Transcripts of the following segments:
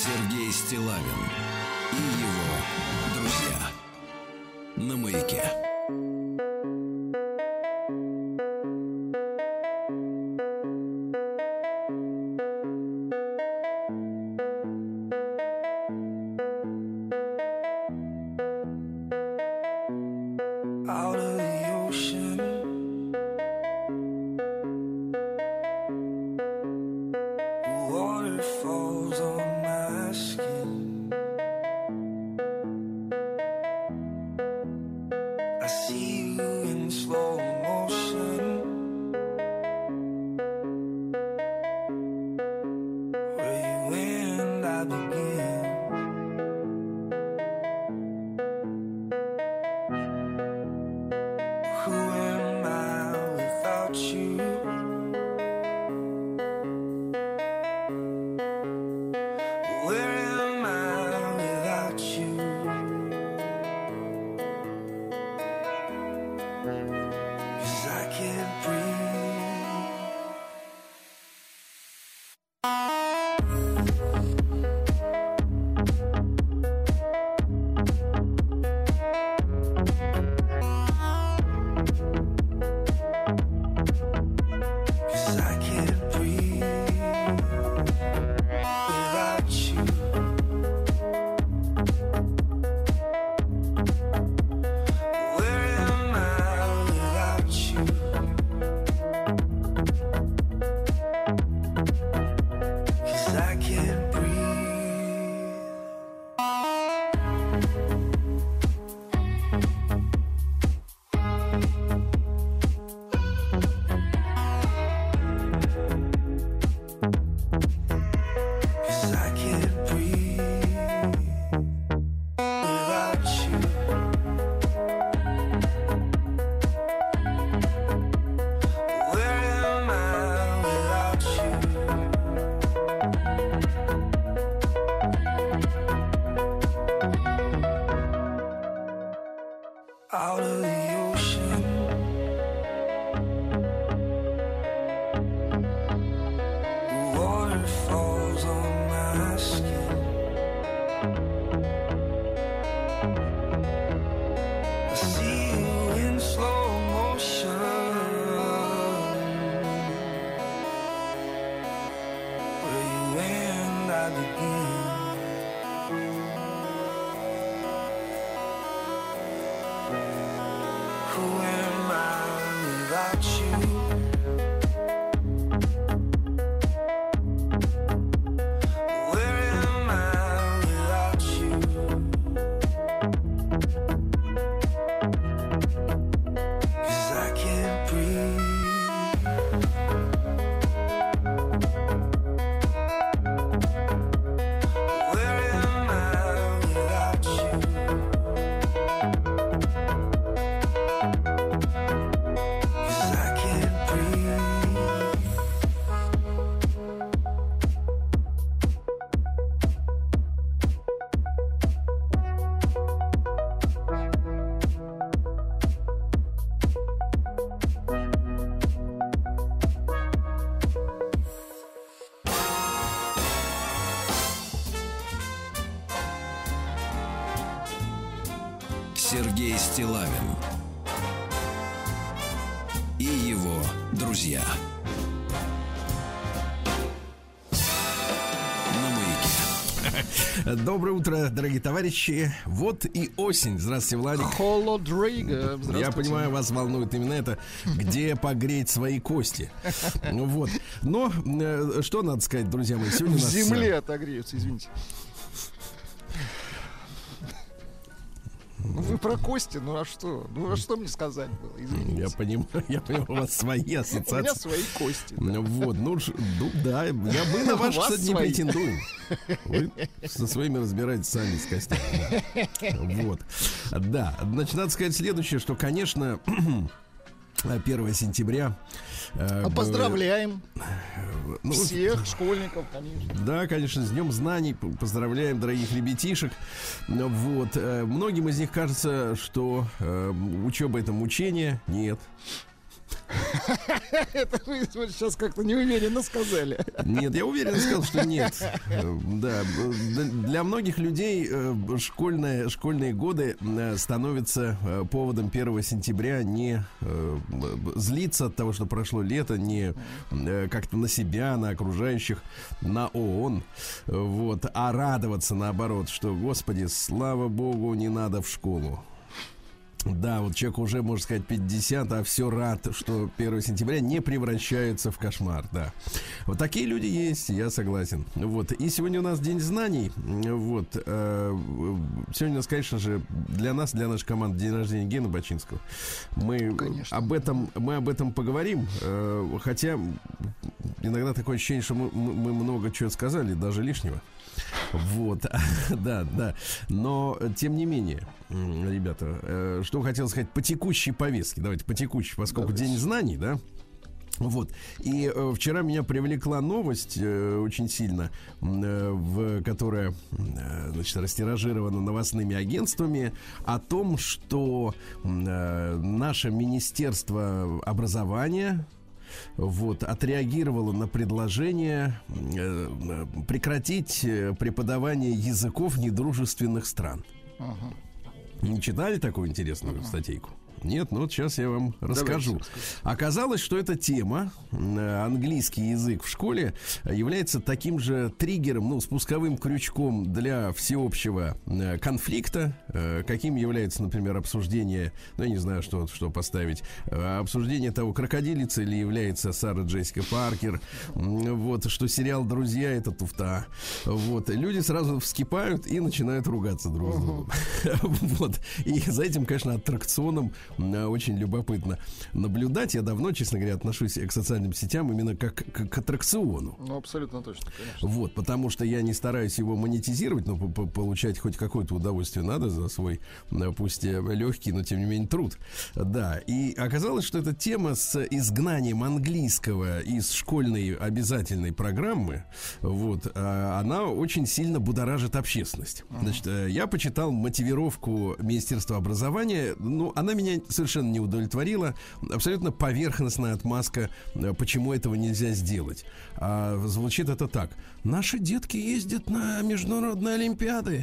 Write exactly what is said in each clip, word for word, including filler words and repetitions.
Сергей Стиллавин и его друзья на Маяке. Сергей Стиллавин и его друзья на Маяке. Доброе утро, дорогие товарищи. Вот и осень. Здравствуйте, Владик. Холодриго. Я понимаю, вас волнует именно это. Где погреть свои кости? Ну вот. Но что надо сказать, друзья мои? Сегодня в у нас... земле отогреются, извините. Ну вы про кости, ну а что? Ну а что мне сказать было? Извините. Я понимаю, я понимаю, у вас свои ассоциации. У меня свои кости. Да. Вот, ну, ну да, я мы на ваши, кстати, не претендуем. Вы со своими разбираетесь сами с костями. Да. Вот. Да, значит, надо сказать следующее, что, конечно, первое сентября. А поздравляем ну, всех школьников, конечно. Да, конечно, с Днем знаний. Поздравляем дорогих ребятишек. Вот. Многим из них кажется, что э, учеба — это мучение. Нет. Это вы сейчас как-то неуверенно сказали. Нет, я уверенно сказал, что нет. Да, для многих людей школьные, школьные годы становятся поводом первого сентября не злиться от того, что прошло лето, не как-то на себя, на окружающих, на ООН, вот, а радоваться наоборот, что, господи, слава богу, не надо в школу. Да, вот человек уже, можно сказать, пятьдесят, а все рад, что первого сентября не превращается в кошмар, да. Вот такие люди есть, я согласен. Вот, и сегодня у нас День знаний. Вот, э, сегодня у нас, конечно же, для нас, для нашей команды день рождения Гены Бачинского. Мы конечно. об этом, мы об этом поговорим, э, хотя иногда такое ощущение, что мы, мы много чего сказали, даже лишнего. Вот, да, да. Но, тем не менее, ребята, что хотел сказать по текущей повестке. Давайте по текущей, поскольку Давайте. День знаний, да. Вот. И э, вчера меня привлекла новость э, очень сильно, э, в, которая э, значит, растиражирована новостными агентствами, о том, что э, наше Министерство образования вот, отреагировала на предложение э, прекратить преподавание языков недружественных стран. Ага. Не читали такую интересную ага. статейку? Нет, ну вот сейчас я вам расскажу. Давайте. Оказалось, что эта тема, английский язык в школе, является таким же триггером, ну, спусковым крючком для всеобщего конфликта, каким является, например, обсуждение, ну, я не знаю, что, что поставить, обсуждение того, крокодилица или является Сара Джессика Паркер, вот, что сериал «Друзья» — это туфта. Вот, люди сразу вскипают и начинают ругаться друг с другом. Вот, и за этим, конечно, аттракционом очень любопытно наблюдать. Я давно, честно говоря, отношусь к социальным сетям именно как к, к аттракциону. Ну, абсолютно точно, конечно. Вот, потому что я не стараюсь его монетизировать, но получать хоть какое-то удовольствие надо за свой, пусть легкий, но тем не менее труд. Да, и оказалось, что эта тема с изгнанием английского из школьной обязательной программы, вот, она очень сильно будоражит общественность. Значит, я почитал мотивировку Министерства образования, ну, она меня совершенно не удовлетворила. Абсолютно поверхностная отмазка, почему этого нельзя сделать. А звучит это так: наши детки ездят на международные олимпиады,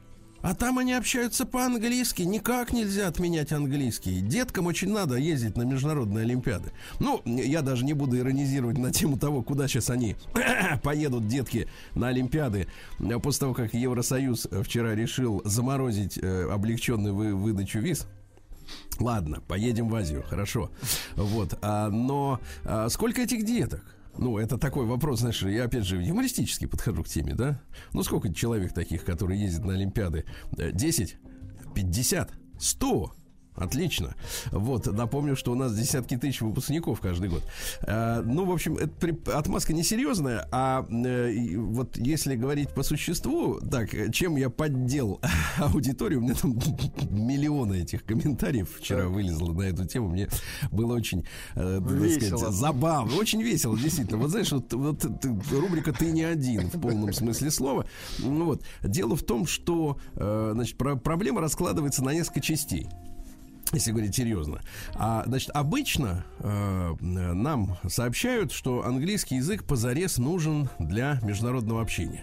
а там они общаются по-английски. Никак нельзя отменять английский. Деткам очень надо ездить на международные олимпиады. Ну, я даже не буду иронизировать на тему того, куда сейчас они поедут, детки, на олимпиады, после того, как Евросоюз вчера решил заморозить э, облегченную вы- выдачу виз. Ладно, поедем в Азию, хорошо. Вот, а, но а, сколько этих деток? Ну, это такой вопрос, знаешь, я опять же юмористически подхожу к теме, да? Ну, сколько человек таких, которые ездят на олимпиады? десять? пятьдесят? сто? Отлично. Вот, напомню, что у нас десятки тысяч выпускников каждый год. А, ну, в общем, это отмазка несерьезная, а э, вот если говорить по существу, так, чем я поддел аудиторию, у меня там миллионы этих комментариев вчера так. вылезло на эту тему, мне было очень, э, так сказать, забавно, очень весело, действительно. Вот знаешь, вот, вот рубрика «Ты не один» в полном смысле слова. Ну, вот. Дело в том, что э, значит, про- проблема раскладывается на несколько частей. Если говорить серьезно. А, значит, обычно э, нам сообщают, что английский язык позарез нужен для международного общения.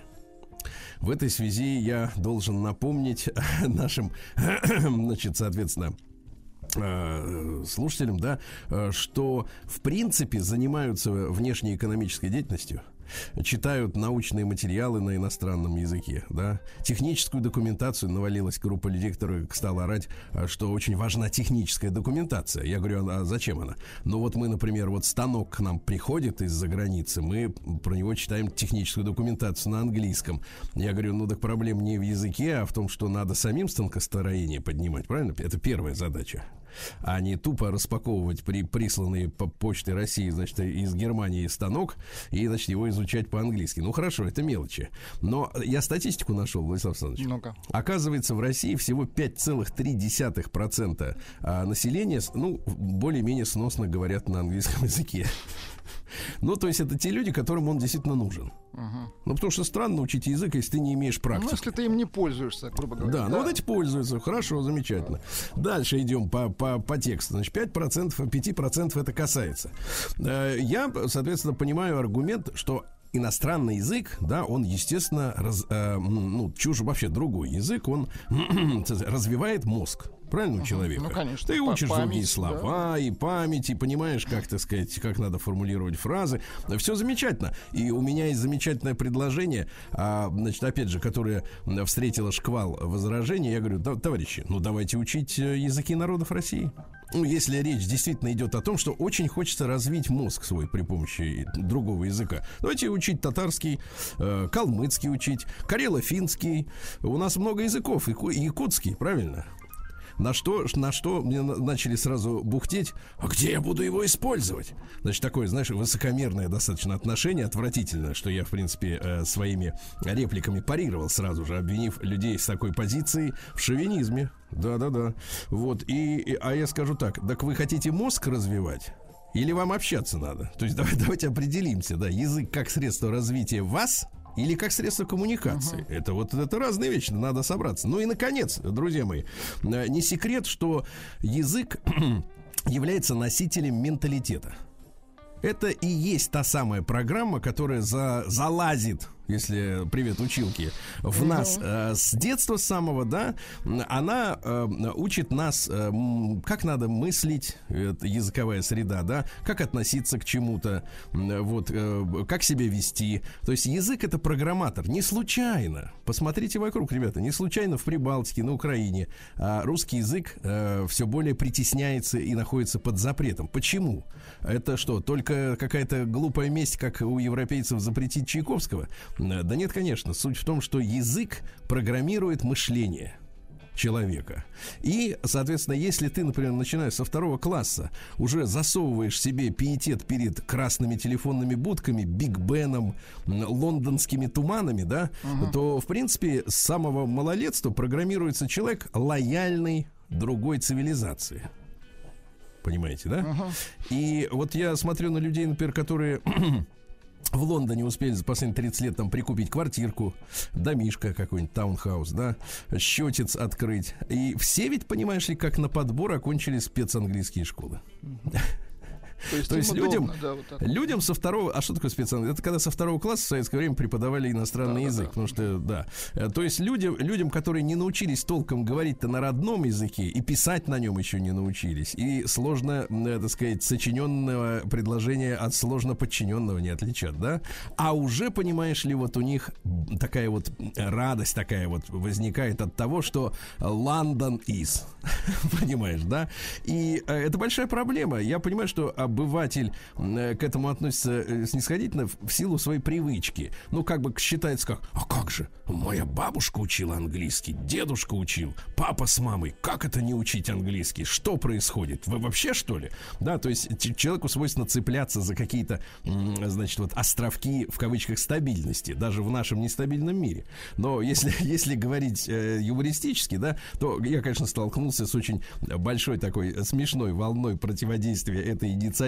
В этой связи я должен напомнить нашим, значит, соответственно, слушателям, да, что в принципе занимаются внешнеэкономической деятельностью, читают научные материалы на иностранном языке, да, техническую документацию. Навалилась группа людей, которые стала орать, что очень важна техническая документация. Я говорю, а зачем она? Ну вот мы, например, вот станок к нам приходит из-за границы, мы про него читаем техническую документацию на английском. Я говорю, ну так проблема не в языке, а в том, что надо самим станкостроение поднимать, правильно? Это первая задача. А не тупо распаковывать при присланные по почте России, значит, из Германии станок и, значит, его изучать по-английски. Ну, хорошо, это мелочи. Но я статистику нашел, Владислав Александрович. Ну-ка. Оказывается, в России всего пять целых три десятых процента населения, ну, более-менее сносно говорят на английском языке. Ну, то есть это те люди, которым он действительно нужен. Uh-huh. Ну, потому что странно учить язык, если ты не имеешь практики. Ну, если ты им не пользуешься, грубо говоря. Да, да. ну вот эти пользуются. Хорошо, замечательно. Дальше идем по, по, по тексту. Значит, пять процентов, пять процентов это касается. Я, соответственно, понимаю аргумент, что иностранный язык, да, он, естественно, раз, э, ну, чушь вообще другой язык, он развивает мозг. Правильно, у человека? Ну, конечно. Ты учишь память, другие слова, да. и память, и понимаешь, как, так сказать, как надо формулировать фразы. Все замечательно. И у меня есть замечательное предложение, а, значит, опять же, которое встретило шквал возражений. Я говорю, да, товарищи, ну давайте учить языки народов России. Ну, если речь действительно идет о том, что очень хочется развить мозг свой при помощи другого языка. Давайте учить татарский, э, калмыцкий учить, карело-финский. У нас много языков, и якутский, правильно? На что, на что мне начали сразу бухтеть, а где я буду его использовать? Значит, такое, знаешь, высокомерное достаточно отношение, отвратительное, что я, в принципе, э, своими репликами парировал сразу же, обвинив людей с такой позицией в шовинизме. Да-да-да. Вот, и, и, а я скажу так, так вы хотите мозг развивать? Или вам общаться надо? То есть давай, давайте определимся, да, язык как средство развития вас или как средство коммуникации. Uh-huh. Это вот это разные вещи, надо собраться. Ну и, наконец, друзья мои, не секрет, что язык является носителем менталитета. Это и есть та самая программа, которая за, залазит, если привет училки, в mm-hmm. нас э, с детства самого, да, она э, учит нас, э, как надо мыслить, это языковая среда, да, как относиться к чему-то, э, вот, э, как себя вести. То есть язык — это программатор. Не случайно, посмотрите вокруг, ребята, не случайно в Прибалтике, на Украине э, русский язык э, все более притесняется и находится под запретом. Почему? Это что, только какая-то глупая месть, как у европейцев запретить Чайковского? Да нет, конечно. Суть в том, что язык программирует мышление человека. И, соответственно, если ты, например, начиная со второго класса, уже засовываешь себе пиетет перед красными телефонными будками, Биг Беном, лондонскими туманами, да, uh-huh. то, в принципе, с самого малолетства программируется человек лояльный другой цивилизации. Понимаете, да? Uh-huh. И вот я смотрю на людей, например, которые в Лондоне успели за последние тридцать лет там прикупить квартирку, домишко какой-нибудь, таунхаус, да, счетец открыть. И все ведь, понимаешь ли, как на подбор окончили спецанглийские школы. То есть, То есть людям, удобно, да, вот людям со второго... А что такое специальный? Это когда со второго класса в советское время преподавали иностранный да, язык. Да, потому что, да. То есть людям, людям, которые не научились толком говорить-то на родном языке и писать на нем еще не научились, и сложно, так сказать, сочиненного предложения от сложно подчиненного не отличат, да? А уже, понимаешь ли, вот у них такая вот радость такая вот возникает от того, что London is. Понимаешь, да? И это большая проблема. Я понимаю, что обыватель к этому относится снисходительно в силу своей привычки. Ну, как бы считается как, а как же, моя бабушка учила английский, дедушка учил, папа с мамой, как это не учить английский? Что происходит? Вы вообще, что ли? Да, то есть человеку свойственно цепляться за какие-то, значит, вот островки, в кавычках, стабильности, даже в нашем нестабильном мире. Но если, если говорить э, юмористически, да, то я, конечно, столкнулся с очень большой такой смешной волной противодействия этой инициативе.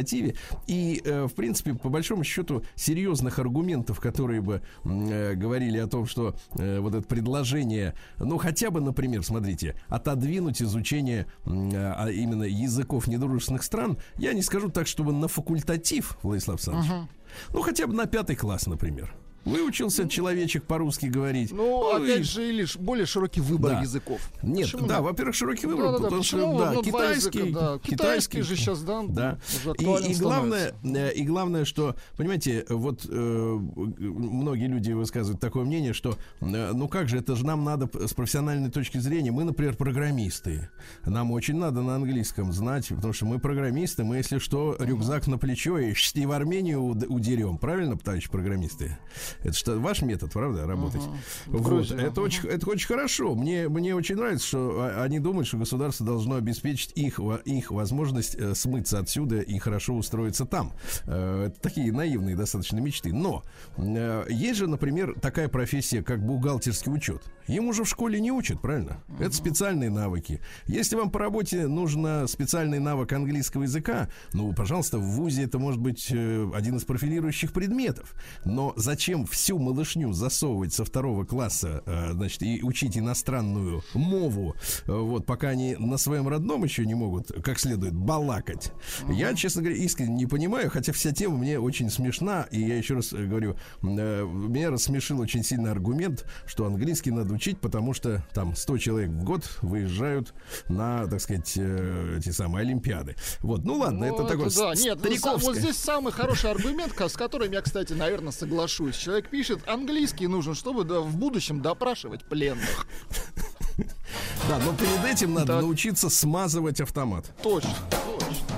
И, э, в принципе, по большому счету, серьезных аргументов, которые бы э, говорили о том, что э, вот это предложение, ну, хотя бы, например, смотрите, отодвинуть изучение э, а именно языков недружественных стран, я не скажу так, чтобы на факультатив, Владислав Александрович, uh-huh. ну, хотя бы на пятый класс, например. Выучился человечек по-русски говорить. Ну, ну опять и... же, или более широкий выбор да. языков. Нет, почему? Да, во-первых, широкий выбор, да, да, потому да, что да, ну, китайский, языка, да. китайский, китайский же сейчас, да, да. И, и, главное, и главное, что, понимаете, вот э, многие люди высказывают такое мнение, что, э, ну как же, это же нам надо с профессиональной точки зрения, мы, например, программисты, нам очень надо на английском знать, потому что мы программисты, мы, если что, рюкзак на плечо и, и в Армению удерем, правильно, товарищи программисты? Это что, ваш метод? Метод, правда, работать. Uh-huh. Вот. Это, uh-huh. очень, это очень хорошо. Мне, мне очень нравится, что они думают, что государство должно обеспечить их, их возможность э, смыться отсюда и хорошо устроиться там. Э, это такие наивные достаточно мечты. Но э, есть же, например, такая профессия, как бухгалтерский учет. Ему же в школе не учат, правильно? Uh-huh. Это специальные навыки. Если вам по работе нужно специальный навык английского языка, ну, пожалуйста, в вузе это может быть э, один из профилирующих предметов. Но зачем всю малышню засовывать со второго класса, э, значит, и учить иностранную мову, э, вот, пока они на своем родном еще не могут как следует балакать? Uh-huh. Я, честно говоря, искренне не понимаю, хотя вся тема мне очень смешна, и я еще раз говорю, э, меня рассмешил очень сильный аргумент, что английский надо учить, потому что там сто человек в год выезжают на, так сказать, э, эти самые олимпиады. Вот, ну ладно, ну, это, это такой да. Нет, стариковское. Вот здесь самый хороший аргумент, с которым я, кстати, наверное, соглашусь. Человек пишет, английский нужен, чтобы да, в будущем допрашивать пленных. Да, но перед этим надо научиться смазывать автомат. Точно, точно.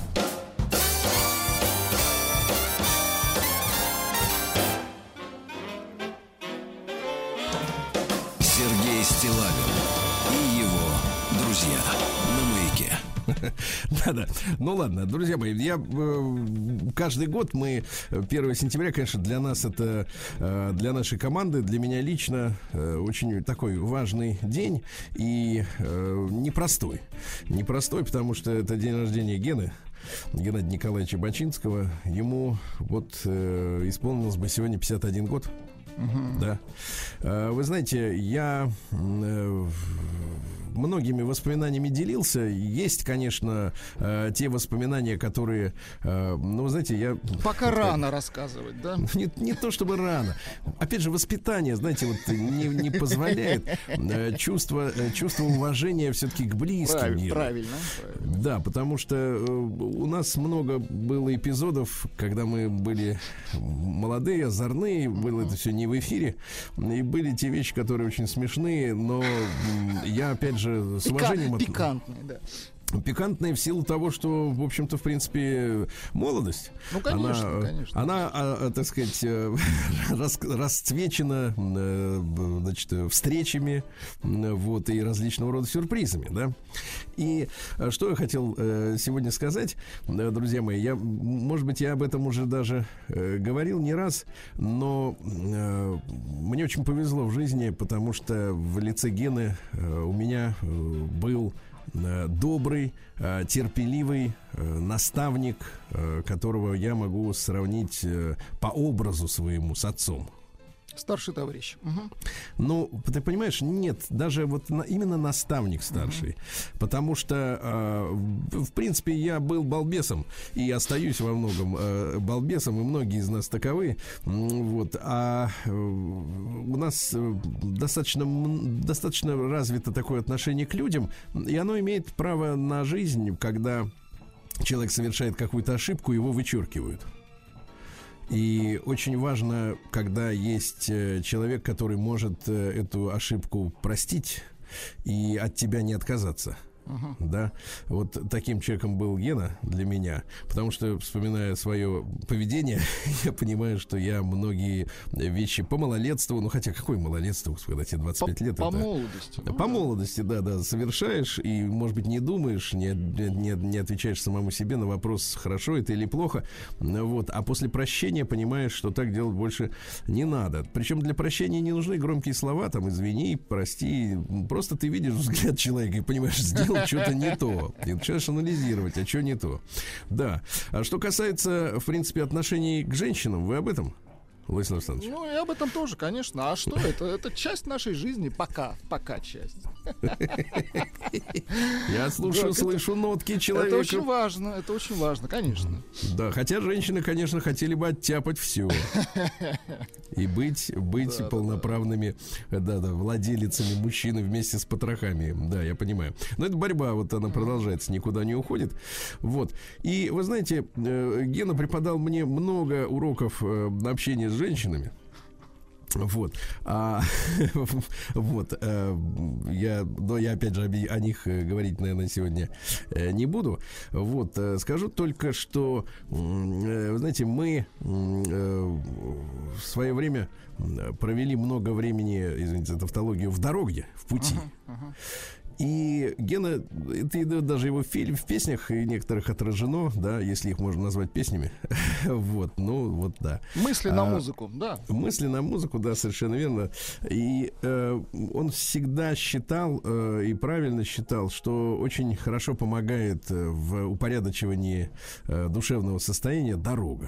Стиллавин и его друзья на Маяке. Да-да. Ну ладно, друзья мои, я э, каждый год мы первого сентября, конечно, для нас это э, для нашей команды, для меня лично э, очень такой важный день и э, непростой. Непростой, потому что это день рождения Гены. Геннадия Николаевича Бачинского. Ему вот э, исполнилось бы сегодня пятьдесят один год. Uh-huh. Да. Вы знаете, я э, многими воспоминаниями делился. Есть, конечно, э, те воспоминания, которые, э, ну, вы знаете, я... Пока это, рано рассказывать, да? Не, не то чтобы рано. Опять же, воспитание, знаете, вот не, не позволяет э, чувство, э, чувство уважения все-таки к близким. Правильно, правильно, правильно. Да, потому что э, у нас много было эпизодов, когда мы были молодые, озорные, было uh-huh. это все не в эфире, и были те вещи, которые очень смешные, но я, опять же, с уважением... От... Пикантные, да. Пикантные в силу того, что, в общем-то, в принципе, молодость. Ну, конечно, она, конечно. Она, а, так сказать, рас, расцвечена, значит, встречами, вот, и различного рода сюрпризами, да. И что я хотел сегодня сказать, друзья мои, я, может быть, я об этом уже даже говорил не раз, но мне очень повезло в жизни, потому что в лице Гены у меня был добрый, терпеливый наставник, которого я могу сравнить по образу своему с отцом. Старший товарищ. Угу. Ну, ты понимаешь, нет, даже вот на, именно наставник старший. Угу. Потому что, э, в принципе, я был балбесом и остаюсь во многом э, балбесом, и многие из нас таковы. Вот. А э, у нас достаточно, достаточно развито такое отношение к людям, и оно имеет право на жизнь, когда человек совершает какую-то ошибку, его вычеркивают. И очень важно, когда есть человек, который может эту ошибку простить и от тебя не отказаться. Uh-huh. Да, вот таким человеком был Гена для меня, потому что, вспоминая свое поведение, я понимаю, что я многие вещи по малолетству, ну хотя какое малолетство, когда тебе двадцать пять лет, по это, молодости, по ну, молодости, да, да, совершаешь и, может быть, не думаешь, не, не, не отвечаешь самому себе на вопрос, хорошо это или плохо, вот, а после прощения понимаешь, что так делать больше не надо. Причем для прощения не нужны громкие слова, там, извини, прости, просто ты видишь взгляд человека и понимаешь, сделал что-то не то. И начинаешь анализировать, а что не то. Да. А что касается, в принципе, отношений к женщинам, вы об этом? Владислав Александрович. Ну, и об этом тоже, конечно. А что это? Это часть нашей жизни. Пока. Пока часть. Я слушаю, слышу нотки человека. Это очень важно. Это очень важно, конечно. Да, хотя женщины, конечно, хотели бы оттяпать все. И быть, быть да, полноправными да, да. Да, да, владелицами мужчины вместе с потрохами. Да, я понимаю. Но это борьба, вот она продолжается, никуда не уходит. Вот. И вы знаете, Гена преподал мне много уроков общения с женщинами. Вот, а, вот, а, я, но я опять же о них говорить, наверное, сегодня не буду. Вот, скажу только, что, вы знаете, мы в свое время провели много времени, извините за тавтологию, в дороге, в пути. Uh-huh, uh-huh. И Гена, это даже его фильм, в песнях и некоторых отражено, да, если их можно назвать песнями. Вот, ну, вот, да. Мысли на музыку, да. Мысли на музыку, да, совершенно верно. И э, он всегда считал э, и правильно считал, что очень хорошо помогает в упорядочивании э, душевного состояния дорога.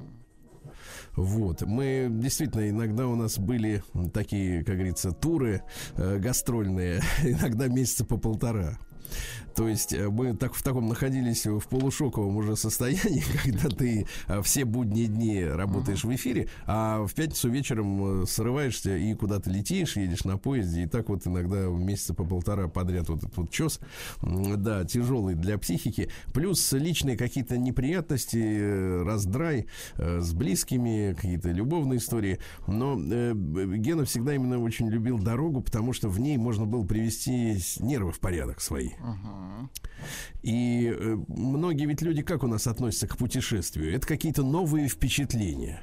Вот. Мы действительно, иногда у нас были такие, как говорится, туры э, гастрольные, иногда месяца по полтора. То есть мы так, в таком находились в полушоковом уже состоянии, когда ты все будние дни работаешь uh-huh. в эфире, а в пятницу вечером срываешься и куда-то летишь, едешь на поезде, и так вот иногда месяца по полтора подряд вот этот вот чес, да, тяжелый для психики. Плюс личные какие-то неприятности, раздрай с близкими, какие-то любовные истории. Но э, Гена всегда именно очень любил дорогу, потому что в ней можно было привести нервы в порядок свои. Uh-huh. И э, многие ведь люди как у нас относятся к путешествию? Это какие-то новые впечатления.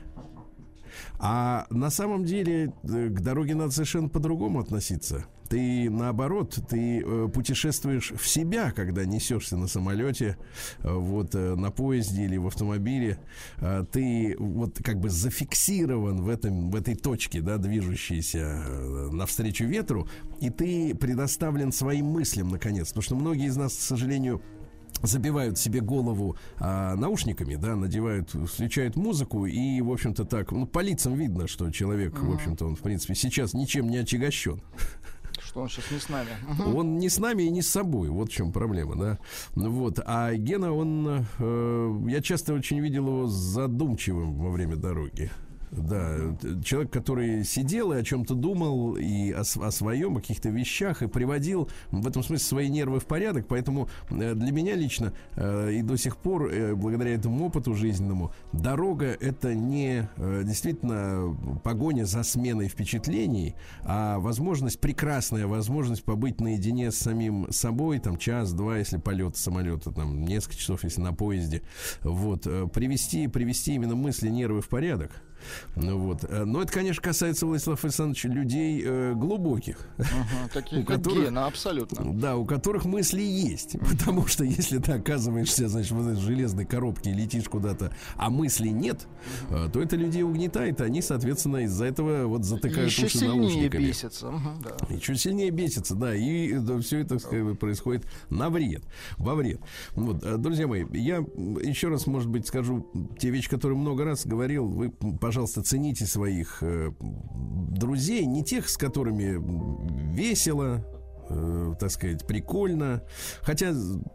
А на самом деле э, к дороге надо совершенно по-другому относиться. Ты, наоборот, ты э, путешествуешь в себя, когда несешься на самолете, э, вот, э, на поезде или в автомобиле. Э, ты вот как бы зафиксирован в, этом, в этой точке, да, движущейся э, навстречу ветру, и ты предоставлен своим мыслям, наконец. Потому что многие из нас, к сожалению, забивают себе голову а, наушниками, да, надевают, включают музыку, и, в общем-то, так, ну, по лицам видно, что человек, uh-huh. в общем-то, он, в принципе, сейчас ничем не отягощен. Что он сейчас не с нами. Uh-huh. Он не с нами и не с собой. Вот в чем проблема, да. Вот. А Гена, он... Э, я часто очень видел его задумчивым во время дороги. Да, человек, который сидел и о чем-то думал, и о, о своем, о каких-то вещах, и приводил в этом смысле свои нервы в порядок. Поэтому для меня лично и до сих пор, благодаря этому опыту жизненному, дорога — это не действительно погоня за сменой впечатлений, а возможность, прекрасная возможность побыть наедине с самим собой, там час-два, если полет самолета, там несколько часов, если на поезде, вот, привести, привести именно мысли, нервы в порядок. Ну вот. Но это, конечно, касается, Владислав Александрович, людей э, глубоких. Ага, таких, как которых, Гена, абсолютно. Да, у которых мысли есть. Потому что если ты оказываешься, значит, в этой железной коробке и летишь куда-то, а мыслей нет, э, то это людей угнетает, они, соответственно, из-за этого вот затыкают еще уши наушниками. Еще сильнее бесятся. Угу, да. Еще сильнее бесятся, да. И да, все это, сказать, происходит на вред, во вред. Вот, друзья мои, я еще раз, может быть, скажу те вещи, которые много раз говорил. Вы, пожалуйста, цените своих э, друзей, не тех, с которыми весело, э, так сказать, прикольно. Хотя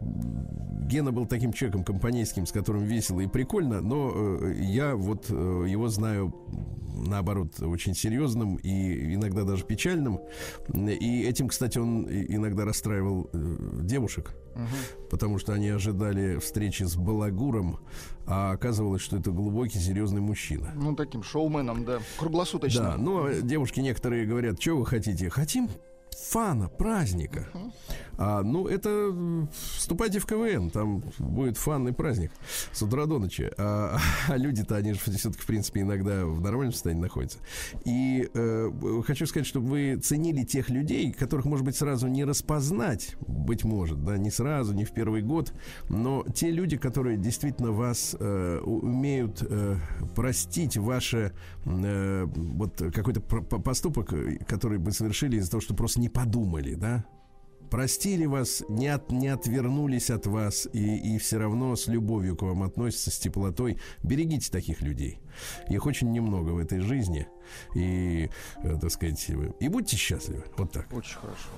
Гена был таким человеком компанейским, с которым весело и прикольно, но э, я вот э, его знаю, наоборот, очень серьезным и иногда даже печальным. И этим, кстати, он иногда расстраивал э, девушек. Uh-huh. Потому что они ожидали встречи с балагуром, а оказывалось, что это глубокий, серьезный мужчина. Ну, таким шоуменом, да, круглосуточно. Да, но девушки некоторые говорят, что вы хотите? Хотим фана, праздника. Uh-huh. А, ну, это вступайте в КВН, там будет фан и праздник с утра до ночи. А, а люди-то, они же все-таки, в принципе, иногда в нормальном состоянии находятся. И э, хочу сказать, чтобы вы ценили тех людей, которых, может быть, сразу не распознать, быть может, да, не сразу, не в первый год, но те люди, которые действительно вас э, умеют э, простить ваше э, вот какой-то поступок, который вы совершили из-за того, что просто не подумали, да, простили вас, не, от, не отвернулись от вас и, и все равно с любовью к вам относятся, с теплотой. Берегите таких людей. Их очень немного в этой жизни. И, э, так сказать, и будьте счастливы. Вот так. Очень хорошо.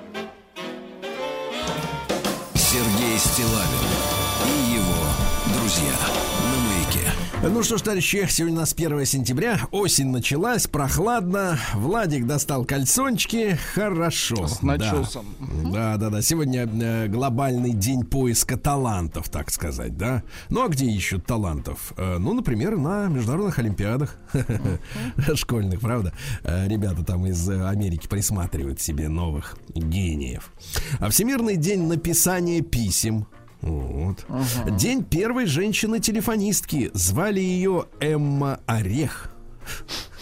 Сергей Стиллавин и его друзья на Маяке. Ну что ж, товарищи, сегодня у нас первое сентября. Осень началась, прохладно. Владик достал кальсончики. Хорошо. С начесом. Да, да, да. Сегодня э, глобальный день поиска талантов, так сказать, да. Ну а где ищут талантов? Э, ну, например, на международных олимпиадах школьных, правда? Э, ребята там из Америки присматривают себе новых гениев. А Всемирный день написания писем. Вот. Ага. День первой женщины-телефонистки. Звали ее Эмма Орех.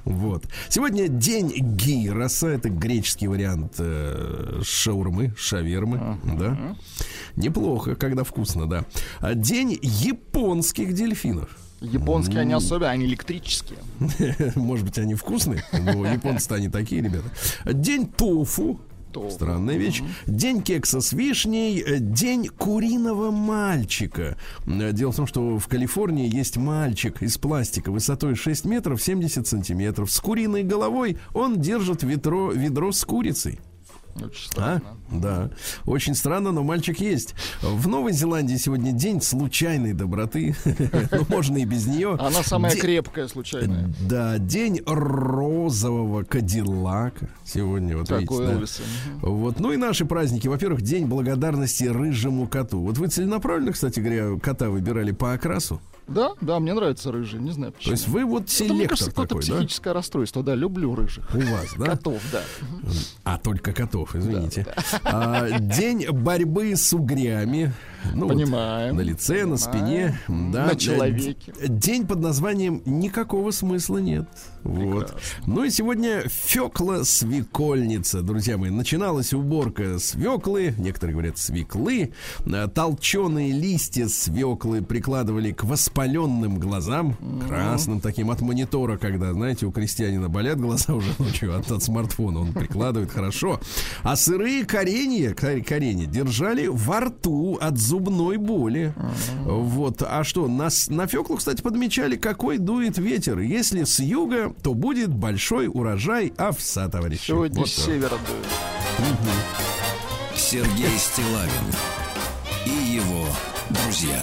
Вот. Сегодня день гироса. Это греческий вариант э, шаурмы, шавермы. Uh-huh. Да? Неплохо, когда вкусно, да. День японских дельфинов. Японские они особенно, они электрические. Может быть, они вкусные, но японцы-то они такие, ребята. День тофу. Тофу. Странная вещь. Mm-hmm. День кекса с вишней. День куриного мальчика. Дело в том, что в Калифорнии есть мальчик из пластика высотой шесть метров семьдесят сантиметров. С куриной головой он держит ведро, ведро с курицей. Очень странно. А? Да, очень странно, но мальчик есть. В Новой Зеландии сегодня день случайной доброты. Ну, можно и без нее. Она самая крепкая случайная. Да, день розового кадиллака. Сегодня, вот видите, вот. Ну и наши праздники. Во-первых, день благодарности рыжему коту. Вот вы целенаправленно, кстати говоря, кота выбирали по окрасу? Да, да, мне нравится рыжий, не знаю почему. То есть вы вот селектор. Это, мне кажется, какое-то такой, психическое да? расстройство, да, люблю рыжих. У вас, да? Котов, да. А, только котов, извините. Да, да. А, день борьбы с угрями. Ну, понимаем. Вот, на лице, понимаем. на спине. Да. На человеке. День под названием «Никакого смысла нет». Вот. Ну и сегодня фёкла-свекольница, друзья мои. Начиналась уборка свеклы, некоторые говорят свеклы. Толченые листья свеклы прикладывали к воспаленным глазам, красным таким, от монитора, когда, знаете, у крестьянина болят глаза уже ночью от, от смартфона, он прикладывает хорошо. А сырые коренья, коренья держали во рту от зубной боли. Вот. А что, на, на феклу, кстати, подмечали, какой дует ветер. Если с юга, то будет большой урожай овса, товарищи. Сегодня вот с севера дует. Угу. Сергей Стиллавин и его друзья.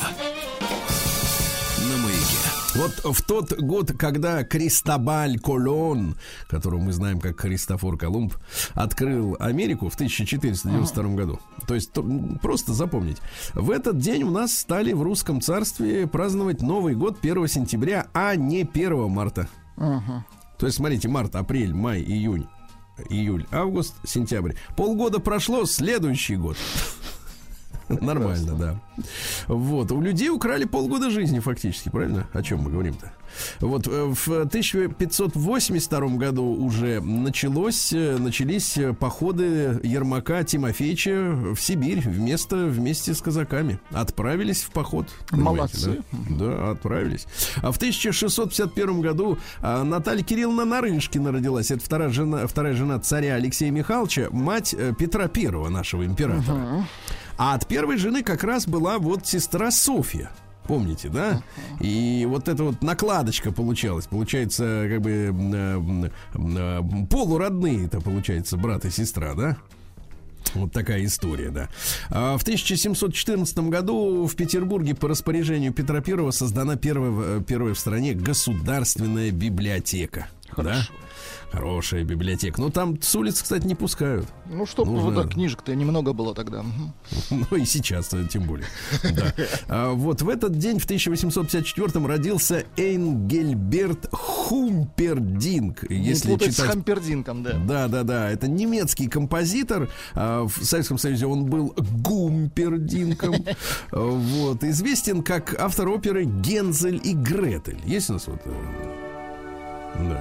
На маяке. Вот в тот год, когда Кристобаль Колон, которого мы знаем как Христофор Колумб, открыл Америку в тысяча четыреста девяносто втором году. То есть то, просто запомнить. В этот день у нас стали в Русском царстве праздновать Новый год первого сентября, а не первого марта. Uh-huh. То есть, смотрите, март, апрель, май, июнь, июль, август, сентябрь. Полгода прошло, следующий год. Нормально, да. Вот. У людей украли полгода жизни фактически, правильно? О чем мы говорим-то? Вот в тысяча пятьсот восемьдесят втором году уже началось, начались походы Ермака Тимофеевича в Сибирь вместо, вместе с казаками. Отправились в поход. Молодцы. Да? Да, отправились. А в тысяча шестьсот пятьдесят первом году Наталья Кирилловна Нарышкина родилась. Это вторая жена, вторая жена царя Алексея Михайловича, мать Петра Первого, нашего императора. Uh-huh. А от первой жены как раз была вот сестра Софья. Помните, да? Uh-huh. И вот эта вот накладочка получалась. Получается, как бы э, э, полуродные это получается брат и сестра, да? Вот такая история, да. А в тысяча семьсот четырнадцатом году в Петербурге по распоряжению Петра Первого создана первая, первая в стране государственная библиотека. Хорошо. Да? Хорошая библиотека. Но там с улиц, кстати, не пускают. Ну, чтоб Нужно... вот, да, книжек-то немного было тогда. Ну, и сейчас тем более. Да. А вот в этот день, в тысяча восемьсот пятьдесят четвёртом, родился Энгельберт Хумпердинк. Если не читать... с Хампердинком, да. Да, да, да. Это немецкий композитор. В Советском Союзе он был Гумпердинком. Вот. Известен как автор оперы «Гензель и Гретель». Есть у нас вот... Да.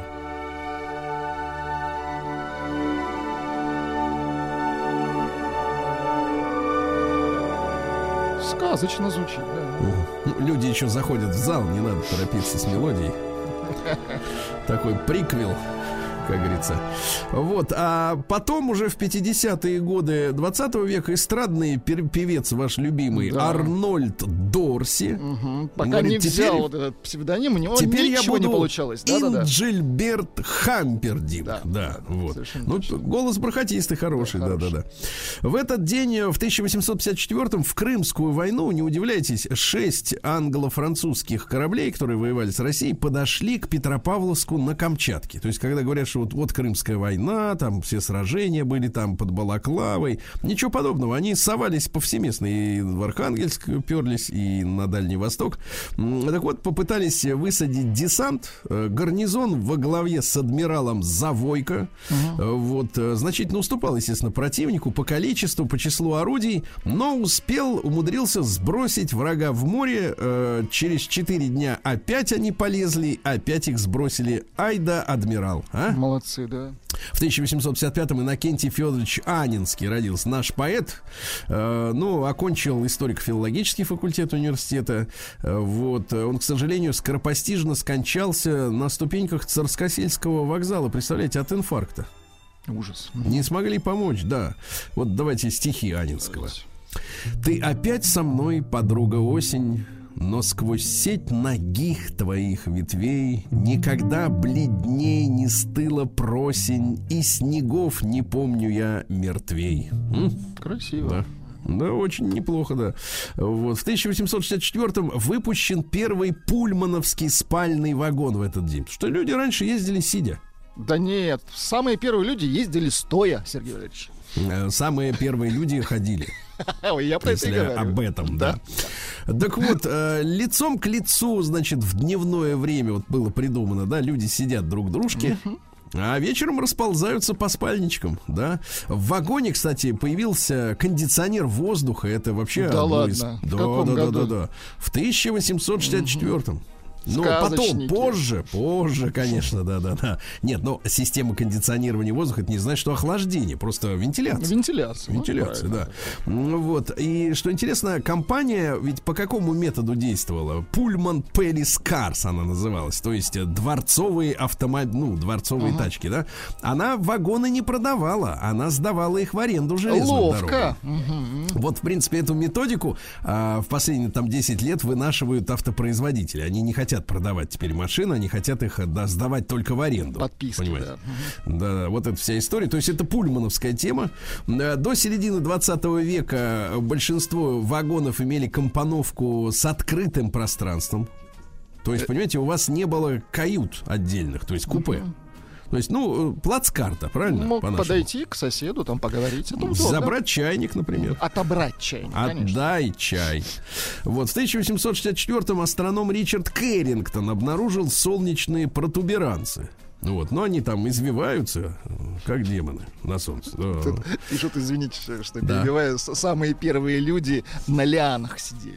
Сказочно звучит, да. Ну, люди еще заходят в зал, не надо торопиться с мелодией. Такой приквел, как говорится. Вот, а потом уже в пятидесятые годы двадцатого века эстрадный певец ваш любимый, да. Арнольд Дорси. Угу. Пока говорит, не взял теперь, вот этот псевдоним, у него теперь ничего я буду не получалось. Инджильберт Хампердинк. Да, да, да, вот. Ну, точно. Голос бархатистый, хороший, да, да, да, да. В этот день, в тысяча восемьсот пятьдесят четвёртом, в Крымскую войну, не удивляйтесь, шесть англо-французских кораблей, которые воевали с Россией, подошли к Петропавловску на Камчатке. То есть, когда говорят, что вот, вот Крымская война, там все сражения были там под Балаклавой. Ничего подобного. Они совались повсеместно. И в Архангельск перлись, и на Дальний Восток. Так вот, попытались высадить десант. Гарнизон во главе с адмиралом Завойко. Uh-huh. Вот, значительно уступал, естественно, противнику по количеству, по числу орудий, но успел, умудрился сбросить врага в море. Через четыре дня опять они полезли, опять их сбросили. Ай да адмирал. А? Молодцы, да. В тысяча восемьсот пятьдесят пятом Иннокентий Федорович Анинский родился. Наш поэт. Э, ну, окончил историко-филологический факультет университета. Э, вот. Он, к сожалению, скоропостижно скончался на ступеньках Царскосельского вокзала. Представляете, от инфаркта. Ужас. Не смогли помочь, да. Вот давайте стихи Анинского. «Ты опять со мной, подруга осень, но сквозь сеть нагих твоих ветвей никогда бледней не стыла просень, и снегов не помню я мертвей». М? Красиво. Да. Да, очень неплохо, да. Вот. В тысяча восемьсот шестьдесят четвёртом выпущен первый пульмановский спальный вагон в этот день. Потому что люди раньше ездили сидя. Да нет, самые первые люди ездили стоя, Сергей Валерьевич. Самые первые люди ходили. Ой, я про это и говорю. Об этом, да. да. Так вот, э, лицом к лицу, значит, в дневное время вот было придумано, да, люди сидят друг к дружке. Uh-huh. А вечером расползаются по спальничкам, да. В вагоне, кстати, появился кондиционер воздуха. Это вообще... Да ладно? Из... В да, каком да, году? да, да, да. В тысяча восемьсот шестьдесят четвёртом. Ну, потом, позже, позже, конечно, да-да-да. Нет, но система кондиционирования воздуха, это не значит, что охлаждение, просто вентиляция. Вентиляция. Вентиляция, ну, да. Ну, вот. И что интересно, компания ведь по какому методу действовала? Pullman Palace Cars она называлась, то есть дворцовые автомобили, ну, дворцовые uh-huh. тачки, да. Она вагоны не продавала, она сдавала их в аренду железным Ловко. дорогам. Uh-huh. Вот, в принципе, эту методику а, в последние там десять лет вынашивают автопроизводители. Они не хотят продавать теперь машины, они хотят их, да, сдавать только в аренду. Подписки, понимаете? Да. Да, вот эта вся история. То есть это пульмановская тема. До середины двадцатого века большинство вагонов имели компоновку с открытым пространством. То есть, понимаете, у вас не было кают отдельных, то есть купе. То есть, ну, плацкарта, правильно? Мог подойти к соседу, там поговорить. Это забрать чайник, например. Отобрать чайник, конечно. Отдай чай. Вот в тысяча восемьсот шестьдесят четвёртом астроном Ричард Кэррингтон обнаружил солнечные протуберанцы. Вот, но они там извиваются, как демоны на солнце. Тут пишут, извините, что перебиваю, да. Самые первые люди на лианах сидели.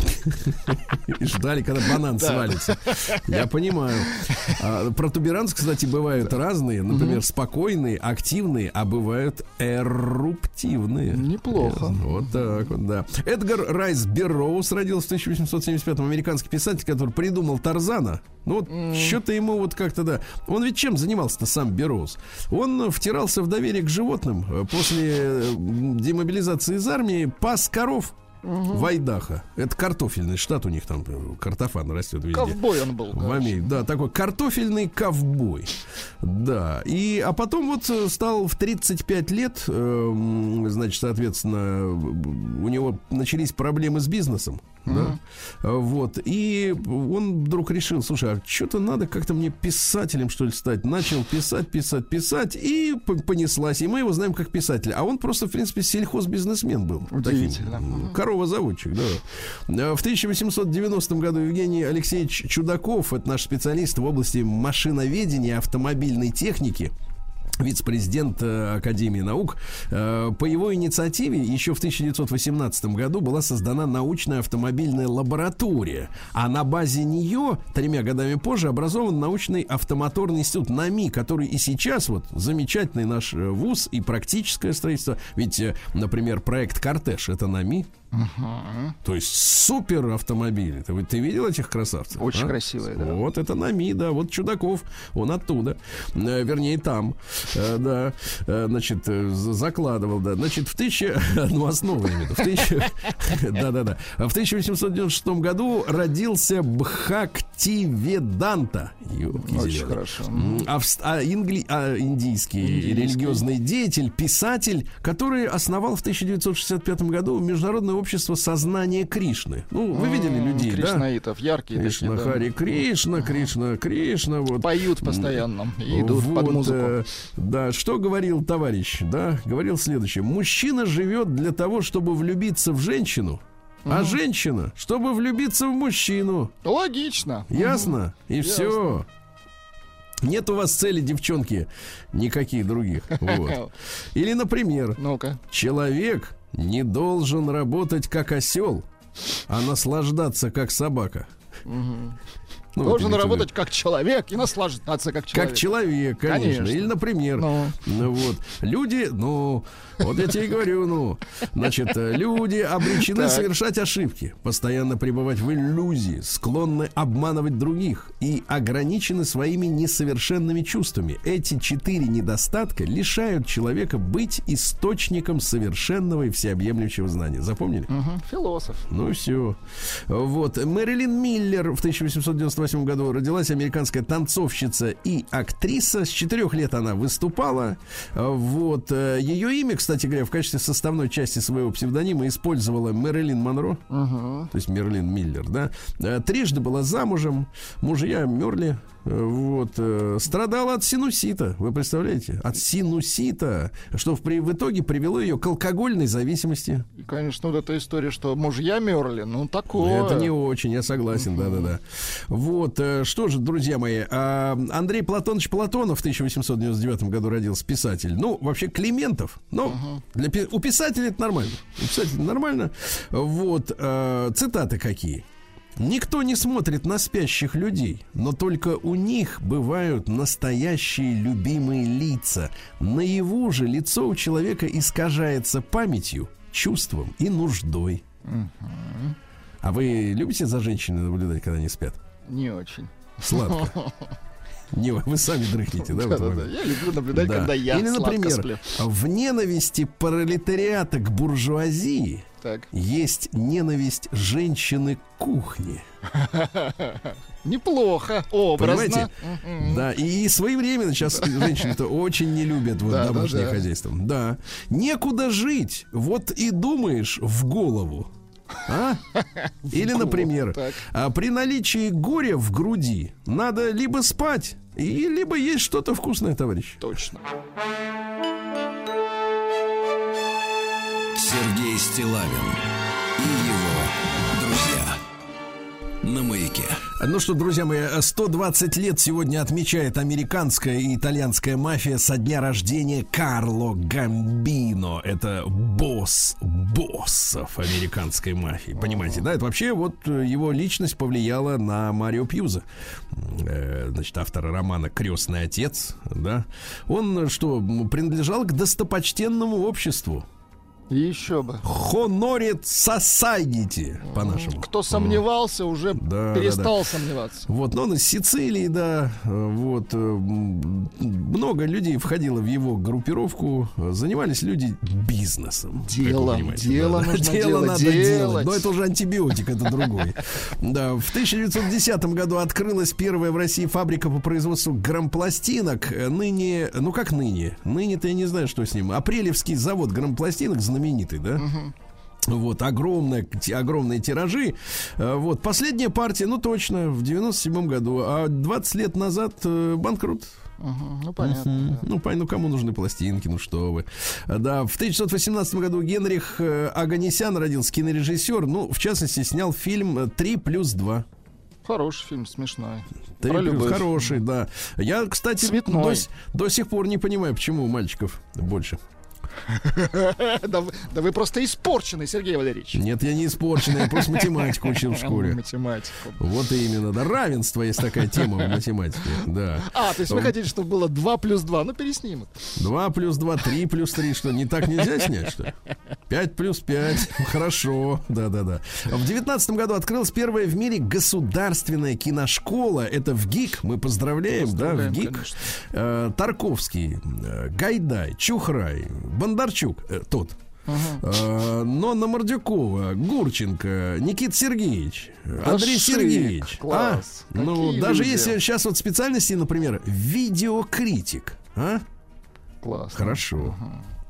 И ждали, когда банан да. свалится. Я понимаю. А, протуберанцы, кстати, бывают разные. Например, mm-hmm. спокойные, активные, а бывают эруптивные. Неплохо. Вот так вот, да. Эдгар Райс Берроуз родился в тысяча восемьсот семьдесят пятом. Американский писатель, который придумал Тарзана. Ну вот, mm. что-то ему вот как-то, да. Он ведь чем занимался-то сам Берроуз? Он втирался в доверие к животным. После демобилизации из армии пас коров. Угу. В Айдахо. Это картофельный штат, у них там картофан растет везде. Ковбой он был. В Америке. Да, такой картофельный ковбой. Да. И, а потом вот стал в тридцать пять лет, э, значит, соответственно, у него начались проблемы с бизнесом. Угу. Да? Вот. И он вдруг решил, слушай, а что-то надо как-то мне писателем, что ли, стать. Начал писать, писать, писать, и понеслась. И мы его знаем как писателя. А он просто, в принципе, сельхозбизнесмен был. Удивительно. Таким, коровозаводчик, да. В тысяча восемьсот девяностом году Евгений Алексеевич Чудаков, это наш специалист в области машиноведения, автомобильной техники, вице-президент Академии наук. По его инициативе еще в тысяча девятьсот восемнадцатом году была создана научная автомобильная лаборатория, а на базе нее тремя годами позже образован научный автомоторный институт НАМИ, который и сейчас вот замечательный наш вуз и практическое строительство. Ведь, например, проект «Кортеж» — это НАМИ. Uh-huh. То есть супер автомобили. Ты, ты видел этих красавцев? Очень а? красивые, да. Вот это НАМИ, да. Вот Чудаков, он оттуда. Э, вернее, там. Э, да. Э, значит, закладывал, да. Значит, в тысяча... Ну, основы именно. В тысяча... Да-да-да. В тысяча восемьсот девяносто шестом году родился Бхактиведанта. Очень хорошо. А, а, ингли... а индийский, индийский религиозный деятель, писатель, который основал в тысяча девятьсот шестьдесят пятом году Международное общество сознания Кришны. Ну, вы видели людей, да? Кришнаитов, яркие Кришна, такие, да. Хари Кришна, Кришна, Кришна. Вот. Поют постоянно и идут Вот, под музыку. э, да, что говорил товарищ, да? Говорил следующее. Мужчина живет для того, чтобы влюбиться в женщину, а женщина, чтобы влюбиться в мужчину. Логично. Ясно? И Ясно. все. Нет у вас цели, девчонки, никаких других. Вот. Или, например, Ну-ка. человек не должен работать как осел, а наслаждаться как собака. Ну, вот Должен имеется в виду. работать как человек и наслаждаться как человек. Как человек, конечно. Конечно. Или, например, Ну. ну, вот, люди, ну, вот я тебе и говорю, ну, значит, э, люди обречены Так. совершать ошибки, постоянно пребывать в иллюзии, склонны обманывать других и ограничены своими несовершенными чувствами. Эти четыре недостатка лишают человека быть источником совершенного и всеобъемлющего знания. Запомнили? Мгм. Философ. Ну и все. Вот. Мэрилин Миллер в тысяча восемьсот девяносто восьмом году родилась, американская танцовщица и актриса. С четырех лет она выступала. Вот. Ее имя, кстати говоря, в качестве составной части своего псевдонима использовала Мэрилин Монро. Угу. То есть Мерлин Миллер, да. Трижды была замужем. Мужья мерли. Вот. Страдала от синусита. Вы представляете? От синусита. Что в, в итоге привело ее к алкогольной зависимости. И, конечно, вот эта история, что мужья мерли, ну, такое. Это не очень, я согласен, да-да-да. Вот, э, что же, друзья мои, а, Андрей Платонович Платонов в тысяча восемьсот девяносто девятом году родился, писатель. Ну, вообще, Климентов. Ну, для, пи- у писателя это нормально. У писателя нормально. Вот, э, цитаты какие. «Никто не смотрит на спящих людей, но только у них бывают настоящие любимые лица. Наяву же лицо у человека искажается памятью, чувством и нуждой». А вы любите за женщиной наблюдать, когда они спят? Не очень. Сладко. Не, вы сами дрыхнете, да? в этот Да-да-да. момент? Я люблю наблюдать, Да. когда я Или, сладко например, сплю. в ненависти пролетариата к буржуазии Так. есть ненависть женщины к кухне. Неплохо, образно. Понимаете? Мгм. Да, и своевременно сейчас женщины-то очень не любят вот Да, да, домашнее да. хозяйство. Да. Некуда жить. Вот и думаешь в голову. А? Или, например, Так. а, при наличии горя в груди надо либо спать, и либо есть что-то вкусное, товарищ. Точно. Сергей Стиллавин и его друзья на Маяке. Ну что, друзья мои, сто двадцать лет сегодня отмечает американская и итальянская мафия со дня рождения Карло Гамбино. Это босс боссов американской мафии. Понимаете, да? Это вообще вот его личность повлияла на Марио Пьюза, э, значит, автора романа «Крестный отец», да? Он что, принадлежал к достопочтенному обществу. Еще бы. Honored Society, по-нашему. Кто сомневался, уже Да, перестал да, да. сомневаться. Вот, но он из Сицилии, да, вот, э, м, много людей входило в его группировку, занимались люди бизнесом. как вы Делом, понимаете, дело да. нужно Дело делать, надо делать, делать. но это уже антибиотик, это другой. Да, в тысяча девятьсот десятом году открылась первая в России фабрика по производству грампластинок, ныне, ну как ныне, ныне-то я не знаю, что с ним, Апрелевский завод грампластинок, знаменитый, да? Вот, огромные, огромные тиражи. Э, Вот, последняя партия, ну точно, в девяносто седьмом году, а двадцать лет назад э, банкрот. Мгм. Ну, понятно. Ну, пон- ну, кому нужны пластинки, ну что вы. А, Да, в тысяча девятьсот восемнадцатом году Генрих э, Оганесян родился, кинорежиссер, ну, в частности, снял фильм «Три плюс два». Хороший фильм, смешной. Три Про плюс любовь. Хороший, да. Я, кстати, Цветной. до, с- до сих пор не понимаю, почему у мальчиков больше. Да вы, да вы просто испорчены, Сергей Валерьевич. Нет, я не испорченный, я просто математику учил в школе. Математику. Вот именно, да. Равенство есть такая тема в математике, да. А, то есть вы хотите, чтобы было два плюс два? Ну, переснимут. Два плюс два, три плюс три, что, не так нельзя снять, что ли? Пять плюс пять, хорошо, да-да-да. В девятнадцатом году открылась первая в мире государственная киношкола. Это в ГИК, мы поздравляем, да, в Поздравляем, ГИК. конечно. Э, Тарковский, э, Гайдай, Чухрай, Бондарчук, э, тот. Э, Нонна Мордюкова, Гурченко, Никита Сергеевич, Андрей шик, Сергеевич. класс. А? Ну, Какие даже люди. если сейчас вот специальности, например, видеокритик, а? Классно. Хорошо.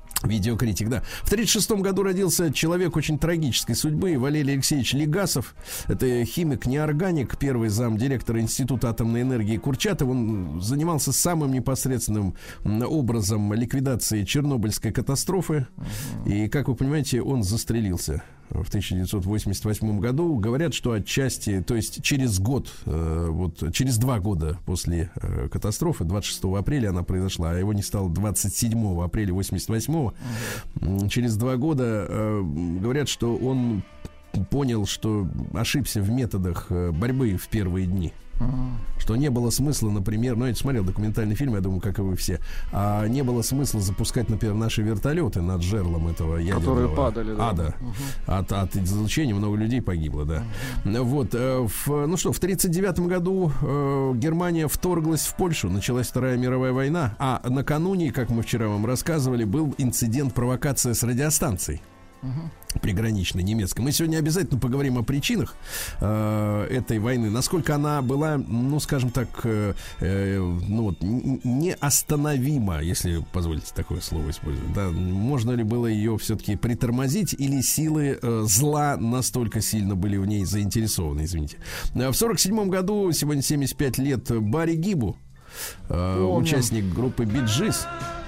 Видеокритик, да. В тридцать шестом году родился человек очень трагической судьбы, Валерий Алексеевич Легасов. Это химик-неорганик, первый замдиректора Института атомной энергии Курчатов. Он занимался самым непосредственным образом ликвидацией Чернобыльской катастрофы. Uh-huh. И, как вы понимаете, он застрелился в тысяча девятьсот восемьдесят восьмом году. Говорят, что отчасти, то есть через год, э, вот через два года после э, катастрофы, двадцать шестого апреля она произошла, а его не стало двадцать седьмого апреля восемьдесят восьмого. Uh-huh. Через два года э, говорят, что он понял, что ошибся в методах борьбы в первые дни. Uh-huh. Что не было смысла, например, ну, я смотрел документальный фильм, я думаю, как и вы все, а не было смысла запускать, например, наши вертолеты над жерлом этого ядерного которые падали, да. ада. Uh-huh. От, от излучения много людей погибло, да. Uh-huh. Вот, э, в, ну что, в тридцать девятом году э, Германия вторглась в Польшу, началась Вторая мировая война, а накануне, как мы вчера вам рассказывали, был инцидент, провокация с радиостанцией. Uh-huh. Приграничной немецкой. Мы сегодня обязательно поговорим о причинах э, этой войны. Насколько она была, ну, скажем так, э, э, ну, вот, неостановима, если позволите такое слово использовать. Да? Можно ли было ее все-таки притормозить, или силы э, зла настолько сильно были в ней заинтересованы, извините. В сорок седьмом году, сегодня семьдесят пять лет, Барри Гибу, э, участник группы Bee Gees.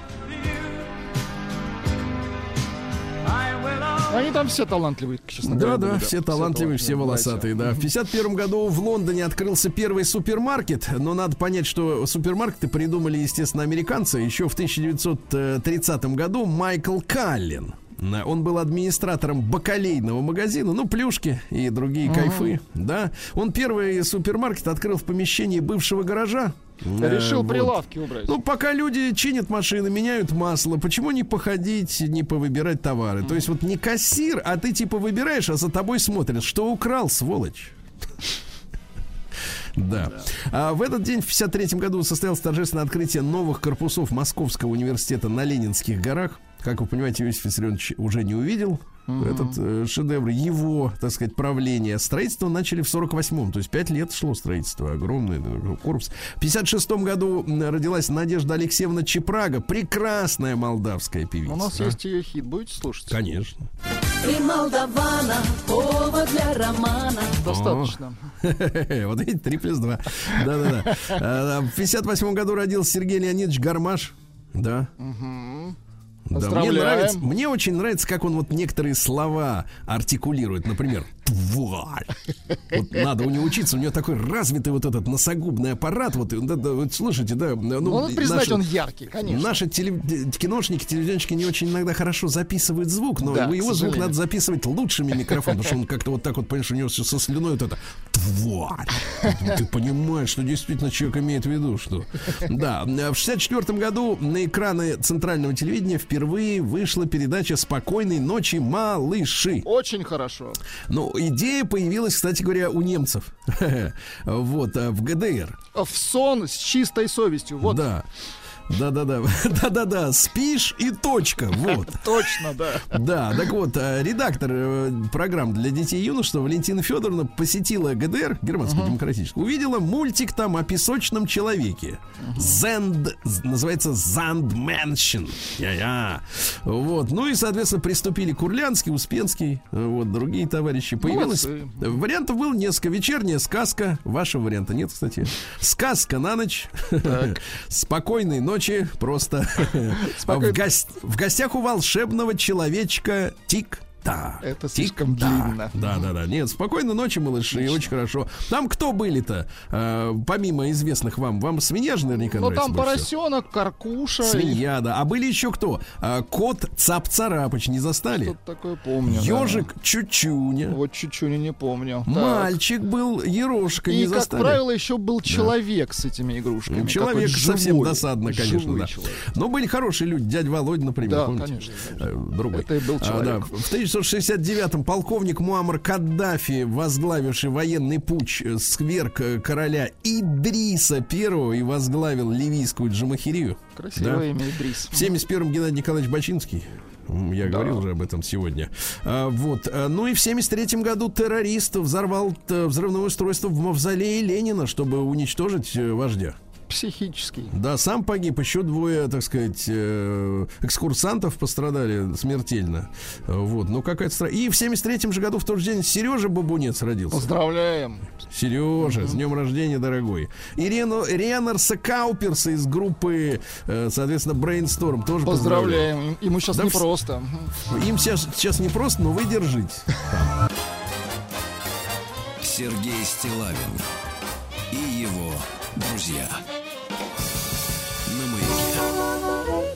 Они там все талантливые, честно да, говоря. Да, да, все, все талантливые, все волосатые, да. В пятьдесят первом году в Лондоне открылся первый супермаркет, но надо понять, что супермаркеты придумали, естественно, американцы. Еще в тысяча девятьсот тридцатом году Майкл Каллен. Он был администратором бакалейного магазина, ну, плюшки и другие uh-huh. кайфы, да. Он первый супермаркет открыл в помещении бывшего гаража. Решил вот. прилавки убрать. Ну, пока люди чинят машины, меняют масло, почему не походить, не повыбирать товары? Mm-hmm. То есть вот не кассир, а ты типа выбираешь, а за тобой смотрят, что украл, сволочь. Да. А в этот день, в пятьдесят третьем году, состоялось торжественное открытие новых корпусов Московского университета на Ленинских горах. Как вы понимаете, Иосиф Виссарионович уже не увидел uh-huh. этот э, шедевр. Его, так сказать, правление. Строительство начали в сорок восьмом. То есть пять лет шло строительство. Огромный корпус. В пятьдесят шестом году родилась Надежда Алексеевна Чепрага. Прекрасная молдавская певица. У нас а? есть ее хит. Будете слушать? Конечно. Ты молдавана, повод для романа. Достаточно. Вот эти три плюс два. Да-да-да. В пятьдесят восьмом году родился Сергей Леонидович Гармаш. Да. Да, мне нравится, мне очень нравится, как он вот некоторые слова артикулирует. Например, тварь. Вот надо у него учиться, у него такой развитый вот этот носогубный аппарат. Вот, да, да, вот слушайте, да. Ну, надо признать, наши, он яркий, конечно. Наши теле, киношники, телевизионщики не очень иногда хорошо записывают звук, но да, его звук надо записывать лучшими микрофонами, потому что он как-то вот так вот, понимаешь, у него все со слюной вот это тварь. Ты понимаешь, что действительно человек имеет в виду, что... Да, в шестьдесят четвёртом году на экраны центрального телевидения впервые вышла передача «Спокойной ночи, малыши». Очень хорошо. Ну, идея появилась, кстати говоря, у немцев. Вот, в ГДР. В сон с чистой совестью. Вот. Да. Да-да-да, да-да-да, спишь и точка, вот. Точно, да. Да, так вот, редактор программ для детей и юношества Валентина Федоровна посетила ГДР, Германскую uh-huh. демократическую, увидела мультик там о песочном человеке. Uh-huh. Зенд, называется Зандменшен. Я-я. Вот, ну и, соответственно, приступили Курлянский, Успенский, вот, другие товарищи. Появилось, вариантов было несколько. Вечерняя сказка, вашего варианта нет, кстати. Сказка на ночь. Спокойной ночи. Ночи просто в, гость, в гостях у волшебного человечка Тик. Да, это слишком длинно. Да, да, да. Нет, спокойной ночи, малыши, отлично. Очень хорошо. Там кто были-то? Э, помимо известных вам, вам свинья же наверняка ну, нравится. Ну там поросенок, каркуша. Свинья, и... да. А были еще кто? А, кот Цап-Царапыч, не застали? Что-то такое помню. Ежик да. Чучуня. Вот Чучуня не помню. Мальчик так. был, Ерошка, и, не застали. И, как правило, еще был человек да. с этими игрушками. Человек совсем живой, досадно, конечно, да. Человек. Но были хорошие люди. Дядя Володя, например, да, помните? конечно, конечно. Другой. Это и был человек. А, да. В тысяча девятьсот шестьдесят девятом полковник Муаммар Каддафи, возглавивший военный путч, сверг короля Идриса Первого и возглавил ливийскую Джамахирию. Красивое да? имя Идрис. В семьдесят первом Геннадий Николаевич Бачинский. Я да. говорил уже об этом сегодня. А, вот. Ну и в семьдесят третьем году террорист взорвал взрывное устройство в мавзолее Ленина, чтобы уничтожить вождя. Психический. Да, сам погиб, еще двое, так сказать, э, экскурсантов пострадали смертельно. Вот, ну какая-то стра... И в семьдесят третьем же году в тот же день Сережа Бабунец родился. Поздравляем. Сережа, mm-hmm. с днем рождения, дорогой. И Рену, Ренарса Кауперса из группы, э, соответственно, Brainstorm тоже поздравляем. Поздравляем. Ему сейчас да непросто. В... Им сейчас, сейчас непросто, но вы держите. Сергей Стиллавин и его друзья. На Маяке.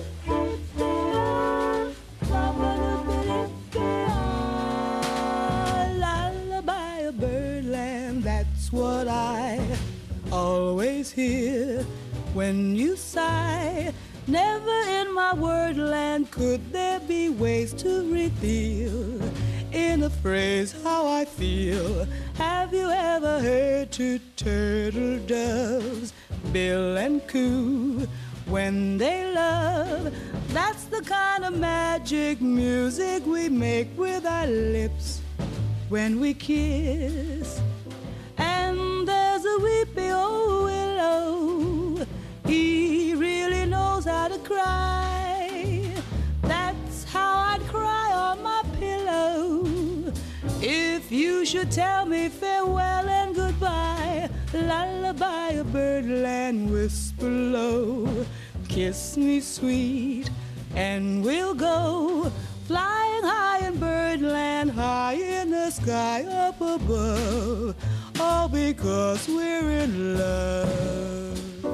Lullaby of birdland, that's what I always hear when you sigh. Never in my wordland could there be ways to reveal in a phrase how I feel. Have you ever heard two turtle doves bill and coo when they love? That's the kind of magic music we make with our lips when we kiss. And there's a weepy old willow, he really knows how to cry. That's how I'd cry on my pillow if you should tell me farewell and goodbye. Lullaby of birdland, whisper low, kiss me sweet, and we'll go flying high in birdland, high in the sky up above, all because we're in love.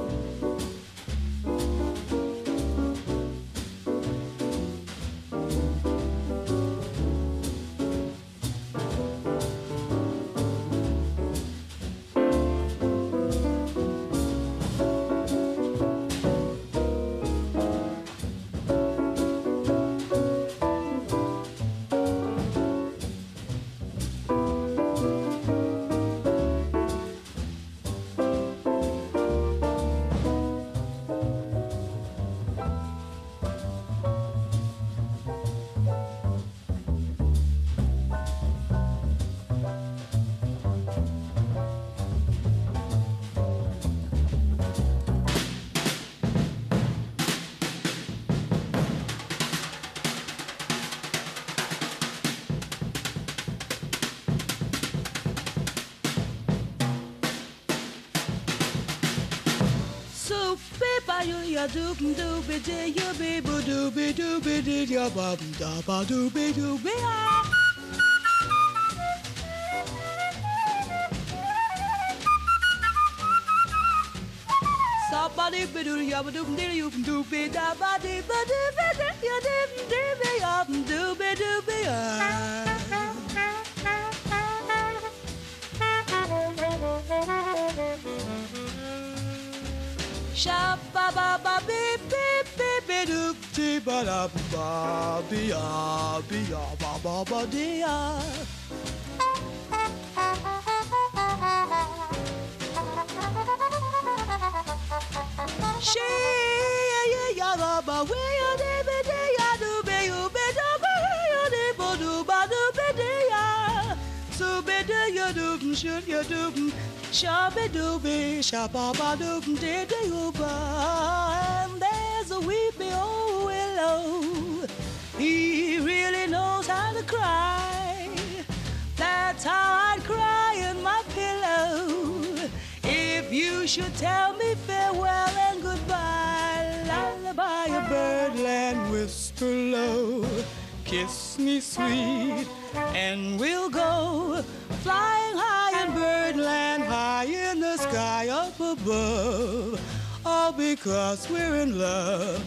Ya doobie doobie dee ya baby doobie doobie dee ya bum da ba doobie doobie ah. Somebody be do ya ba doobie dee you doobie da ba dee ba doobie dee ya doobie doobie ya doobie doobie ah. Sha ba ba ba beep beep beep beep doop dee ba da ba be ya be ya ba ba ba dee ya. She ya ya ya ba ba we ya dee be dee ya do be you be do be ya dee bo do ba do be dee ya. So be do ya do shoot ya do. Shabby dooby, shabba dooby, did you and there's a weepy old willow. He really knows how to cry. That's how I'd cry in my pillow if you should tell me farewell and goodbye. Lullaby of birdland, whisper low, kiss me sweet, and we'll go flying high in birdland, high in the sky up above, all because we're in love.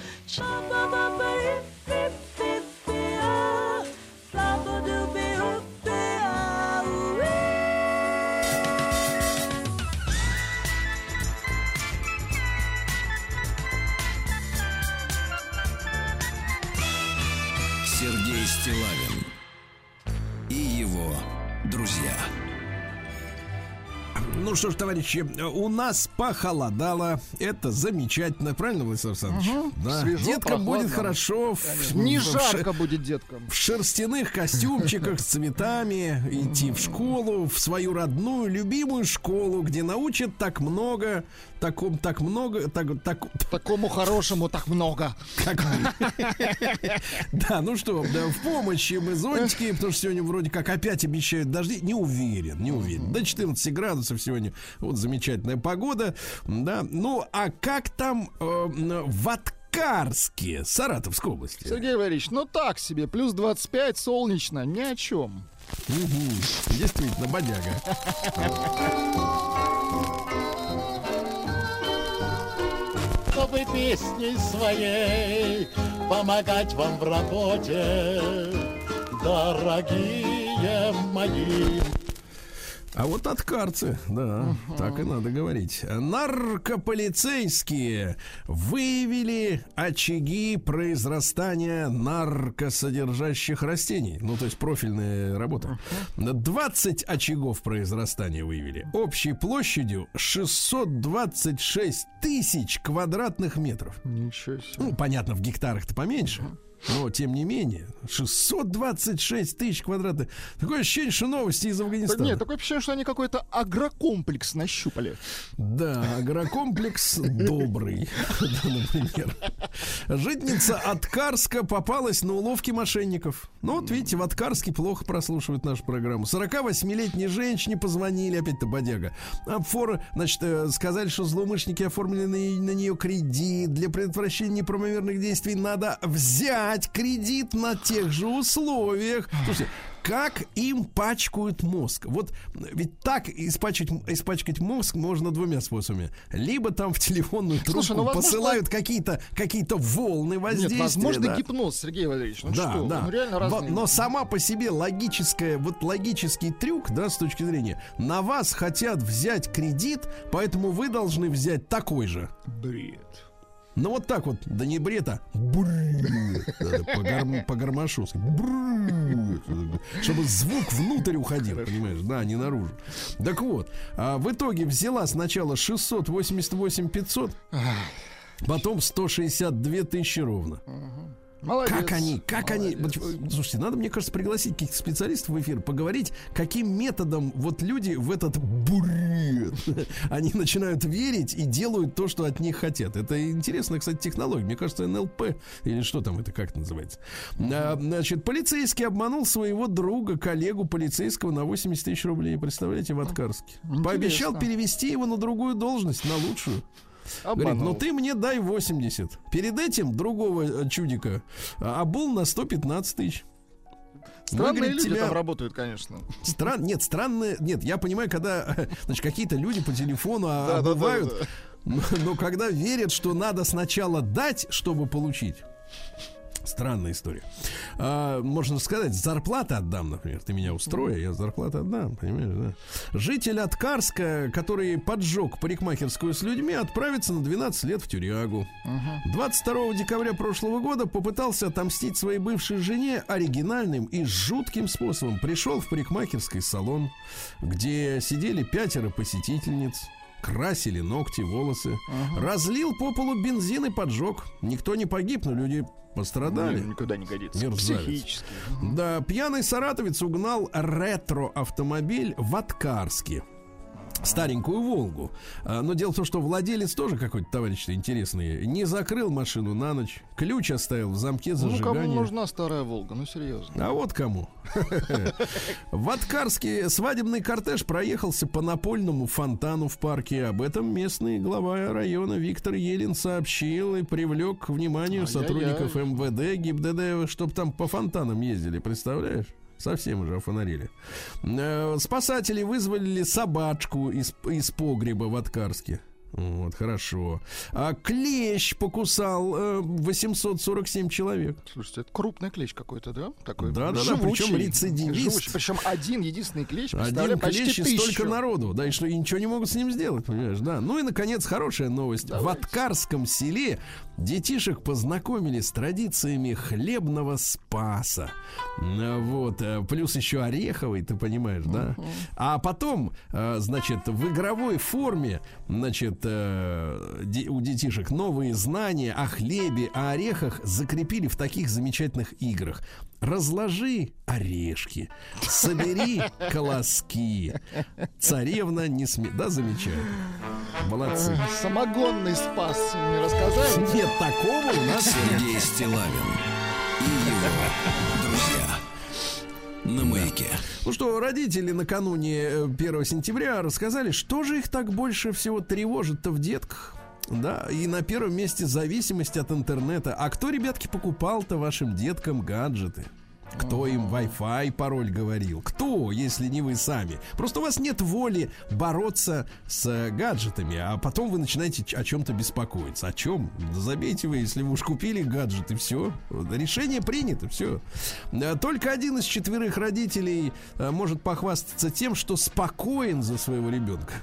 Сергей Стиллавин и его друзья. Ну что ж, товарищи, у нас похолодало. Это замечательно. Правильно, Владислав Александрович? Угу. Да. Свежо, деткам прохладно. будет хорошо. В, Не в, жарко в, будет деткам. в шерстяных костюмчиках с цветами идти в школу, в свою родную, любимую школу, где научат так много, таком, так много, так, так, Такому хорошему так много. как мы. Да, ну что, да, в помощи мы зонтики, потому что сегодня вроде как опять обещают дожди. Не уверен, не уверен. До четырнадцати градусов сегодня. Вот замечательная погода. Да, ну а как там э, в Аткарске, Саратовской области? Сергей Валерьевич, ну так себе, плюс двадцать пять, солнечно, ни о чем. Угу, действительно, бодяга. Чтобы песней своей помогать вам в работе, дорогие мои. А вот аткарцы, да, uh-huh. так и надо говорить. Наркополицейские выявили очаги произрастания наркосодержащих растений. Ну, то есть профильная работа. Uh-huh. двадцать очагов произрастания выявили. Общей площадью шестьсот двадцать шесть тысяч квадратных метров. Ничего себе. Ну, понятно, в гектарах-то поменьше. Uh-huh. Но, тем не менее, шестьсот двадцать шесть тысяч квадратных. Такое ощущение, что новости из Афганистана. Нет, такое ощущение, что они какой-то агрокомплекс нащупали. Да, агрокомплекс добрый, например. Житница Аткарска попалась на уловки мошенников. Ну, вот видите, в Аткарске плохо прослушивают нашу программу. сорокавосьмилетней женщине позвонили, опять-то бодяга. Офор, значит, сказали, что злоумышленники оформили на, на нее кредит. Для предотвращения неправомерных действий надо взять кредит на тех же условиях. Слушайте, как им пачкают мозг? Вот ведь так испачкать, испачкать мозг можно двумя способами. Либо там в телефонную трубку Слушай, ну, возможно, посылают какие-то, какие-то волны воздействия. Нет, возможно, да. гипноз, Сергей Валерьевич. Ну да, что, да. ну реально разные. Но сама по себе логическая, вот логический трюк, да, с точки зрения, на вас хотят взять кредит, поэтому вы должны взять такой же. Бред. Ну вот так вот, да не бред, а по-гармошу, чтобы звук внутрь уходил, понимаешь, да, не наружу. Так вот, а в итоге взяла сначала шестьсот восемьдесят восемь тысяч пятьсот, потом сто шестьдесят две тысячи ровно. Молодец. Как они, как Молодец. они... Слушайте, надо, мне кажется, пригласить каких-то специалистов в эфир, поговорить, каким методом вот люди в этот бред они начинают верить и делают то, что от них хотят. Это интересная, кстати, технология. Мне кажется, эн эл пэ или что там это, как это называется. А, значит, полицейский обманул своего друга, коллегу полицейского на восемьдесят тысяч рублей. Представляете, в Аткарске. Интересно. Пообещал перевести его на другую должность, на лучшую. Говорит, ну ты мне дай восемьдесят. Перед этим другого чудика обул на сто пятнадцать тысяч. Странные говорит, люди тебя... там работают, конечно. Стран... Нет, странные... Нет, я понимаю, когда значит, какие-то люди по телефону да, обувают, да, да, да. Но, но когда верят, что надо сначала дать, чтобы получить. Странная история. А, можно сказать, зарплата отдам, например. Ты меня устрой, я зарплату отдам, понимаешь, да? Житель Аткарска, который поджег парикмахерскую с людьми, отправится на двенадцать лет в тюрягу. Uh-huh. двадцать второго декабря прошлого года попытался отомстить своей бывшей жене оригинальным и жутким способом. Пришел в парикмахерский салон, где сидели пятеро посетительниц. Красили ногти, волосы. Uh-huh. Разлил по полу бензин и поджег. Никто не погиб, но люди пострадали. Ну, никуда не годится. Мерзавец. Психически. Да, пьяный саратовец угнал ретро-автомобиль в Аткарске. Старенькую «Волгу». А, но дело в том, что владелец тоже какой-то товарищ интересный. Не закрыл машину на ночь. Ключ оставил в замке зажигания. Ну, кому нужна старая «Волга»? Ну, серьезно. А вот кому. В Аткарске свадебный кортеж проехался по напольному фонтану в парке. Об этом местный глава района Виктор Елин сообщил и привлек к вниманию сотрудников эм вэ дэ, ГИБДД, чтобы там по фонтанам ездили. Представляешь? Совсем уже офонарили. Спасатели вызвали собачку из, из погреба в Аткарске. Вот, хорошо. А клещ покусал э, восемьсот сорок семь человек. Слушайте, это крупный клещ какой-то, да? Такой да, да, да, причем рецидивист. Живучий. Причем один единственный клещ, один клещ и тысячу. столько народу, да, и что и ничего не могут с ним сделать, понимаешь, да. Ну и, наконец, хорошая новость. Давайте. В Аткарском селе детишек познакомили с традициями хлебного спаса. Вот, плюс еще ореховый, ты понимаешь, да? Uh-huh. А потом, значит, в игровой форме, значит, у детишек новые знания о хлебе, о орехах закрепили в таких замечательных играх. Разложи орешки, собери колоски. Царевна не смеет. Да, замечательно. Молодцы. Самогонный спас мне рассказали. Нет, такого у нас Сергей Стиллавин и его друзья на Маяке. Ну что, родители накануне первого сентября рассказали, что же их так больше всего тревожит-то в детках. Да, и на первом месте зависимость от интернета. А кто, ребятки, покупал-то вашим деткам гаджеты? Кто им Wi-Fi пароль говорил? Кто, если не вы сами? Просто у вас нет воли бороться с гаджетами, а потом вы начинаете о чем-то беспокоиться. О чем? Да забейте вы, если вы уж купили гаджет, и все. Решение принято, все. Только один из четверых родителей может похвастаться тем, что спокоен за своего ребенка.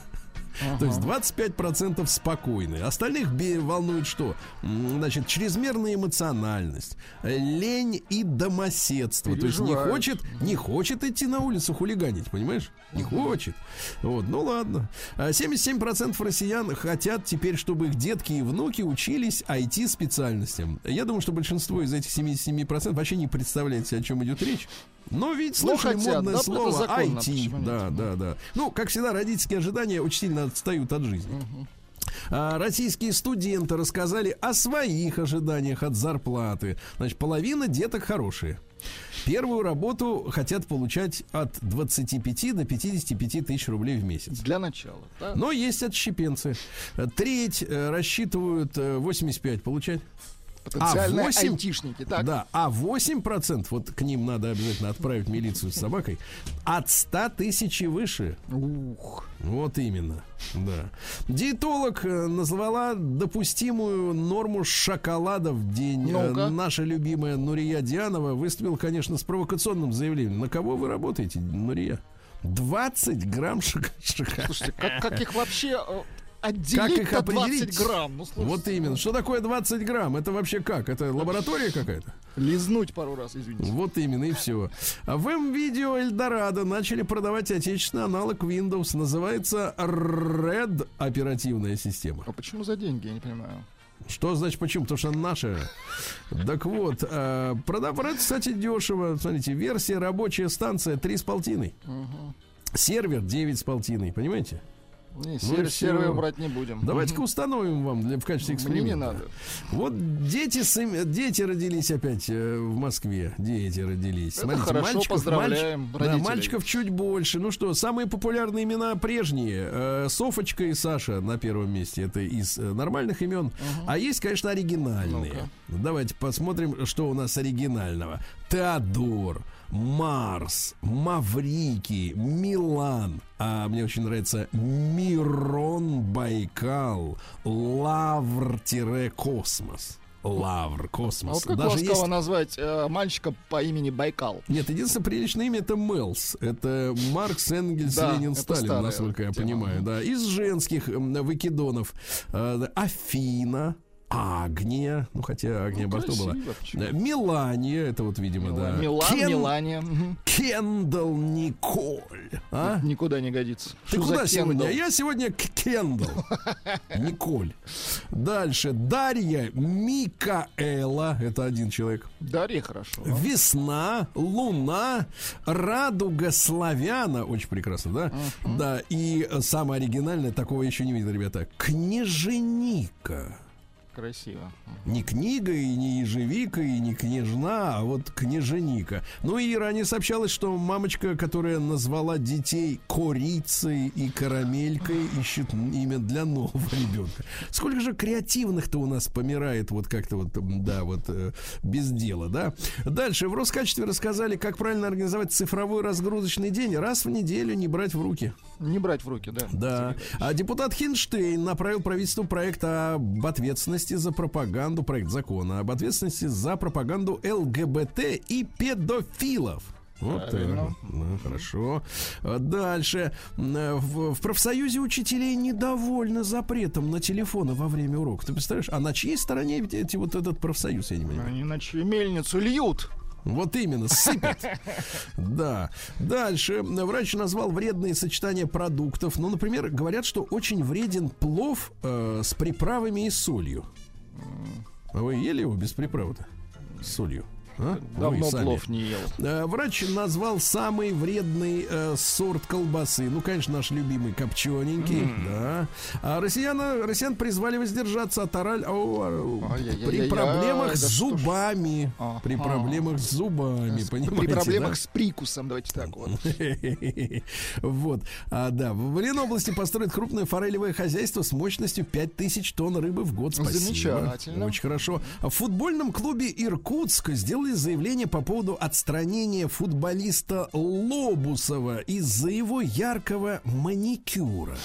Ага. То есть двадцать пять процентов спокойны. Остальных волнует что? Значит, чрезмерная эмоциональность, лень и домоседство. То есть не хочет, не хочет идти на улицу хулиганить, понимаешь? Не хочет. Вот, ну ладно. семьдесят семь процентов россиян хотят теперь, чтобы их детки и внуки учились ай ти-специальностям. Я думаю, что большинство из этих семьдесят семь процентов вообще не представляет себе, о чем идет речь. Но ведь слушали ну, модное да, слово ай ти. Да, да, да. Ну, как всегда, родительские ожидания очень сильно отстают от жизни. Угу. А, российские студенты рассказали о своих ожиданиях от зарплаты. Значит, половина деток хорошие. Первую работу хотят получать от двадцати пяти до пятидесяти пяти тысяч рублей в месяц. Для начала. Да? Но есть отщепенцы. Треть рассчитывают восемьдесят пять получать. Потенциальные а восемь, айтишники, так? Да, а восемь процентов, вот к ним надо обязательно отправить милицию с собакой, от ста тысяч и выше. Ух. Вот именно, да. Диетолог назвала допустимую норму шоколада в день. Ну-ка. Наша любимая Нурия Дианова выступила, конечно, с провокационным заявлением. На кого вы работаете, Нурия? двадцать грамм шок- шоколада. Слушайте, как, как их вообще... Отделить как их определить? двадцать грамм. Ну, вот именно. Что такое двадцать грамм? Это вообще как? Это лаборатория какая-то? Лизнуть пару раз, извините. Вот именно, и все. В М-Видео Эльдорадо начали продавать отечественный аналог Windows. Называется Red оперативная система. А почему за деньги? Я не понимаю. Что значит почему? Потому что она наша. Так вот, э, продавать, кстати, дешево. Смотрите, версия рабочая станция три с полтиной. Угу. Сервер девять с полтиной, понимаете? Не, сервер, сервер брать не будем. Давайте-ка установим вам для, в качестве эксперимента. Мне не надо. Вот дети, дети родились опять э, в Москве. Дети родились. Это Смотрите, хорошо, мальчиков, поздравляем мальчик, да, мальчиков чуть больше. Ну что, самые популярные имена прежние. Э, Софочка и Саша на первом месте. Это из э, нормальных имен. Угу. А есть, конечно, оригинальные. Ну-ка. Давайте посмотрим, что у нас оригинального. Теодор, Марс, Маврикий, Милан. А мне очень нравится Мирон, Байкал, Лавр-Космос. Лавр, Космос. А вот как Даже ласково есть... назвать э, мальчика по имени Байкал? Нет, единственное приличное имя — это Мэлс. Это Маркс, Энгельс, да, Ленин, Сталин, насколько я тема. понимаю. Да. Из женских э, выкидонов э, Афина, Агния, ну хотя Агния ну, Барто была. Мелания, это вот, видимо, Мила, да. Милан, Кен... Мелания. Кендалл Николь. А? Никуда не годится. Ты Что куда сегодня? Я сегодня к Кендалл. Николь. Дальше. Дарья Микаэла. Это один человек. Дарья хорошо. Весна, Луна, Радуга Славяна. Очень прекрасно, да? Uh-huh. Да. И самое оригинальное, такого еще не видел, ребята. Княженика. Красиво. Не книга, и не ежевика, и не княжна, а вот княженика. Ну и ранее сообщалось, что мамочка, которая назвала детей корицей и карамелькой, ищет имя для нового ребенка. Сколько же креативных-то у нас помирает вот как-то вот, да, вот э, без дела, да? Дальше. В Роскачестве рассказали, как правильно организовать цифровой разгрузочный день. Раз в неделю не брать в руки. Не брать в руки, да. Да. А депутат Хинштейн направил правительству проект об ответственности за пропаганду, проект закона об ответственности за пропаганду ЛГБТ и педофилов. Вот так. Ну, хорошо. Дальше. В, в профсоюзе учителей недовольны запретом на телефоны во время урока. Ты представляешь? А на чьей стороне эти, вот этот профсоюз, я не понимаю? Они на чью мельницу льют. Вот именно, сыпят. Да. Дальше. Врач назвал вредные сочетания продуктов. Ну, например, говорят, что очень вреден плов э, с приправами и солью. А вы ели его без приправы-то? С солью? А? Давно плов не ел. Врач назвал самый вредный э, сорт колбасы. Ну, конечно, наш любимый копчененький. Mm. Да. А россияна, россиян призвали воздержаться от ораль... О, при проблемах с зубами. А, при проблемах с зубами, с, понимаете, При проблемах да? с прикусом, давайте так вот. Вот. А, да. В Ленобласти построят крупное форелевое хозяйство с мощностью пять тысяч тонн рыбы в год. Спасибо. Замечательно. Очень хорошо. В футбольном клубе Иркутск сделали заявление по поводу отстранения футболиста Лобусова из-за его яркого маникюра.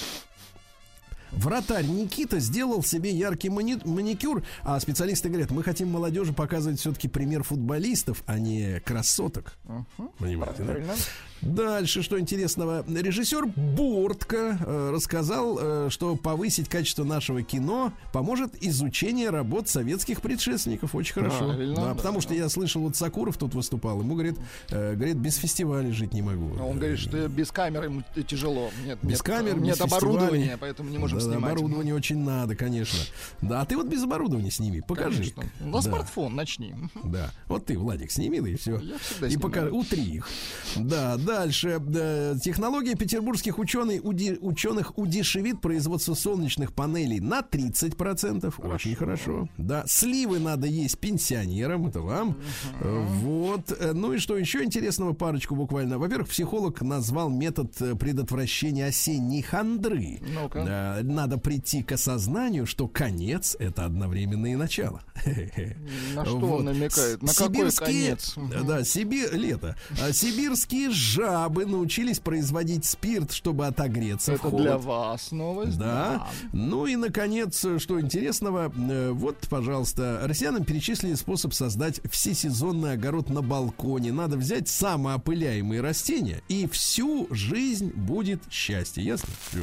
Вратарь Никита сделал себе яркий мани- маникюр, а специалисты говорят, мы хотим молодежи показывать все-таки пример футболистов, а не красоток. Uh-huh. Понимаете, да? Дальше, что интересного. Режиссер Бортко э, рассказал, э, что повысить качество нашего кино поможет изучение работ советских предшественников. Очень хорошо. Да, да, потому что я слышал, вот Сакуров тут выступал, ему говорит, э, говорит, без фестиваля жить не могу. Он говорит, что без камеры ему тяжело. Нет, без нет, камер, нет без оборудования, фестивалей. Поэтому не можем да, снимать. Оборудование очень надо, конечно. Да, а ты вот без оборудования сними, покажи. Конечно. На да. смартфон начни. Да, вот ты, Владик, сними, да и все. Я всегда и покажи, утри их. Да, дальше. Технология петербургских ученых, уди, ученых удешевит производство солнечных панелей на тридцать процентов. Хорошо. Очень хорошо. Да, сливы надо есть пенсионерам, это вам. Uh-huh. Вот. Ну и что еще интересного, парочку буквально. Во-первых, психолог назвал метод предотвращения осенней хандры. Ну-ка. Да, надо прийти к осознанию, что конец — это одновременно и начало. На что вот. Он намекает? На сибирские, какой конец? Да, Сибирь, лето. А сибирские жабы научились производить спирт, чтобы отогреться. Это для вас новость. Да. да. Ну и, наконец, что интересного. Вот, пожалуйста, россиянам перечислили способ создать всесезонный огород на балконе. Надо взять самоопыляемые растения, и всю жизнь будет счастье. Ясно? Все.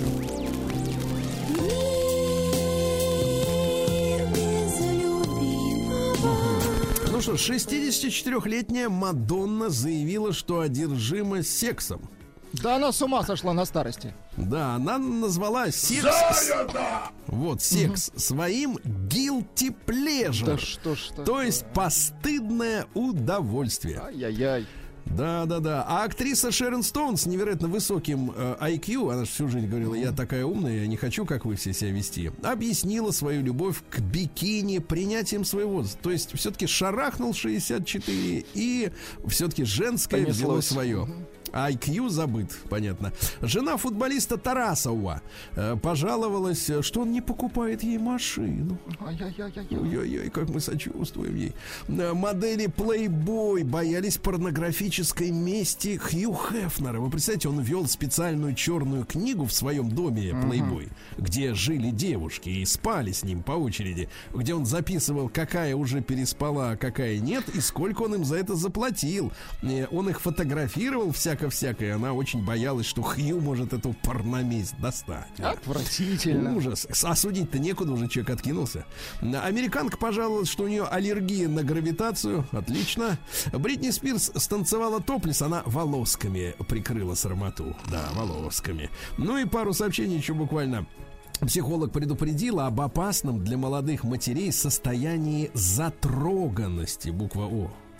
Ну что, шестидесятичетырёхлетняя Мадонна заявила, что одержима сексом. Да она с ума сошла на старости. Да, она назвала секс... Вот, секс угу. своим guilty pleasure. Да что ж такое? То есть постыдное удовольствие. Ай-яй-яй. Да, да, да. А актриса Шерон Стоун с невероятно высоким э, ай кью, она же всю жизнь говорила, я такая умная, я не хочу, как вы все себя вести, объяснила свою любовь к бикини принятием своего возраста. То есть все-таки шарахнул шестьдесят четыре, и все-таки женское взяло свое. ай кью забыт, понятно. Жена футболиста Тарасова э, пожаловалась, что он не покупает ей машину. Ой-ой-ой, как мы сочувствуем ей. Модели Playboy боялись порнографической мести Хью Хефнера. Вы представляете, он вел специальную черную книгу в своем доме Playboy, uh-huh. где жили девушки и спали с ним по очереди, где он записывал, какая уже переспала, а какая нет, и сколько он им за это заплатил. Он их фотографировал всяко-всякое. Она очень боялась, что Хью может эту порноместь достать. Отвратительно. Ужас. Осудить-то некуда, уже человек откинулся. Американка пожаловалась, что у нее аллергия на гравитацию. Отлично. Бритни Спирс станцевала топлес, она волосками прикрыла срамоту. Да, волосками. Ну и пару сообщений еще буквально. Психолог предупредила об опасном для молодых матерей состоянии затроганности. Буква О.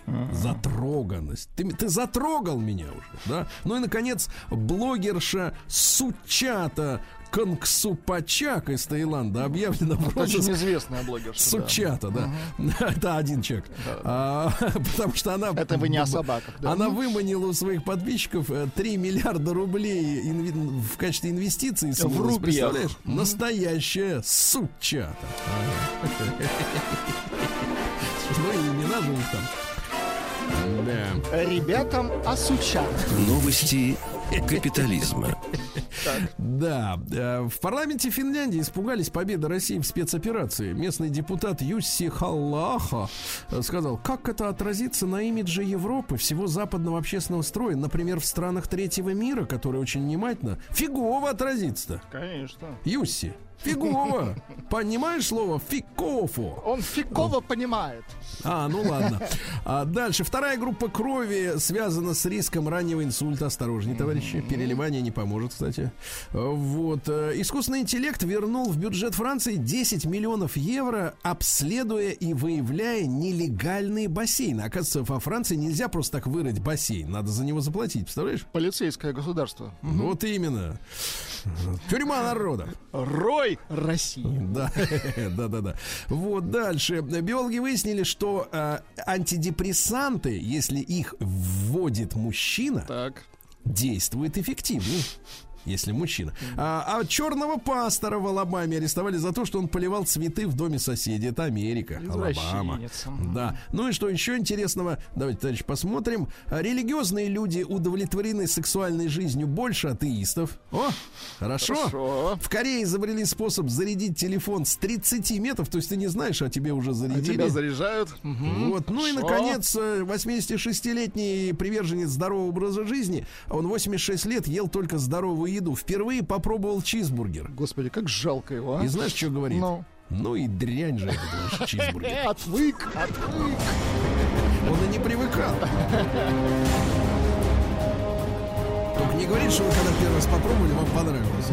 Затроганность. Ты, ты затрогал меня уже, да? Ну и, наконец, блогерша Сучата Конгсупачак из Таиланда объявлена в розыск. Очень известная блогерша. Сучата, да. да. Это один человек. Да. А, потому что она... Это вы не о собаках. Да? Она выманила у своих подписчиков три миллиарда рублей инви... в качестве инвестиций. В рупиях. Представляешь? Mm-hmm. Настоящая Сучата. Ну и имена же у них там. Да. Ребятам осучат. Новости капитализма. Да, в парламенте Финляндии испугались победы России в спецоперации. Местный депутат Юсси Халлаха сказал, как это отразится на имидже Европы, всего западного общественного строя, например, в странах третьего мира, которые очень внимательно. Фигово отразится-то. Конечно. Юсси. Фигово. Понимаешь слово фиково? Он фиково понимает. А, ну ладно. А дальше. Вторая группа крови связана с риском раннего инсульта. Осторожней, товарищи. Переливание не поможет, кстати. Вот. Искусственный интеллект вернул в бюджет Франции десять миллионов евро, обследуя и выявляя нелегальные бассейны. Оказывается, во Франции нельзя просто так вырыть бассейн. Надо за него заплатить, представляешь? Полицейское государство. Вот именно. Тюрьма народа. Рой России. Да, да, да, да. Вот дальше. Биологи выяснили, что э, антидепрессанты, если их вводит мужчина, так. действуют эффективнее. Если мужчина. А, а черного пастора в Алабаме арестовали за то, что он поливал цветы в доме соседей. Это Америка, Алабама. Да. Ну и что еще интересного? Давайте, товарищи, посмотрим. Религиозные люди удовлетворены сексуальной жизнью больше атеистов. О, хорошо. Хорошо. В Корее изобрели способ зарядить телефон с тридцати метров. То есть ты не знаешь, а тебе уже зарядили. А тебя заряжают. Угу. Вот. Ну и, наконец, восьмидесятишестилетний приверженец здорового образа жизни. Он восемьдесят шесть лет ел только здоровую еду. Впервые попробовал чизбургер. Господи, как жалко его, а? И знаешь, что говорит? Ну, ну и дрянь же этот ваш чизбургер. Отвык, отвык. Он и не привыкал. Только не говорит, что вы когда первый раз попробовали, вам понравилось.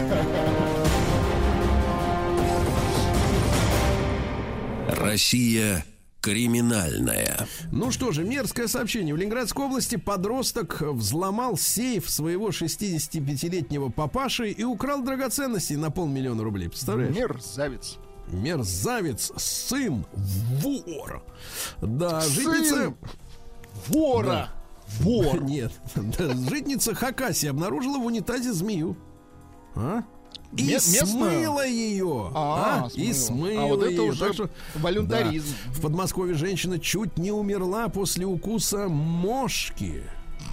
Россия криминальная. Ну что же, мерзкое сообщение. В Ленинградской области подросток взломал сейф своего шестидесятипятилетнего папаши и украл драгоценности на полмиллиона рублей. Представляешь? Мерзавец. Мерзавец, сын вор. Да, сын житница... вора. Да. Вор. Нет. Житница Хакасии обнаружила в унитазе змею. А? И Местную? смыла ее. А, а? смыла. И смыла а вот это ее. уже Так что, волюнтаризм. Да. В Подмосковье женщина чуть не умерла после укуса мошки.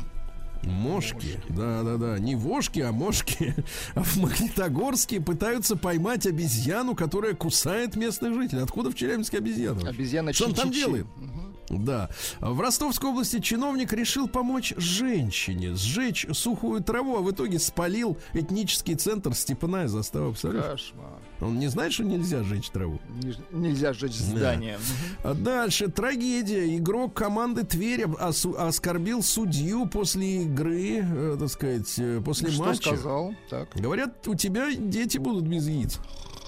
Мошки, да-да-да, не вошки, а мошки. В Магнитогорске пытаются поймать обезьяну, которая кусает местных жителей. Откуда в Челябинске обезьяна? Обезьяна Что он там чи-чи-чи. делает? Да. В Ростовской области чиновник решил помочь женщине сжечь сухую траву, а в итоге спалил этнический центр Степная застава. Кошмар. Он не знает, что нельзя сжечь траву? Нельзя сжечь здание. Да. Дальше. Трагедия. Игрок команды Тверь осу- оскорбил судью после игры, э, так сказать, после что матча. Сказал? Так. Говорят, у тебя дети будут без яиц.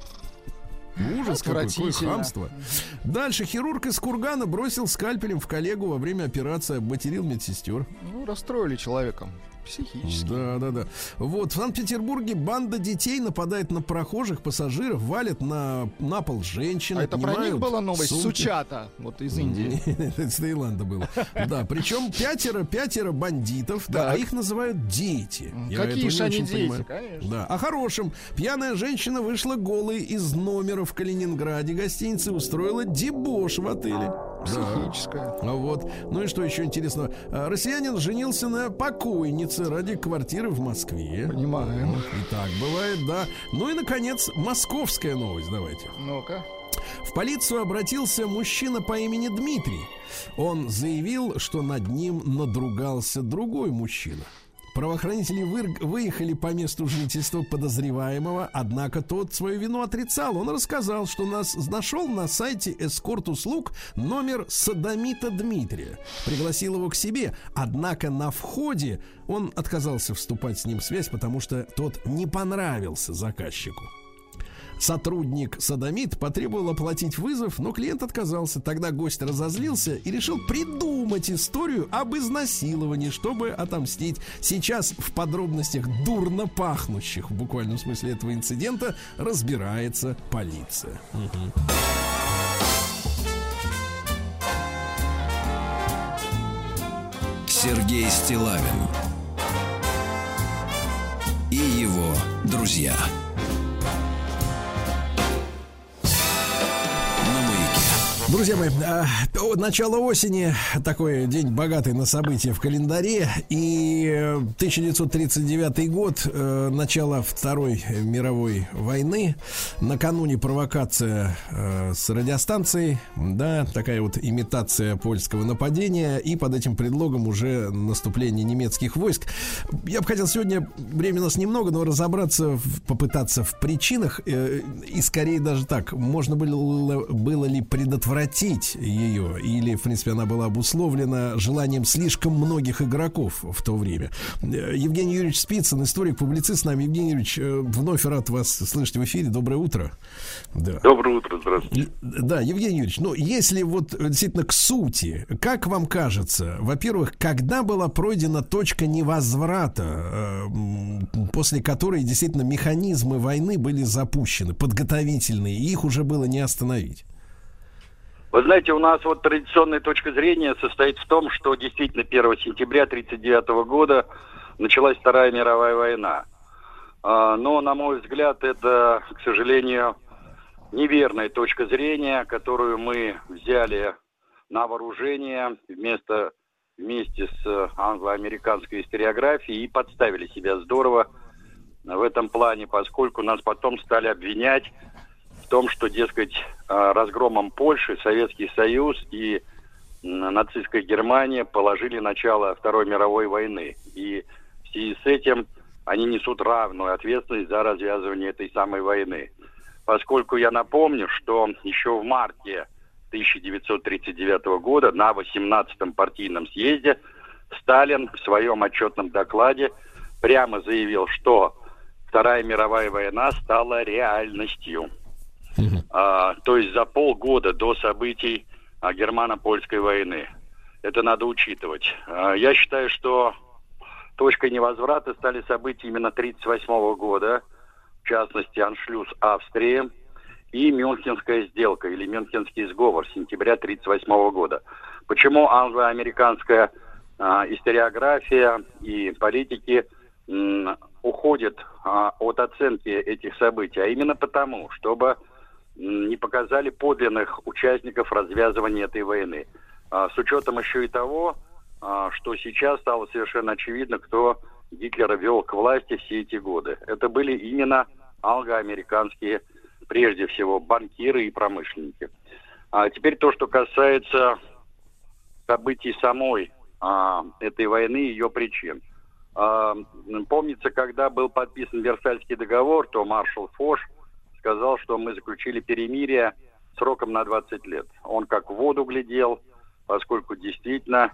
Ужас, какое, какое хамство. Дальше. Хирург из Кургана бросил скальпелем в коллегу во время операции, обматерил медсестер. Ну, расстроили человека. Психически. Да, да, да. Вот в Санкт-Петербурге банда детей нападает на прохожих, пассажиров, валят на, на пол женщин. А это про них была новость? сумки. Сучата, вот из Индии. Это из Таиланда было. Да, причем пятеро, пятеро бандитов, да, а их называют дети. Какие же они дети, конечно. Да, о хорошем. Пьяная женщина вышла голой из номера в Калининграде гостиницы, устроила дебош в отеле. Психическая. Да. Вот. Ну и что еще интересного? Россиянин женился на покойнице ради квартиры в Москве. Понимаем. И так бывает, да. Ну и, наконец, московская новость. Давайте. Ну-ка. В полицию обратился мужчина по имени Дмитрий. Он заявил, что над ним надругался другой мужчина. Правоохранители вы, выехали по месту жительства подозреваемого, однако тот свою вину отрицал. Он рассказал, что нас нашел на сайте эскорт-услуг номер содомита Дмитрия. Пригласил его к себе, однако на входе он отказался вступать с ним в связь, потому что тот не понравился заказчику. сотрудник-содомит потребовал оплатить вызов, но клиент отказался. Тогда гость разозлился и решил придумать историю об изнасиловании, чтобы отомстить. Сейчас в подробностях дурно пахнущих, в буквальном смысле этого инцидента, разбирается полиция. Угу. Сергей Стиллавин и его друзья. Друзья мои, начало осени, такой день богатый на события в календаре, и тысяча девятьсот тридцать девятый год, начало Второй мировой войны, накануне провокация с радиостанцией, да, такая вот имитация польского нападения, и под этим предлогом уже наступление немецких войск. Я бы хотел сегодня, времени у нас немного, но разобраться, попытаться в причинах, и скорее даже так, можно было, было ли предотвратить ее, или, в принципе, она была обусловлена желанием слишком многих игроков в то время. Евгений Юрьевич Спицын, историк, публицист с нами. Евгений Юрьевич, вновь рад вас слышать в эфире. Доброе утро. Да. Доброе утро, здравствуйте. Да, Евгений Юрьевич, ну, если вот действительно к сути, как вам кажется, во-первых, когда была пройдена точка невозврата, после которой действительно механизмы войны были запущены, подготовительные, и их уже было не остановить? Вы знаете, у нас вот традиционная точка зрения состоит в том, что действительно первого сентября тысяча девятьсот тридцать девятого года началась Вторая мировая война. Но, на мой взгляд, это, к сожалению, неверная точка зрения, которую мы взяли на вооружение вместо, вместе с англо-американской историографией и подставили себя здорово в этом плане, поскольку нас потом стали обвинять в том, что, дескать, разгромом Польши Советский Союз и нацистская Германия положили начало Второй мировой войны. И в связи с этим они несут равную ответственность за развязывание этой самой войны. Поскольку я напомню, что еще в марте тысяча девятьсот тридцать девятого года на восемнадцатом партийном съезде Сталин в своем отчетном докладе прямо заявил, что Вторая мировая война стала реальностью. А, то есть за полгода до событий а, германо-польской войны. Это надо учитывать. А, я считаю, что точкой невозврата стали события именно тысяча девятьсот тридцать восьмого года, в частности, аншлюз Австрии и Мюнхенская сделка или Мюнхенский сговор сентября тысяча девятьсот тридцать восьмого года. Почему англо-американская а, историография и политики м, уходят а, от оценки этих событий? А именно потому, чтобы не показали подлинных участников развязывания этой войны. А, с учетом еще и того, а, что сейчас стало совершенно очевидно, кто Гитлера вел к власти все эти годы. Это были именно англо-американские, прежде всего, банкиры и промышленники. А теперь то, что касается событий самой а, этой войны и ее причин. А, помнится, когда был подписан Версальский договор, то маршал Фош сказал, что мы заключили перемирие сроком на двадцать лет. Он как в воду глядел, поскольку действительно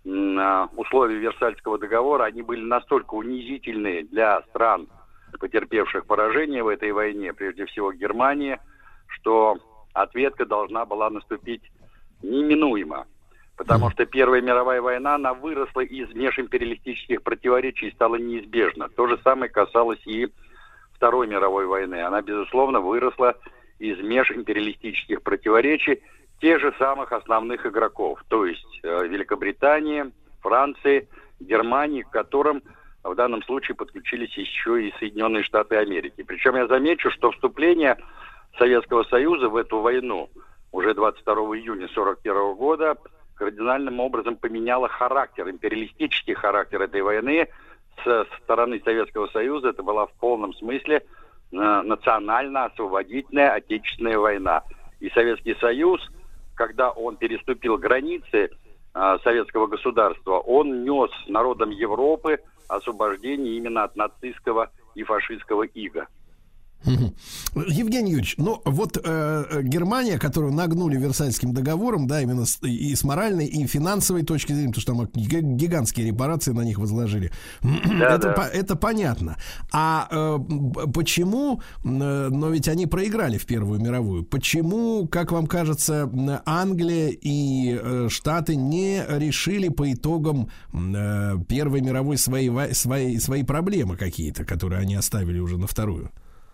условия Версальского договора, они были настолько унизительные для стран, потерпевших поражение в этой войне, прежде всего Германии, что ответка должна была наступить неминуемо. Потому что Первая мировая война, она выросла из межимпериалистических противоречий и стала неизбежна. То же самое касалось и Второй мировой войны. Она, безусловно, выросла из межимпериалистических противоречий тех же самых основных игроков, то есть э, Великобритании, Франции, Германии, к которым в данном случае подключились еще и Соединенные Штаты Америки. Причем я замечу, что вступление Советского Союза в эту войну уже двадцать второго июня сорок первого года кардинальным образом поменяло характер, империалистический характер этой войны. Со стороны Советского Союза это была в полном смысле э, национально-освободительная отечественная война. И Советский Союз, когда он переступил границы э, советского государства, он нес народам Европы освобождение именно от нацистского и фашистского ига. Евгений Юрьевич, ну вот э, Германия, которую нагнули Версальским договором, да, именно с, и с моральной, и финансовой точки зрения, потому что там гигантские репарации на них возложили, да, это, да. По, это понятно. А э, почему, э, но ведь они проиграли в Первую мировую, почему, как вам кажется, Англия и э, Штаты не решили по итогам э, Первой мировой свои, свои, свои проблемы какие-то, которые они оставили уже на Вторую?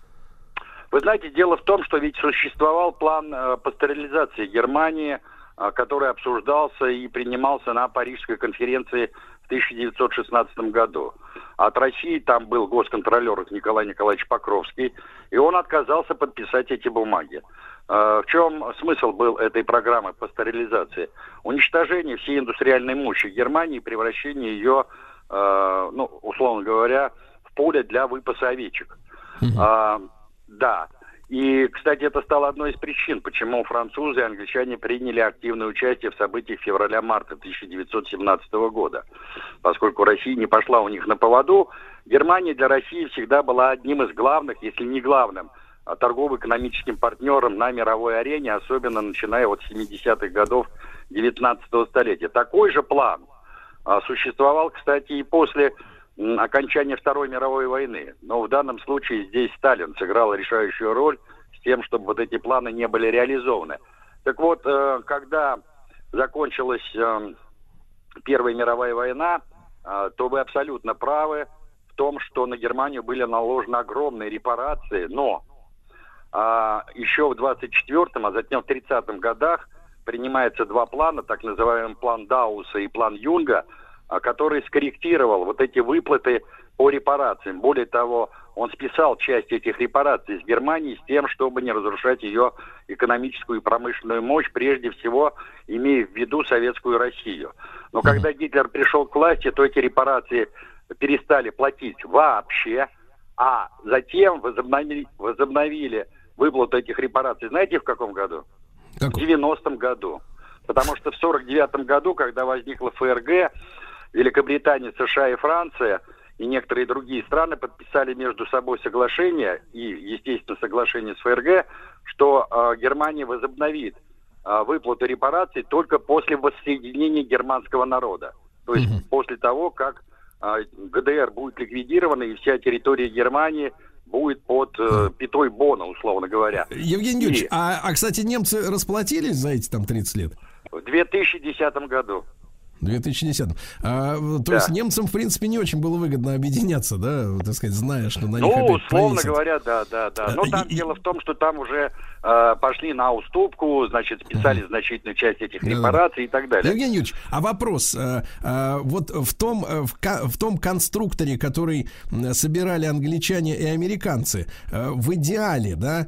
Вы знаете, дело в том, что ведь существовал план э, пастерилизации Германии, э, который обсуждался и принимался на Парижской конференции в тысяча девятьсот шестнадцатом году. От России там был госконтролер Николай Николаевич Покровский, и он отказался подписать эти бумаги. Э, в чем смысл был этой программы пастерилизации? Уничтожение всей индустриальной мощи Германии, превращение ее, э, ну, условно говоря, в поле для выпаса овечек. Mm-hmm. Э, Да, и, кстати, это стало одной из причин, почему французы и англичане приняли активное участие в событиях февраля-марта тысяча девятьсот семнадцатого года. Поскольку Россия не пошла у них на поводу, Германия для России всегда была одним из главных, если не главным, торгово-экономическим партнером на мировой арене, особенно начиная от семидесятых годов девятнадцатого столетия. Такой же план а, существовал, кстати, и после окончания Второй мировой войны. Но в данном случае здесь Сталин сыграл решающую роль с тем, чтобы вот эти планы не были реализованы. Так вот, когда закончилась Первая мировая война, то вы абсолютно правы в том, что на Германию были наложены огромные репарации, но еще в двадцать четвёртом, а затем в тридцатых годах принимаются два плана, так называемый план Дауса и план Юнга, который скорректировал вот эти выплаты по репарациям. Более того, он списал часть этих репараций с Германии с тем, чтобы не разрушать ее экономическую и промышленную мощь, прежде всего имея в виду советскую Россию. Но когда Гитлер пришел к власти, то эти репарации перестали платить вообще, а затем возобновили, возобновили выплату этих репараций. Знаете, в каком году? Как? В девяностом году. Потому что в сорок девятом году, когда возникла ФРГ, Великобритания, США и Франция и некоторые другие страны подписали между собой соглашение и, естественно, соглашение с ФРГ, что э, Германия возобновит э, выплату репараций только после воссоединения германского народа. То есть mm-hmm. после того, как э, ГДР будет ликвидирована и вся территория Германии будет под э, пятой Бона, условно говоря. Евгений Юрьевич, и... а, а, кстати, немцы расплатились за эти там тридцать лет? В две тысячи десятом году. В две тысячи десятом. А, то да. есть немцам, в принципе, не очень было выгодно объединяться, да, так сказать, зная, что на них ну, опять условно повесят. говоря, да, да, да. Но и, там и... дело в том, что там уже э, пошли на уступку, значит, списали uh-huh. значительную часть этих да, репараций да. и так далее. Евгений Юрьевич, а вопрос, а, а, вот в том, в, в том конструкторе, который собирали англичане и американцы, в идеале, да,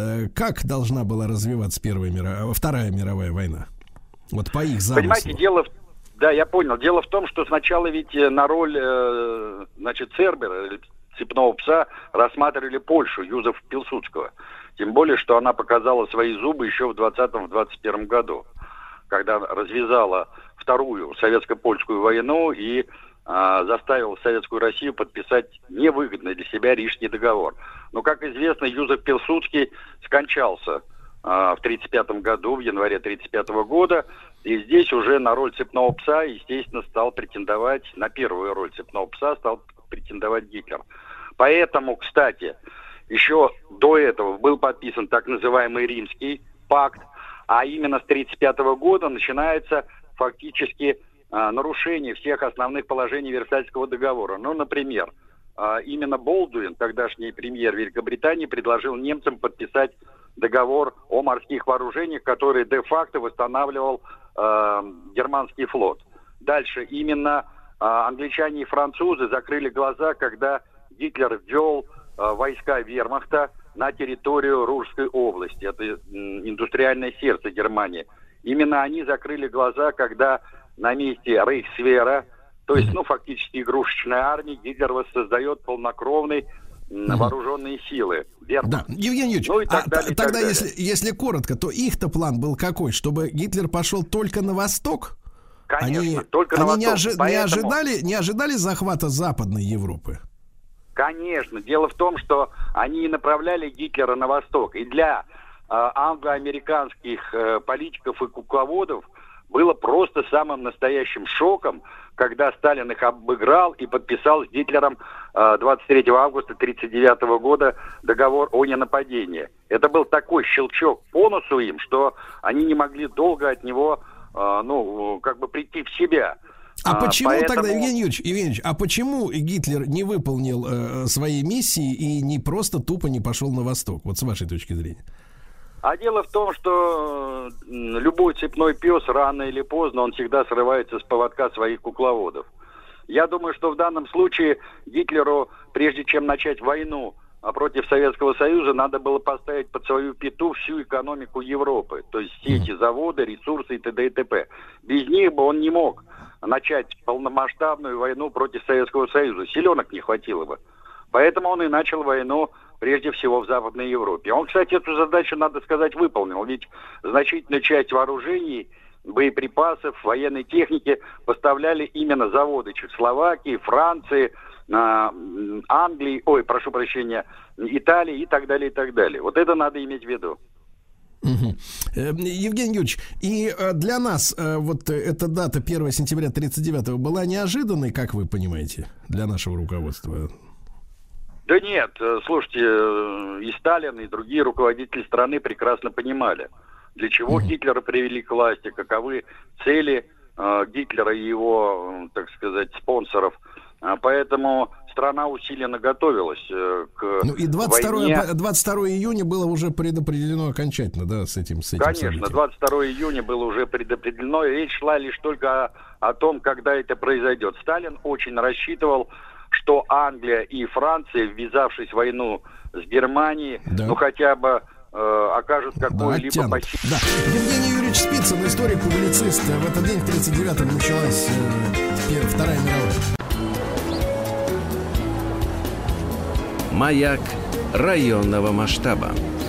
как должна была развиваться Первая мировая, Вторая мировая война? Вот по их замыслу. Понимаете, дело в Да, я понял. Дело в том, что сначала ведь на роль, э, значит, Цербера, цепного пса, рассматривали Польшу, Юзефа Пилсудского. Тем более, что она показала свои зубы еще в двадцатом — двадцать первом году, когда развязала вторую советско-польскую войну и э, заставила Советскую Россию подписать невыгодный для себя Рижский договор. Но, как известно, Юзеф Пилсудский скончался в тридцать пятом году, в январе тридцать пятого года, и здесь уже на роль цепного пса, естественно, стал претендовать, на первую роль цепного пса стал претендовать Гитлер. Поэтому, кстати, еще до этого был подписан так называемый Римский пакт, а именно с тридцать пятого года начинается фактически а, нарушение всех основных положений Версальского договора. Ну, например, а, именно Болдуин, тогдашний премьер Великобритании, предложил немцам подписать договор о морских вооружениях, который де-факто восстанавливал э, германский флот. Дальше именно э, англичане и французы закрыли глаза, когда Гитлер ввел э, войска вермахта на территорию Рурской области. Это э, индустриальное сердце Германии. Именно они закрыли глаза, когда на месте Рейхсвера, то есть, ну, фактически игрушечной армии, Гитлер воссоздает полнокровный на вооруженные силы. Верно. Да, Евгений Юрьевич, ну, и так а далее, и тогда, так если, если коротко, то их-то план был какой? Чтобы Гитлер пошел только на восток? Конечно, они, только они на не восток. Ожи, Поэтому... не, ожидали, не ожидали захвата Западной Европы? Конечно. Дело в том, что они направляли Гитлера на восток. И для э, англо-американских э, политиков и кукловодов было просто самым настоящим шоком, когда Сталин их обыграл и подписал с Гитлером э, двадцать третьего августа тысяча девятьсот тридцать девятого года договор о ненападении. Это был такой щелчок по носу им, что они не могли долго от него, э, ну, как бы прийти в себя. А, а почему поэтому... тогда, Евгений Юрьевич, Евгений Юрьевич, а почему Гитлер не выполнил э, своей миссии и не просто тупо не пошел на восток? Вот с вашей точки зрения. А дело в том, что любой цепной пес рано или поздно, он всегда срывается с поводка своих кукловодов. Я думаю, что в данном случае Гитлеру, прежде чем начать войну против Советского Союза, надо было поставить под свою пяту всю экономику Европы. То есть все эти заводы, ресурсы и т.д. и т.п. Без них бы он не мог начать полномасштабную войну против Советского Союза. Силенок не хватило бы. Поэтому он и начал войну прежде всего в Западной Европе. Он, кстати, эту задачу, надо сказать, выполнил. Ведь значительную часть вооружений, боеприпасов, военной техники поставляли именно заводы Чехословакии, Франции, Англии, ой, прошу прощения, Италии и так далее, и так далее. Вот это надо иметь в виду. Угу. Евгений Юрьевич, и для нас вот эта дата первого сентября тридцать девятого была неожиданной, как вы понимаете, для нашего руководства? Да нет, слушайте, и Сталин, и другие руководители страны прекрасно понимали, для чего uh-huh. Гитлера привели к власти, каковы цели э, Гитлера и его, так сказать, спонсоров. А поэтому страна усиленно готовилась э, к ну и двадцать второго июня было уже предопределено окончательно, да, с этим, с этим Конечно, событием. двадцать второго июня было уже предопределено, и речь шла лишь только о, о том, когда это произойдет. Сталин очень рассчитывал, что Англия и Франция, ввязавшись в войну с Германией, да. ну хотя бы э, окажут какое-либо да, посильное. Да. Евгений Юрьевич Спицын, историк-публицист. В этот день, в тридцать девятом, началась э, Вторая мировая. Маяк районного масштаба.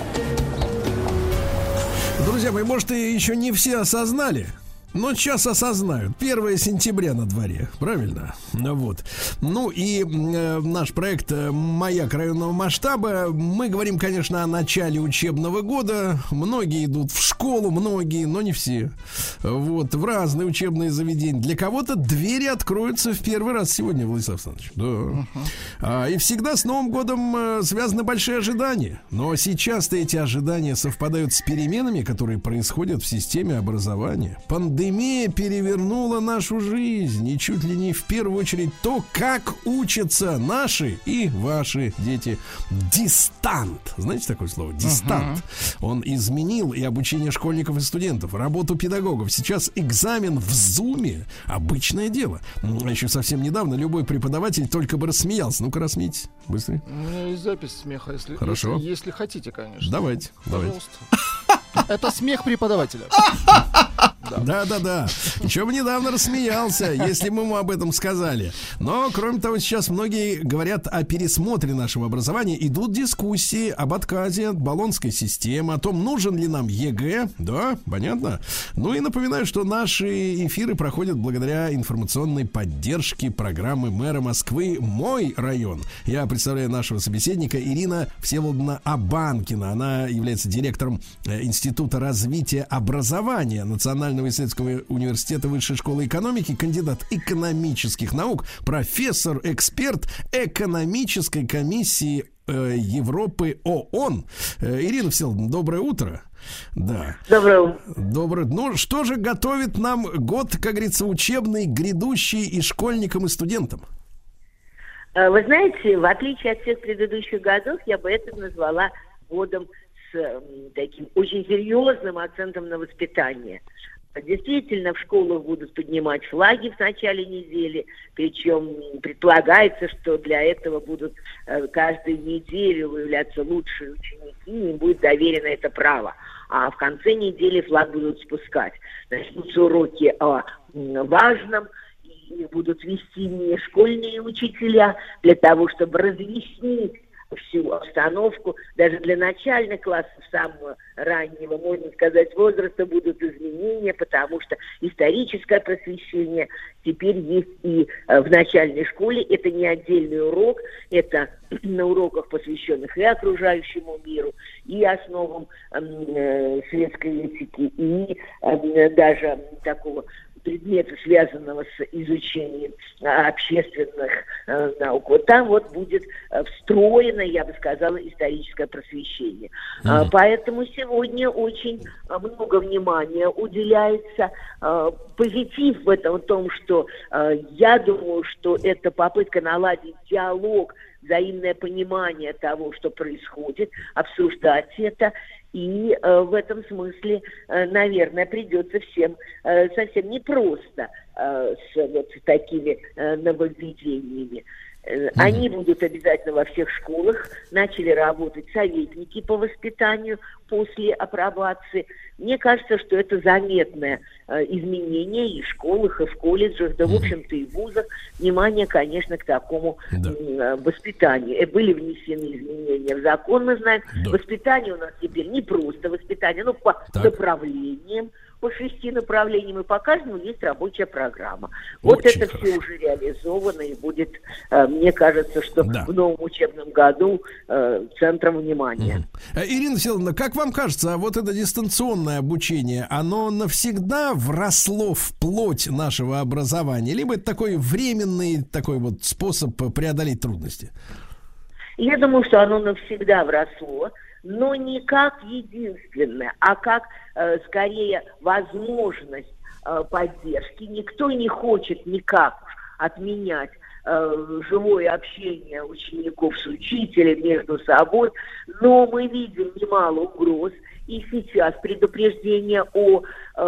Друзья мои, может, и еще не все осознали, но сейчас осознают. первого сентября на дворе, правильно? Вот. Ну и э, наш проект «Маяк районного масштаба». Мы говорим, конечно, о начале учебного года. Многие идут в школу, многие, но не все. Вот, в разные учебные заведения. Для кого-то двери откроются в первый раз сегодня, Владислав Александрович. Да. Uh-huh. А, и всегда с Новым годом э, связаны большие ожидания. Но сейчас-то эти ожидания совпадают с переменами, которые происходят в системе образования. Пандемия Пандемия перевернула нашу жизнь, и чуть ли не в первую очередь то, как учатся наши и ваши дети. Дистант. Знаете такое слово? Дистант. Uh-huh. Он изменил и обучение школьников и студентов, работу педагогов. Сейчас экзамен в зуме — обычное дело. А еще совсем недавно любой преподаватель только бы рассмеялся. Ну-ка, рассмейтесь. Быстрее. У меня есть запись смеха, если, Хорошо. если, если хотите, конечно. Давайте. Пожалуйста. Это смех преподавателя. Да, да, да. Причем недавно рассмеялся, если мы ему об этом сказали. Но, кроме того, сейчас многие говорят о пересмотре нашего образования. Идут дискуссии об отказе от болонской системы, о том, нужен ли нам ЕГЭ. Да, понятно. Ну и напоминаю, что наши эфиры проходят благодаря информационной поддержке программы мэра Москвы «Мой район». Я представляю нашего собеседника Ирина Всеволодовна Абанкина. Она является директором Института развития образования Национального исследовательского университета Высшей школы экономики, кандидат экономических наук, профессор, эксперт экономической комиссии э, Европы ООН. Э, Ирина Всеволодовна, доброе утро. Да. Доброе утро. Доброе. Ну, что же готовит нам год, как говорится, учебный, грядущий и школьникам, и студентам? Вы знаете, в отличие от всех предыдущих годов, я бы это назвала годом с таким очень серьезным акцентом на воспитание. Действительно, в школах будут поднимать флаги в начале недели, причем предполагается, что для этого будут э, каждую неделю выявляться лучшие ученики, им будет доверено это право. А в конце недели флаг будут спускать. Начнутся уроки о м, важном, и будут вести не школьные учителя для того, чтобы разъяснить всю обстановку. Даже для начальных классов самого раннего, можно сказать, возраста будут изменения, потому что историческое просвещение теперь есть и в начальной школе. Это не отдельный урок, это на уроках, посвященных и окружающему миру, и основам э, светской этики, и э, даже такого предмета, связанного с изучением а, общественных а, наук. Вот там вот будет а, встроено, я бы сказала, историческое просвещение. Mm-hmm. А, поэтому сегодня очень а, много внимания уделяется. А, позитив в этом в том, что а, я думаю, что это попытка наладить диалог, взаимное понимание того, что происходит, обсуждать это. И э, в этом смысле, э, наверное, придется всем э, совсем непросто э, с вот такими э, нововведениями. Э, mm-hmm. Они будут обязательно во всех школах. Начали работать советники по воспитанию после апробации. Мне кажется, что это заметное э, изменение и в школах, и в колледжах, да, mm-hmm. в общем-то, и в вузах. Внимание, конечно, к такому да. э, воспитанию. И были внесены изменения в закон, мы знаем. Да. Воспитание у нас теперь не просто воспитание, но по так. направлениям, по шести направлениям, и по каждому есть рабочая программа. Вот очень это хорошо. Все уже реализовано, и будет, э, мне кажется, что да. в новом учебном году э, центром внимания. Угу. Ирина Всеволодовна, как вам кажется, вот это дистанционное обучение, оно навсегда вросло в плоть нашего образования, либо это такой временный такой вот способ преодолеть трудности? Я думаю, что оно навсегда вросло, но не как единственное, а как, э, скорее, возможность э, поддержки. Никто не хочет никак отменять э, живое общение учеников с учителем между собой, но мы видим немало угроз. И сейчас предупреждение о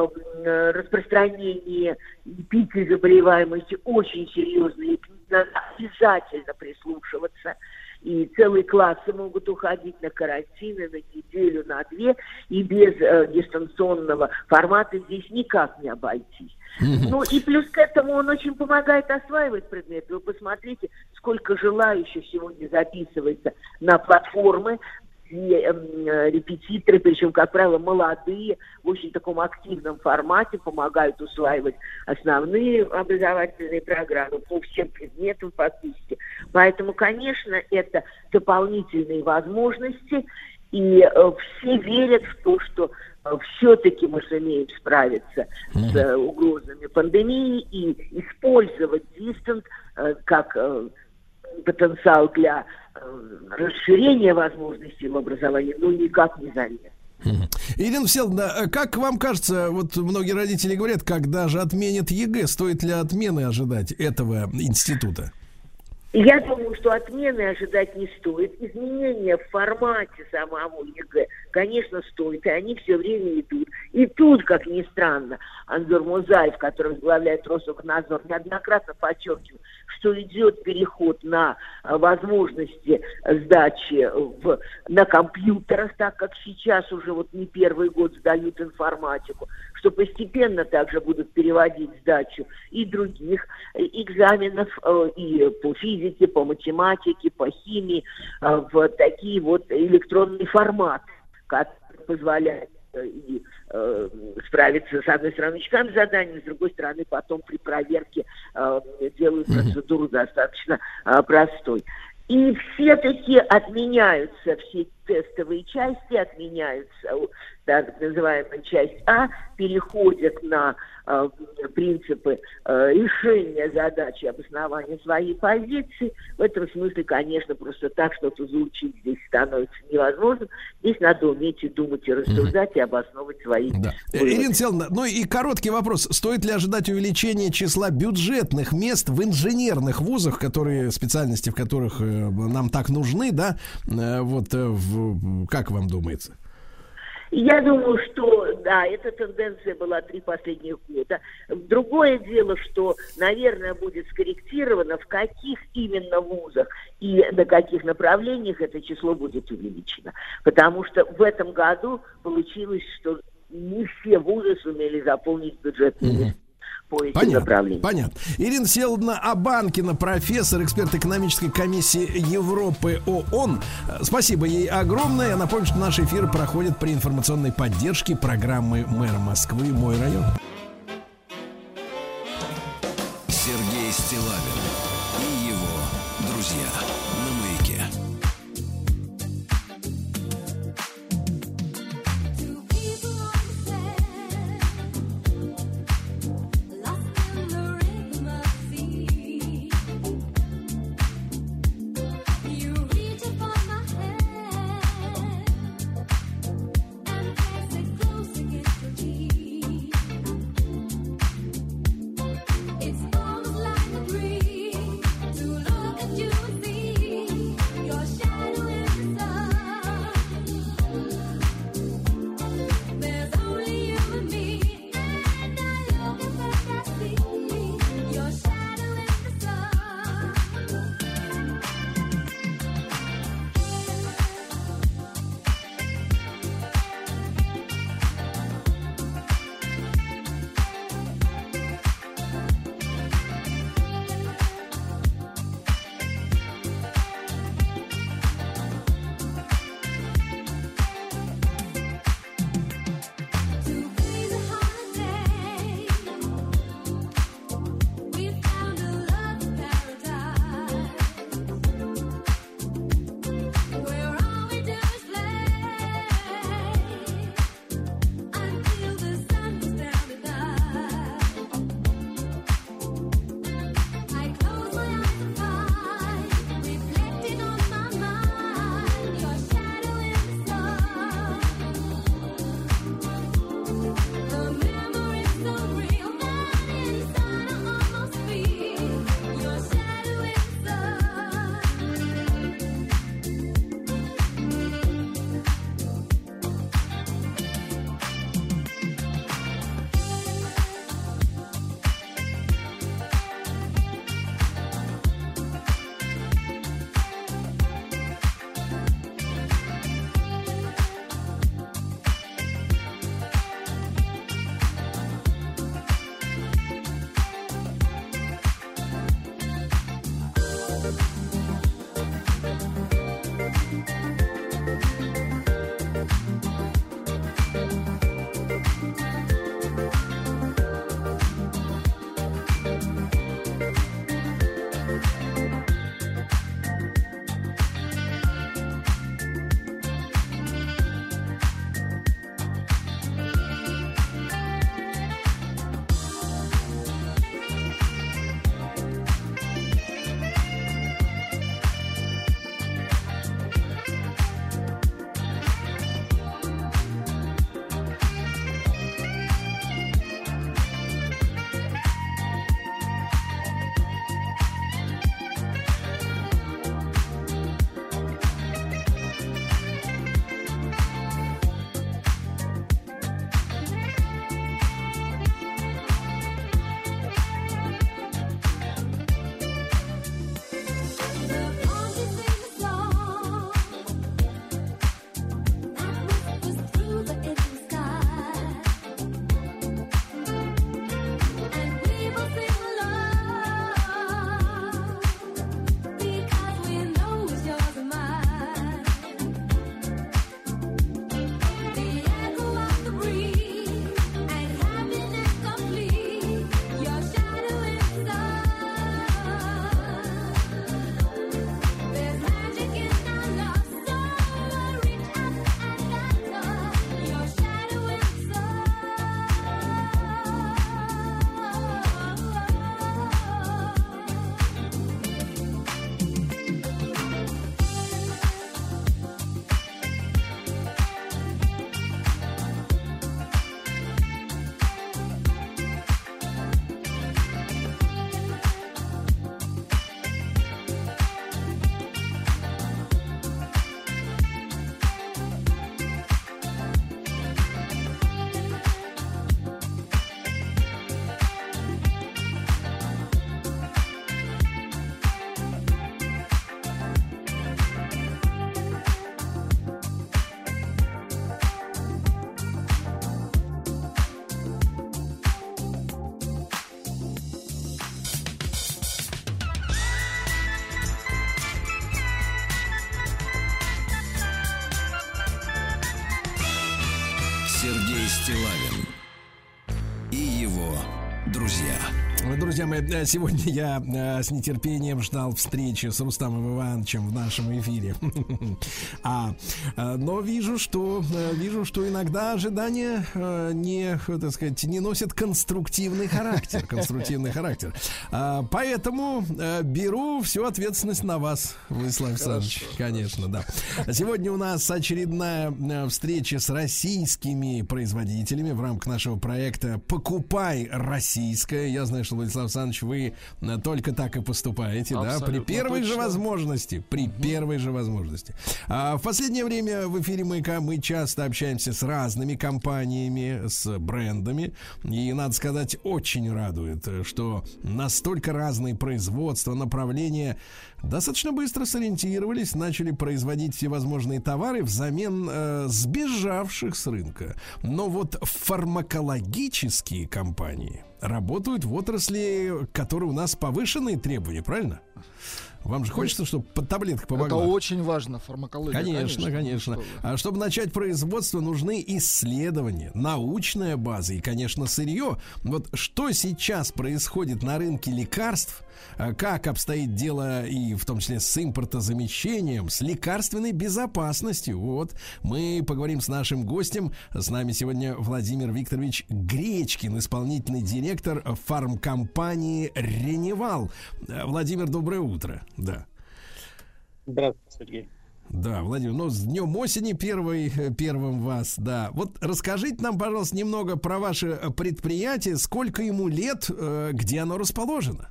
э, распространении пике заболеваемости очень серьезные, и надо обязательно прислушиваться. И целые классы могут уходить на карантины, на неделю, на две, и без э, дистанционного формата здесь никак не обойтись. Mm-hmm. Ну и плюс к этому он очень помогает осваивать предметы. Вы посмотрите, сколько желающих сегодня записывается на платформы, где э, репетиторы, причем, как правило, молодые, в очень таком активном формате помогают усваивать основные образовательные программы по всем предметам фактически. Поэтому, конечно, это дополнительные возможности, и э, все верят в то, что э, все-таки мы сумеем справиться mm-hmm. с э, угрозами пандемии и использовать дистант э, как э, потенциал для расширение возможностей в образовании, ну, никак не заметно. Ирина Всеволодовна, как вам кажется, вот многие родители говорят, когда же отменят ЕГЭ, стоит ли отмены ожидать этого института? Я думаю, что отмены ожидать не стоит. Изменения в формате самого ЕГЭ, конечно, стоит, и они все время идут. И тут, как ни странно, Анзор Музаев, который возглавляет Рособорнадзор, неоднократно подчеркивал, что идет переход на возможности сдачи в, на компьютерах, так как сейчас уже вот не первый год сдают информатику, что постепенно также будут переводить сдачу и других экзаменов, и по физике, по математике, по химии, в такие вот электронные форматы, которые позволяют и э, справиться, с одной стороны, учениками заданий, с другой стороны, потом при проверке э, делают процедуру достаточно э, простой. И все-таки отменяются все тестовые части, отменяются так называемая часть А, переходят на э, принципы э, решения задачи обоснования своей позиции. В этом смысле, конечно, просто так что-то заучить здесь становится невозможным. Здесь надо уметь и думать, и рассуждать, mm-hmm. и обосновывать свои да. Ирина Всеволодовна, ну и короткий вопрос. Стоит ли ожидать увеличения числа бюджетных мест в инженерных вузах, которые, специальности в которых э, нам так нужны, да? Э, вот, э, в, как вам думается? Я думаю, что, да, эта тенденция была три последних года. Другое дело, что, наверное, будет скорректировано, в каких именно вузах и на каких направлениях это число будет увеличено. Потому что в этом году получилось, что не все вузы сумели заполнить бюджетные места. поясе Понятно, направлений. понятно. Ирина Всеволодовна Абанкина, профессор, эксперт экономической комиссии Европы ООН. Спасибо ей огромное. Я напомню, что наш эфир проходит при информационной поддержке программы «Мэр Москвы. Мой район». Сергей Стиллавин и его друзья на Маяке. It's almost like a dream to look at you and see Сергей Стиллавин и его друзья. Друзья мои, сегодня я с нетерпением ждал встречи с Рустамом Ивановичем в нашем эфире. А, но вижу, что вижу, что иногда ожидания не, так сказать, не носят конструктивный характер. Конструктивный характер. А, поэтому беру всю ответственность на вас, Владислав Александрович. Конечно, да. Сегодня у нас очередная встреча с российскими производителями в рамках нашего проекта «Покупай российское». Я знаю, что, Владислав Александрович, вы только так и поступаете, абсолютно, да, при первой точно. же возможности, при угу. первой же возможности. А в последнее время в эфире «Маяка» мы часто общаемся с разными компаниями, с брендами, и, надо сказать, очень радует, что настолько разные производства, направления достаточно быстро сориентировались, начали производить всевозможные товары взамен э, сбежавших с рынка. Но вот фармакологические компании работают в отрасли, которые у нас повышенные требования, правильно? Вам же хочется, чтобы под таблеткой помогла? Это очень важно, фармакология. Конечно, конечно. конечно. А чтобы начать производство, нужны исследования, научная база и, конечно, сырье. Вот что сейчас происходит на рынке лекарств, как обстоит дело и в том числе с импортозамещением, с лекарственной безопасностью. Вот мы поговорим с нашим гостем. С нами сегодня Владимир Викторович Гречкин, исполнительный директор фармкомпании «Реневал». Владимир, доброе утро. Да. Здравствуйте, Сергей. Да, Владимир, ну, с днем осени первый, первым вас, да. Вот расскажите нам, пожалуйста, немного про ваше предприятие, сколько ему лет, где оно расположено?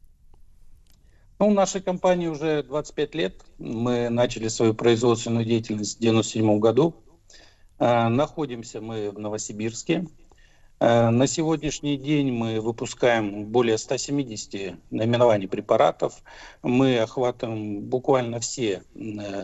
Ну, нашей компании уже двадцать пять лет. Мы начали свою производственную деятельность в девяносто седьмом году. Э, находимся мы в Новосибирске. Э, на сегодняшний день мы выпускаем более ста семидесяти наименований препаратов. Мы охватываем буквально все э,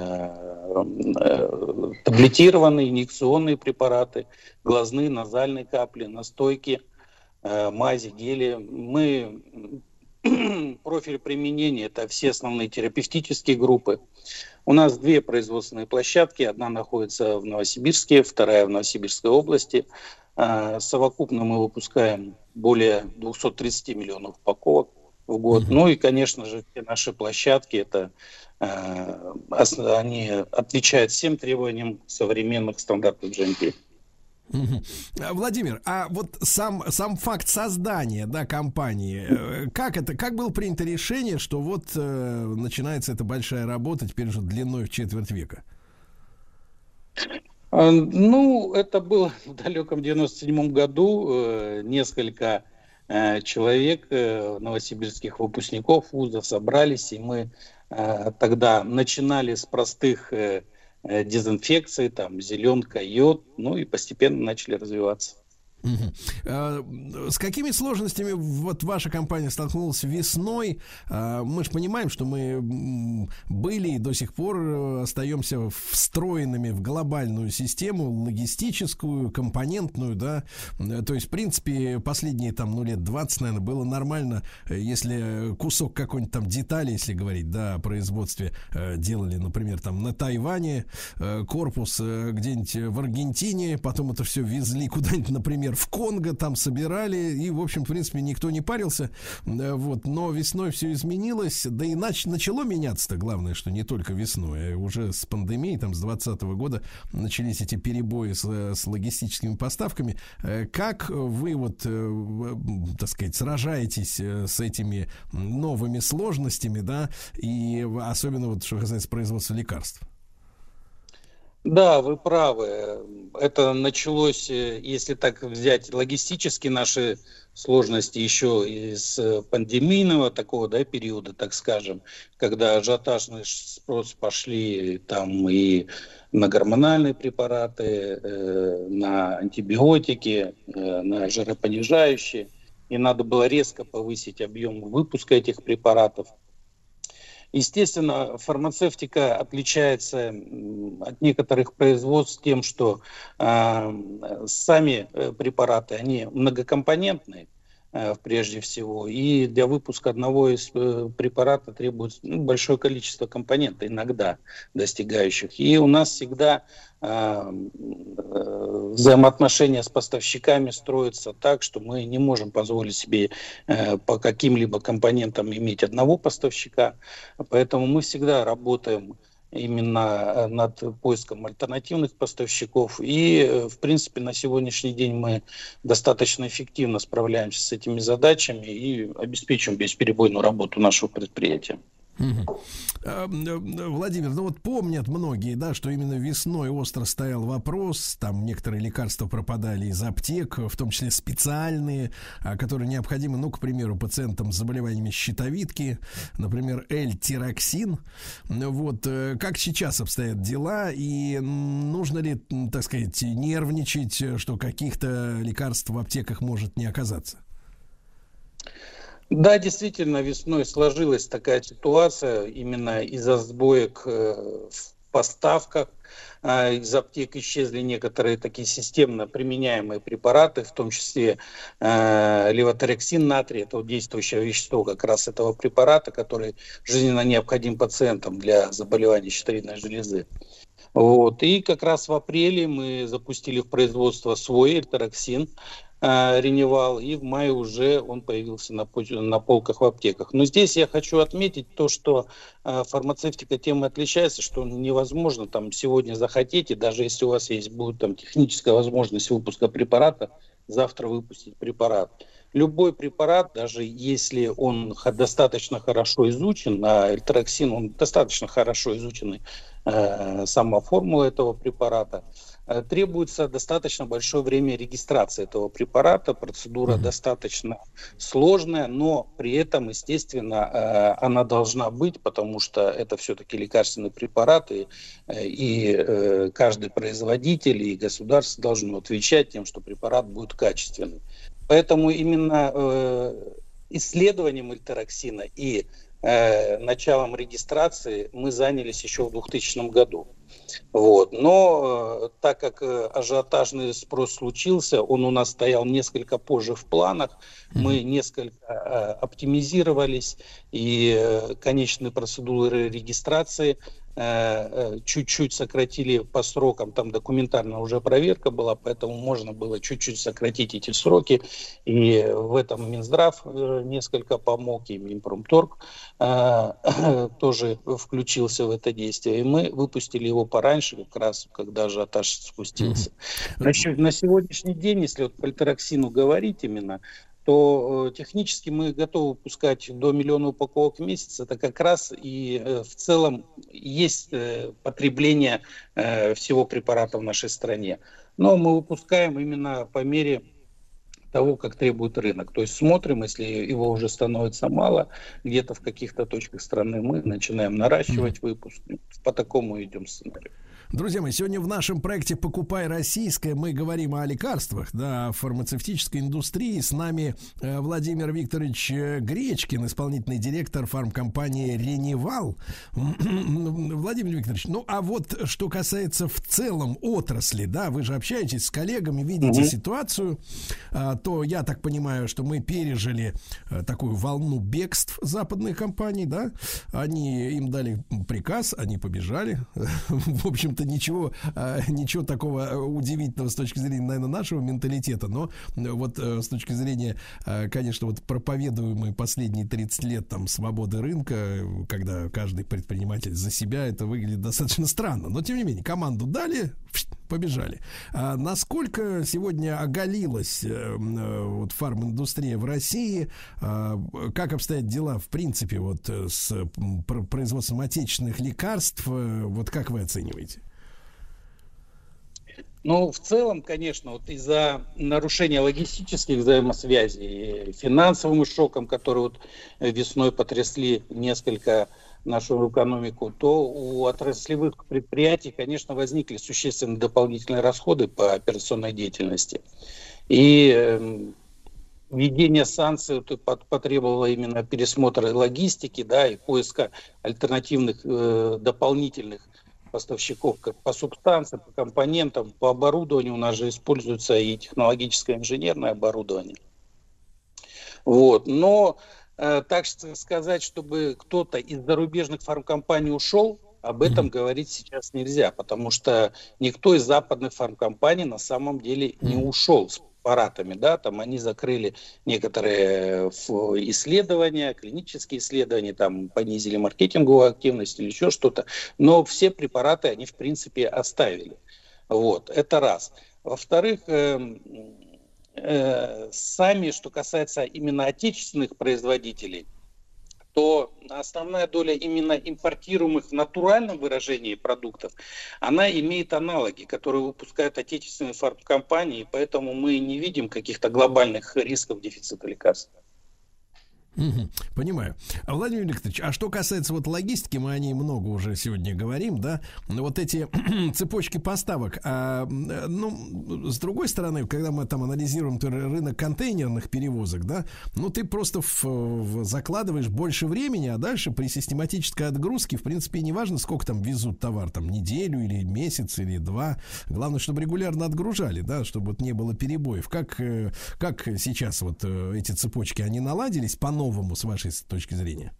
э, таблетированные, инъекционные препараты, глазные, назальные капли, настойки, э, мази, гели. Мы... Профиль применения — это все основные терапевтические группы. У нас две производственные площадки. Одна находится в Новосибирске, вторая в Новосибирской области. Совокупно мы выпускаем более двухсот тридцати миллионов упаковок в год. Mm-hmm. Ну и, конечно же, все наши площадки, это, они отвечают всем требованиям современных стандартов джи эм пи. Владимир, а вот сам, сам факт создания, да, компании, как это, как было принято решение, что вот э, начинается эта большая работа, теперь уже длиной в четверть века? Ну, это было в далеком девяносто седьмом году. Э, несколько э, человек, э, новосибирских выпускников вузов собрались, и мы э, тогда начинали с простых э, дезинфекции, там, зеленка, йод, ну и постепенно начали развиваться. Uh-huh. С какими сложностями вот ваша компания столкнулась весной? Мы же понимаем, что мы были и до сих пор остаемся встроенными в глобальную систему, логистическую, компонентную, да. То есть, в принципе, последние там, ну, лет двадцать, наверное, было нормально, если кусок какой-нибудь там детали, если говорить, да, о производстве, делали, например, там на Тайване, корпус где-нибудь в Аргентине, потом это все везли куда-нибудь, например, в Конго, там собирали, и, в общем, в принципе, никто не парился, вот, но весной все изменилось, да и нач- начало меняться-то, главное, что не только весной, а уже с пандемией, там, с двадцатого года начались эти перебои с, с логистическими поставками. Как вы, вот, так сказать, сражаетесь с этими новыми сложностями, да, и особенно, вот, что касается производства лекарств? Да, вы правы. Это началось, если так взять логистически наши сложности, еще из пандемийного такого, да, периода, так скажем, когда ажиотажный спрос пошли там и на гормональные препараты, э, на антибиотики, э, на жиропонижающие, и надо было резко повысить объем выпуска этих препаратов. Естественно, фармацевтика отличается от некоторых производств тем, что э, сами препараты, они многокомпонентные. прежде всего. И для выпуска одного из препаратов требуется ну, большое количество компонентов, иногда достигающих. И у нас всегда э, взаимоотношения с поставщиками строятся так, что мы не можем позволить себе э, по каким-либо компонентам иметь одного поставщика. Поэтому мы всегда работаем именно над поиском альтернативных поставщиков. И, в принципе, на сегодняшний день мы достаточно эффективно справляемся с этими задачами и обеспечиваем бесперебойную работу нашего предприятия. Угу. Владимир, ну вот помнят многие, да, что именно весной остро стоял вопрос, там некоторые лекарства пропадали из аптек, в том числе специальные, которые необходимы, ну, к примеру, пациентам с заболеваниями щитовидки, например, L-тироксин. Вот, как сейчас обстоят дела и нужно ли, так сказать, нервничать, что каких-то лекарств в аптеках может не оказаться? Да, действительно, весной сложилась такая ситуация именно из-за сбоек в поставках. Из аптек исчезли некоторые такие системно применяемые препараты, в том числе э, левотироксин натрий, это вот действующее вещество как раз этого препарата, который жизненно необходим пациентам для заболеваний щитовидной железы. Вот. И как раз в апреле мы запустили в производство свой L-тироксин, Реневал, и в мае уже он появился на, на полках в аптеках. Но здесь я хочу отметить то, что э, фармацевтика тем и отличается, что невозможно там сегодня захотеть, и даже если у вас есть будет там техническая возможность выпуска препарата, завтра выпустить препарат. Любой препарат, даже если он достаточно хорошо изучен, а L-тироксин, он достаточно хорошо изученный, э, сама формула этого препарата, требуется достаточно большое время регистрации этого препарата. Процедура mm-hmm. достаточно сложная, но при этом, естественно, она должна быть, потому что это все-таки лекарственный препарат, и, и каждый производитель и государство должно отвечать тем, что препарат будет качественным. Поэтому именно исследованием L-тироксина и началом регистрации мы занялись еще в двухтысячном году. Вот. Но э, так как э, ажиотажный спрос случился, он у нас стоял несколько позже в планах, mm-hmm. мы несколько э, оптимизировались, и э, конечные процедуры регистрации э, э, чуть-чуть сократили по срокам, там документальная уже проверка была, поэтому можно было чуть-чуть сократить эти сроки, и в этом Минздрав э, несколько помог, и Минпромторг э, э, тоже включился в это действие, и мы выпустили его пораньше, как раз когда ажиотаж спустился. Mm-hmm. На сегодняшний день, если вот по L-тироксину говорить именно, то э, технически мы готовы выпускать до миллиона упаковок в месяц. Это как раз и э, в целом есть э, потребление э, всего препарата в нашей стране. Но мы выпускаем именно по мере того, как требует рынок. То есть смотрим, если его уже становится мало, где-то в каких-то точках страны мы начинаем наращивать выпуск. По такому идем сценарию. Друзья мои, сегодня в нашем проекте «Покупай российское» мы говорим о лекарствах, да, о фармацевтической индустрии. С нами э, Владимир Викторович Гречкин, исполнительный директор фармкомпании «Реневал». Владимир Викторович, ну а вот что касается в целом отрасли, да, вы же общаетесь с коллегами, видите mm-hmm. ситуацию, э, то я так понимаю, что мы пережили э, такую волну бегств западных компаний, да, они, им дали приказ, они побежали, в общем-то, ничего, ничего такого удивительного с точки зрения, наверное, нашего менталитета, но вот с точки зрения, конечно, вот проповедуемой последние тридцать лет там свободы рынка, когда каждый предприниматель за себя, это выглядит достаточно странно, но тем не менее, команду дали, побежали. А насколько сегодня оголилась вот фарминдустрия в России, а, как обстоят дела, в принципе, вот с производством отечественных лекарств, вот как вы оцениваете? Ну, в целом, конечно, вот из-за нарушения логистических взаимосвязей, финансовым шоком, который вот весной потрясли несколько нашу экономику, то у отраслевых предприятий, конечно, возникли существенные дополнительные расходы по операционной деятельности. И э, введение санкций потребовало именно пересмотра логистики, да, и поиска альтернативных э, дополнительных поставщиков как по субстанциям, по компонентам, по оборудованию. У нас же используется и технологическое инженерное оборудование. Вот. Но э, так сказать, чтобы кто-то из зарубежных фармкомпаний ушел, об этом mm-hmm. говорить сейчас нельзя, потому что никто из западных фармкомпаний на самом деле mm-hmm. не ушел с препаратами, да, там они закрыли некоторые исследования, клинические исследования, там понизили маркетинговую активность или еще что-то, но все препараты они в принципе оставили. Вот, это раз. Во-вторых, э, э, сами, что касается именно отечественных производителей, то основная доля именно импортируемых в натуральном выражении продуктов, она имеет аналоги, которые выпускают отечественные фармкомпании, поэтому мы не видим каких-то глобальных рисков дефицита лекарств. Угу, понимаю. Владимир Викторович, а что касается вот логистики, мы о ней много уже сегодня говорим, да, вот эти цепочки поставок, а, ну, с другой стороны, когда мы там анализируем рынок контейнерных перевозок, да, ну, ты просто в, в, закладываешь больше времени, а дальше при систематической отгрузке, в принципе, не важно, сколько там везут товар, там, неделю или месяц или два, главное, чтобы регулярно отгружали, да, чтобы вот не было перебоев. Как, как сейчас вот эти цепочки, они наладились по новому, с вашей точки зрения?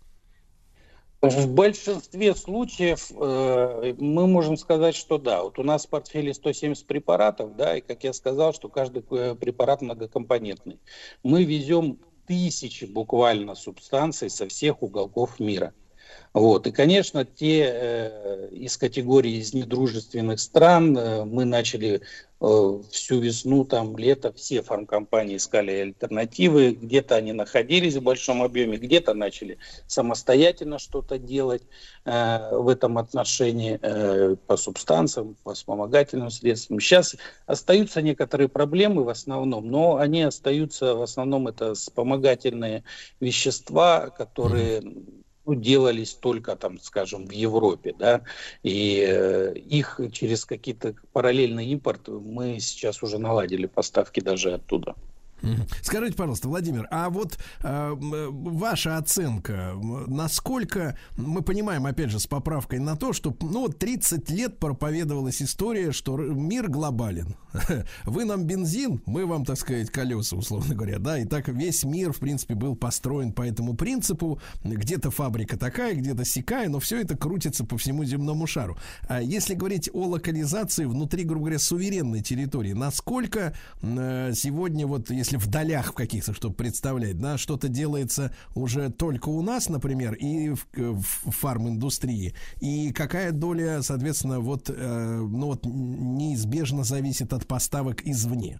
В большинстве случаев э, мы можем сказать, что да. Вот у нас в портфеле сто семьдесят препаратов, да, и как я сказал, что каждый препарат многокомпонентный. Мы везем тысячи буквально субстанций со всех уголков мира. Вот. И, конечно, те э, из категории из недружественных стран э, мы начали э, всю весну, там, лето, все фармкомпании искали альтернативы, где-то они находились в большом объеме, где-то начали самостоятельно что-то делать э, в этом отношении э, по субстанциям, по вспомогательным средствам. Сейчас остаются некоторые проблемы в основном, но они остаются в основном это вспомогательные вещества, которые... Ну, делались только, там, скажем, в Европе, да, и э, их через какие-то параллельный импорт мы сейчас уже наладили поставки даже оттуда. Скажите, пожалуйста, Владимир, а вот э, ваша оценка, насколько, мы понимаем, опять же, с поправкой на то, что, ну, тридцать лет проповедовалась история, что мир глобален. Вы нам бензин, мы вам, так сказать, колеса, условно говоря, да, и так весь мир, в принципе, был построен по этому принципу, где-то фабрика такая, где-то сякая, но все это крутится по всему земному шару. А если говорить о локализации внутри, грубо говоря, суверенной территории, насколько э, сегодня, вот, если в долях в каких-то, чтобы представлять, да, что-то делается уже только у нас, например, и в, в фарм-индустрии, и какая доля, соответственно, вот, э, ну, вот неизбежно зависит от поставок извне?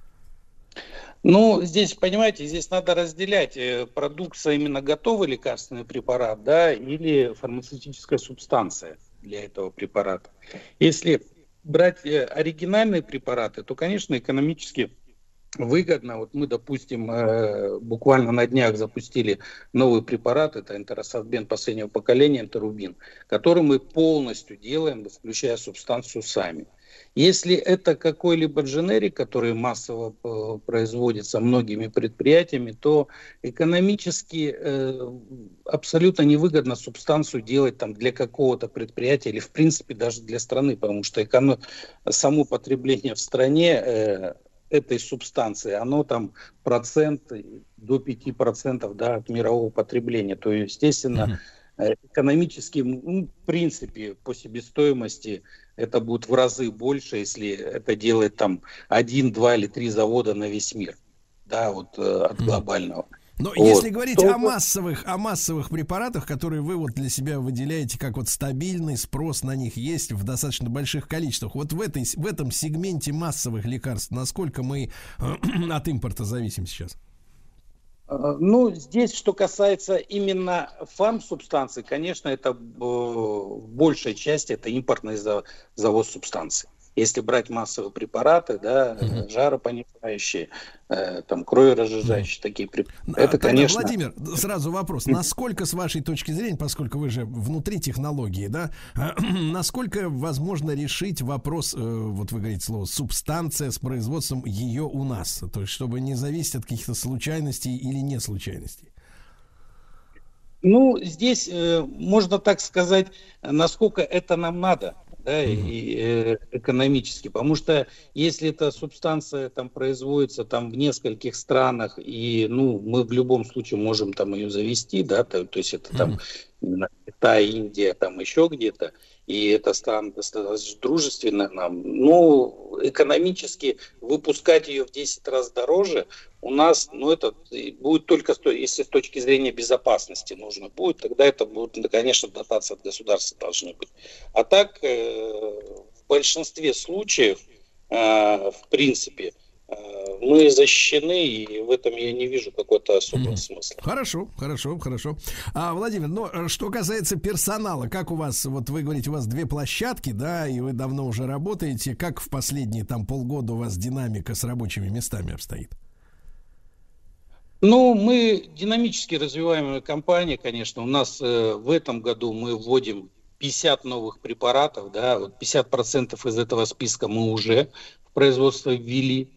Ну, здесь, понимаете, здесь надо разделять продукция именно готовый лекарственный препарат, да, или фармацевтическая субстанция для этого препарата. Если брать оригинальные препараты, то, конечно, экономически выгодно. Вот мы, допустим, э, буквально на днях запустили новый препарат, это энтеросорбен последнего поколения, энтерубин, который мы полностью делаем, включая субстанцию сами. Если это какой-либо дженерик, который массово э, производится многими предприятиями, то экономически э, абсолютно невыгодно субстанцию делать там, для какого-то предприятия или в принципе даже для страны, потому что эконом... само потребление в стране э, этой субстанции, оно там процент до пяти процентов, да, от мирового потребления. То есть, естественно, mm-hmm. экономически, ну, в принципе, по себестоимости это будет в разы больше, если это делает там один, два или три завода на весь мир, да, вот от глобального. Но вот. Если говорить то... о массовых, о массовых препаратах, которые вы вот для себя выделяете как вот стабильный спрос на них есть в достаточно больших количествах, вот в, этой, в этом сегменте массовых лекарств, насколько мы от импорта зависим сейчас? Ну, здесь, что касается именно фармсубстанций, конечно, это в большей части это импортный завоз субстанций. Если брать массовые препараты, да, uh-huh. жаропонижающие, э, там, кроверазжижающие, uh-huh. такие препараты, а, это, конечно... Владимир, сразу вопрос. Насколько, с вашей точки зрения, поскольку вы же внутри технологии, да, насколько возможно решить вопрос, э, вот вы говорите слово, субстанция с производством ее у нас? То есть, чтобы не зависеть от каких-то случайностей или не случайностей? Ну, здесь э, можно так сказать, насколько это нам надо. да, mm-hmm. и э, экономически. Потому что если эта субстанция там производится там в нескольких странах, и ну мы в любом случае можем там ее завести, да, то, то есть это там mm-hmm. Китай, Индия, там еще где-то, и это страна достаточно дружественная нам, ну, экономически выпускать ее в десять раз дороже у нас, ну, это будет только, если с точки зрения безопасности нужно будет, тогда это будет, конечно, дотации от государства должны быть. А так, в большинстве случаев, в принципе, мы защищены, и в этом я не вижу какого-то особого mm. смысла. Хорошо, хорошо, хорошо. А, Владимир, но что касается персонала, как у вас, вот вы говорите, у вас две площадки, да, и вы давно уже работаете, как в последние там полгода у вас динамика с рабочими местами обстоит? Ну, мы динамически развиваемая компания, конечно. У нас э, в этом году мы вводим пятьдесят новых препаратов, да, вот пятьдесят процентов из этого списка мы уже в производство ввели.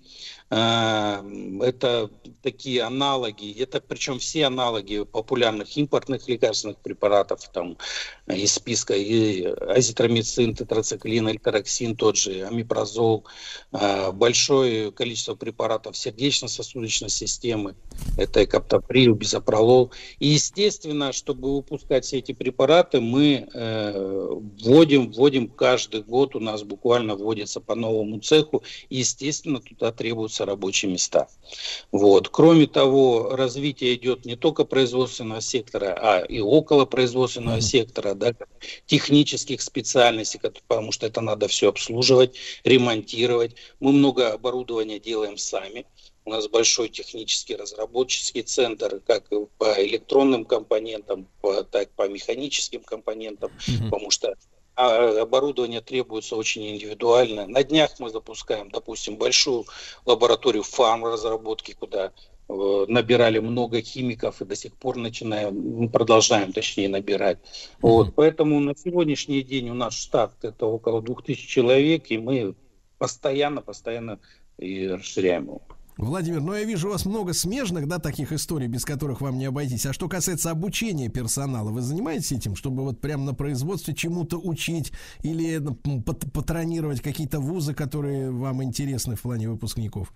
Это такие аналоги, это причем все аналоги популярных импортных лекарственных препаратов, там из списка и азитромицин, тетрациклин, эльтероксин, тот же амипрозол, большое количество препаратов сердечно-сосудистой системы, это экоптоприл, бизопролол. И естественно, чтобы выпускать все эти препараты, мы вводим, вводим каждый год, у нас буквально вводится по новому цеху, и естественно туда требуются рабочие места. Вот. Кроме того, развитие идет не только производственного сектора, а и около производственного mm-hmm. сектора, да, технических специальностей, потому что это надо все обслуживать, ремонтировать. Мы много оборудования делаем сами. У нас большой технический разработческий центр, как по электронным компонентам, по, так по механическим компонентам, mm-hmm. потому что а оборудование требуется очень индивидуально. На днях мы запускаем, допустим, большую лабораторию фарм-разработки, куда э, набирали много химиков и до сих пор начинаем, продолжаем, точнее, набирать. Mm-hmm. Вот, поэтому на сегодняшний день у нас штат это около двух тысяч человек, и мы постоянно, постоянно и расширяем его. Владимир, ну я вижу у вас много смежных, да, таких историй, без которых вам не обойтись. А что касается обучения персонала, вы занимаетесь этим, чтобы вот прямо на производстве чему-то учить или патронировать какие-то вузы, которые вам интересны в плане выпускников?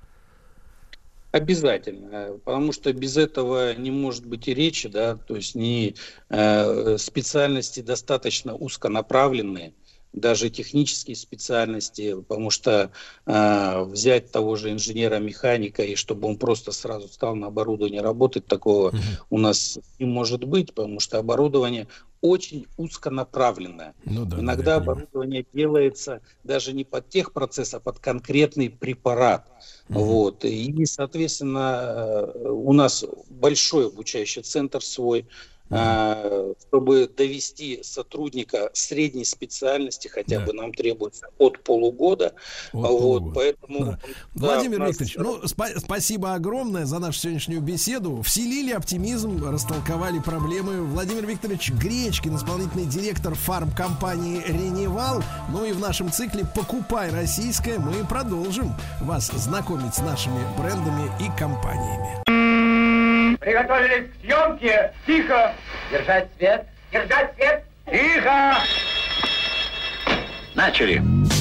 Обязательно, потому что без этого не может быть и речи, да, то есть не э, специальности достаточно узконаправленные, даже технические специальности, потому что э, взять того же инженера-механика, и чтобы он просто сразу стал на оборудовании работать, такого mm-hmm. у нас не может быть, потому что оборудование очень узконаправленное. Ну, да, Иногда да, оборудование делается даже не под техпроцесс, а под конкретный препарат. Mm-hmm. Вот. И, соответственно, у нас большой обучающий центр свой, Uh-huh. чтобы довести сотрудника средней специальности, хотя да. бы нам требуется от полугода. От вот, полугода. Поэтому, да. Да, Владимир нас... Викторович, ну, спа- спасибо огромное за нашу сегодняшнюю беседу. Вселили оптимизм, растолковали проблемы. Владимир Викторович Гречкин, исполнительный директор фармкомпании «Реневал». Ну и в нашем цикле «Покупай российское» мы продолжим вас знакомить с нашими брендами и компаниями. Приготовились к съемке. Тихо. Держать свет. Держать свет. Тихо. Начали.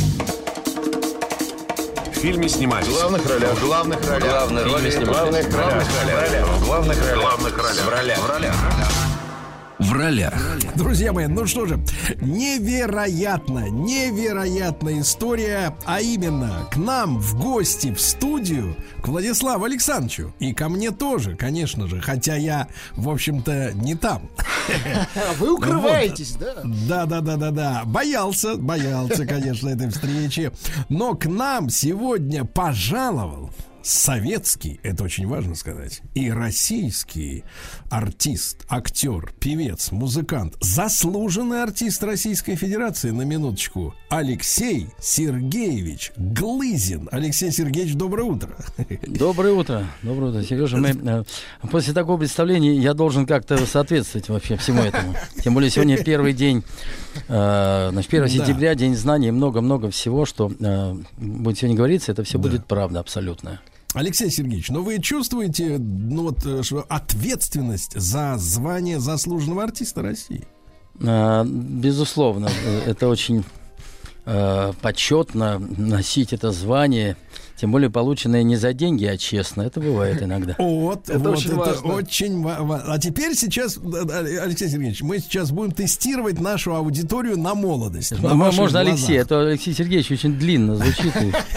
В фильме снимались. В главных ролях. В главных ролях. Главные роли. В главных ролях. В главных ролях. В главных ролях. В ролях. В ролях. В ролях. Друзья мои, ну что же, невероятно, невероятная история, а именно к нам в гости в студию, к Владиславу Александровичу, и ко мне тоже, конечно же, хотя я, в общем-то, не там. Вы укрываетесь, да? Да, да, да, да, да. Боялся, боялся, конечно, этой встречи. Но к нам сегодня пожаловал советский, это очень важно сказать, и российский артист, актер, певец, музыкант, заслуженный артист Российской Федерации, на минуточку, Алексей Сергеевич Глызин. Алексей Сергеевич, доброе утро. Доброе утро, доброе утро, Сережа. Мы, после такого представления я должен как-то соответствовать вообще всему этому. Тем более сегодня первый день, значит, первого сентября, День знаний, много-много всего, что будет сегодня говориться, это все да. будет правда абсолютная. Алексей Сергеевич, но вы чувствуете ну, вот, что ответственность за звание заслуженного артиста России? А, безусловно, это очень э, почетно носить это звание, тем более полученное не за деньги, а честно. Это бывает иногда. Вот, это вот, очень это важно. очень важно. А теперь сейчас, Алексей Сергеевич, мы сейчас будем тестировать нашу аудиторию на молодость. На Можно Алексей, а то Алексей Сергеевич очень длинно звучит.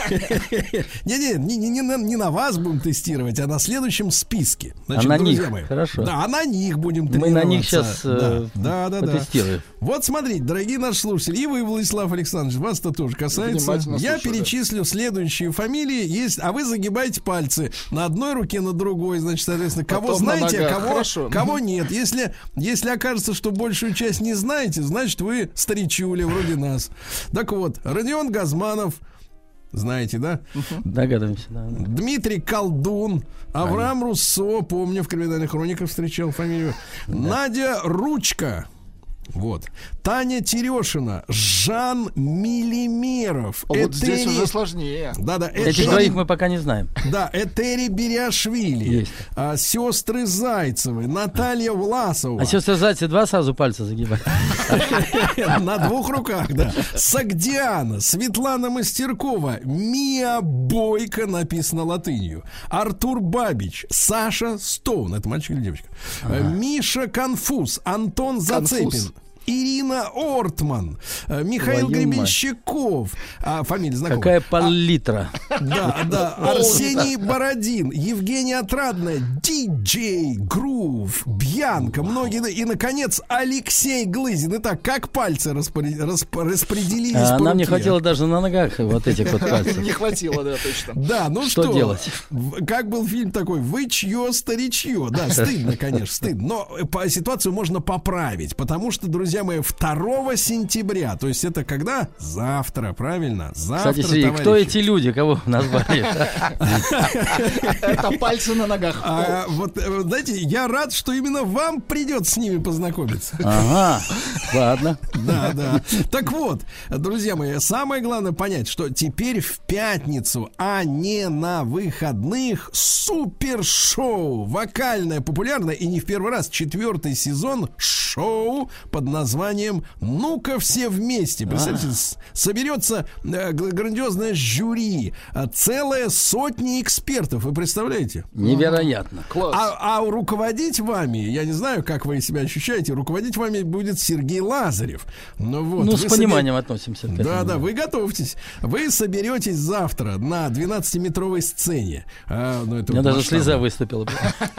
Не-не, не, не, не на вас будем тестировать, а на следующем списке. Значит, а на них, мои, хорошо. Да, а на них будем тренироваться. Мы на них сейчас да, да, да, потестируем. Да. Вот смотрите, дорогие наши слушатели, и вы, Владислав Александрович, вас это тоже касается. Я слушаю, перечислю да. следующие фамилии, есть, а вы загибаете пальцы на одной руке, на другой, значит, соответственно, кого Потом знаете, а кого, кого нет. Если, если окажется, что большую часть не знаете, значит, вы старичули вроде нас. Так вот, Родион Газманов, знаете, да? Догадываемся, да. Дмитрий Колдун, Авраам Понятно. Руссо, помню, в криминальных хрониках встречал фамилию. Да. Надя Ручка. Вот. Таня Терешина, Жан Милимеров. А Этери... Вот здесь уже сложнее. Да, да. Этих Этери... двоих мы пока не знаем. Да, Этери Бериашвили, а, сестры Зайцевы, Наталья Власова. А сестры Зайцевы два сразу пальца загибают. На двух руках, да. Сагдиана, Светлана Мастеркова, Мия Бойко, написано латынью, Артур Бабич, Саша Стоун, это мальчик или девочка, Миша Конфуз, Антон Зацепин, Ирина Ортман, Михаил Твою Гребенщиков, а, фамилия знакомая. Какая пол-литра. А, да, да, Арсений Бородин, Евгений Отрадная, Диджей, Грув, Бьянка, многие, и, наконец, Алексей Глызин. Итак, как пальцы распоряд... расп... распределились а, по Нам руке? не хватило даже на ногах вот этих вот пальцев. Не хватило, да, точно. Да, ну что? Что делать? Как был фильм такой, вы чье старичье? Да, стыдно, конечно, стыдно. Но по ситуацию можно поправить, потому что, друзья мои, второго сентября, то есть это когда? Завтра, правильно? Завтра, Кстати, Сергей, кто эти люди, кого назвали? Это пальцы на ногах. Вот, знаете, я рад, что именно вам придется с ними познакомиться. Ага, ладно. Да, да. Так вот, друзья мои, самое главное понять, что теперь в пятницу, а не на выходных, супершоу, вокальное, популярное, и не в первый раз, четвертый сезон шоу под названием «Ну-ка все вместе». Представьте, а. соберется э, грандиозное жюри, э, целая сотня экспертов. Вы представляете? Невероятно. Класс. А, а руководить вами, я не знаю, как вы себя ощущаете, руководить вами будет Сергей Лазарев. Ну, вот, ну с пониманием собер... относимся к этому. Да, да, вы готовьтесь. Вы соберетесь завтра на двенадцатиметровой сцене. А, ну, это у меня даже масштабно. Слеза выступила.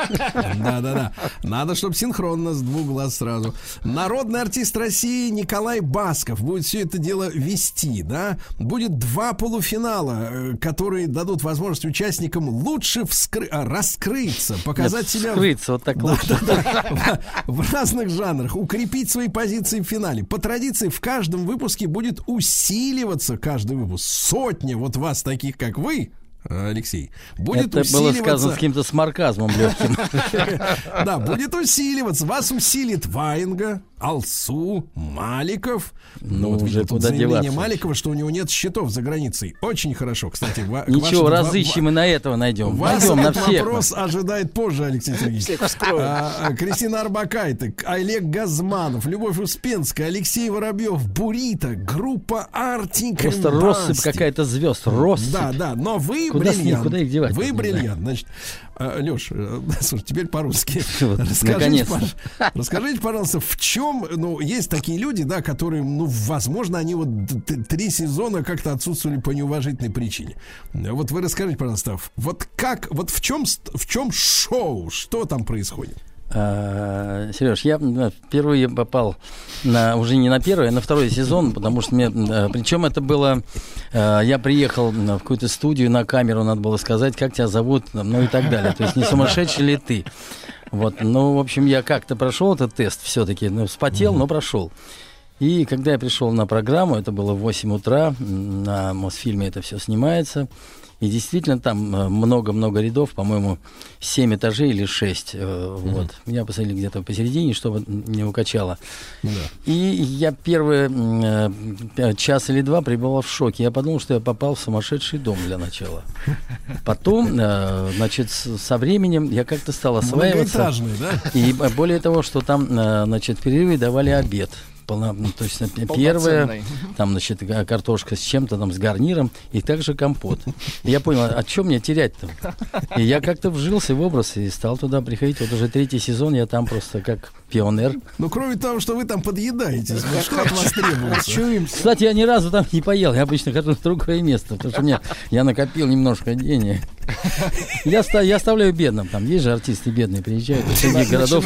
Да, да, да. Надо, чтобы синхронно, с двух глаз сразу. Народный артист России Николай Басков будет все это дело вести, да. Будет два полуфинала, которые дадут возможность участникам лучше вскры... раскрыться, показать Нет, себя вскрыться, вот так лучше. Да, да, да. В разных жанрах, укрепить свои позиции в финале. По традиции в каждом выпуске будет усиливаться каждый выпуск. Сотня вот вас таких, как вы, Алексей, будет это усиливаться... было сказано с каким-то смарказмом легким. Да, будет усиливаться. Вас усилит Ваенга, Алсу, Маликов. Ну, вот уже куда деваться. Маликова, что у него нет счетов за границей. Очень хорошо, кстати. Ничего, разыщем и на этого найдем. Найдем на всех. Вопрос ожидает позже, Алексей Сергеевич. Кристина Арбакайте, Олег Газманов, Любовь Успенская, Алексей Воробьев, Бурита, группа Артик. Просто россыпь какая-то звезд. Россыпь. Да, да, но вы Куда бриллиант. С них, куда их девать? Вы бриллиант. Значит, Леш, слушай, теперь по-русски. Вот, расскажите, расскажите, пожалуйста, в чем, ну, есть такие люди, да, которые, ну, возможно, они вот три сезона как-то отсутствовали по неуважительной причине. Вот вы расскажите, пожалуйста, вот как, вот в чем, в чем шоу, что там происходит? А, Сереж, я впервые попал на, уже не на первый, а на второй сезон, потому что мне, причем это было, я приехал в какую-то студию, на камеру надо было сказать, как тебя зовут, ну и так далее, то есть не сумасшедший ли ты. Вот, ну, в общем, я как-то прошел этот тест все-таки, ну, вспотел, но прошел. И когда я пришел на программу, это было в восемь утра, на Мосфильме это все снимается. И действительно там много-много рядов, по-моему, семь этажей или шесть. Mm-hmm. Вот. Меня посадили где-то посередине, чтобы не укачало. Mm-hmm. И я первый э, час или два пребывал в шоке. Я подумал, что я попал в сумасшедший дом для начала. Потом, э, значит, со временем я как-то стал осваиваться. Да? И более того, что там, э, значит, в перерыве давали обед. полно, то есть первое, там, значит, картошка с чем-то там, с гарниром, и также компот. И я понял, а что мне терять-то? И я как-то вжился в образ и стал туда приходить. Вот уже третий сезон я там просто как пионер. Ну, кроме того, что вы там подъедаете, что от вас требуется? Кстати, я ни разу там не поел. Я обычно хожу в другое место, потому что мне, я накопил немножко денег. Я, я оставляю бедным. Там есть же артисты бедные, приезжают из других городов.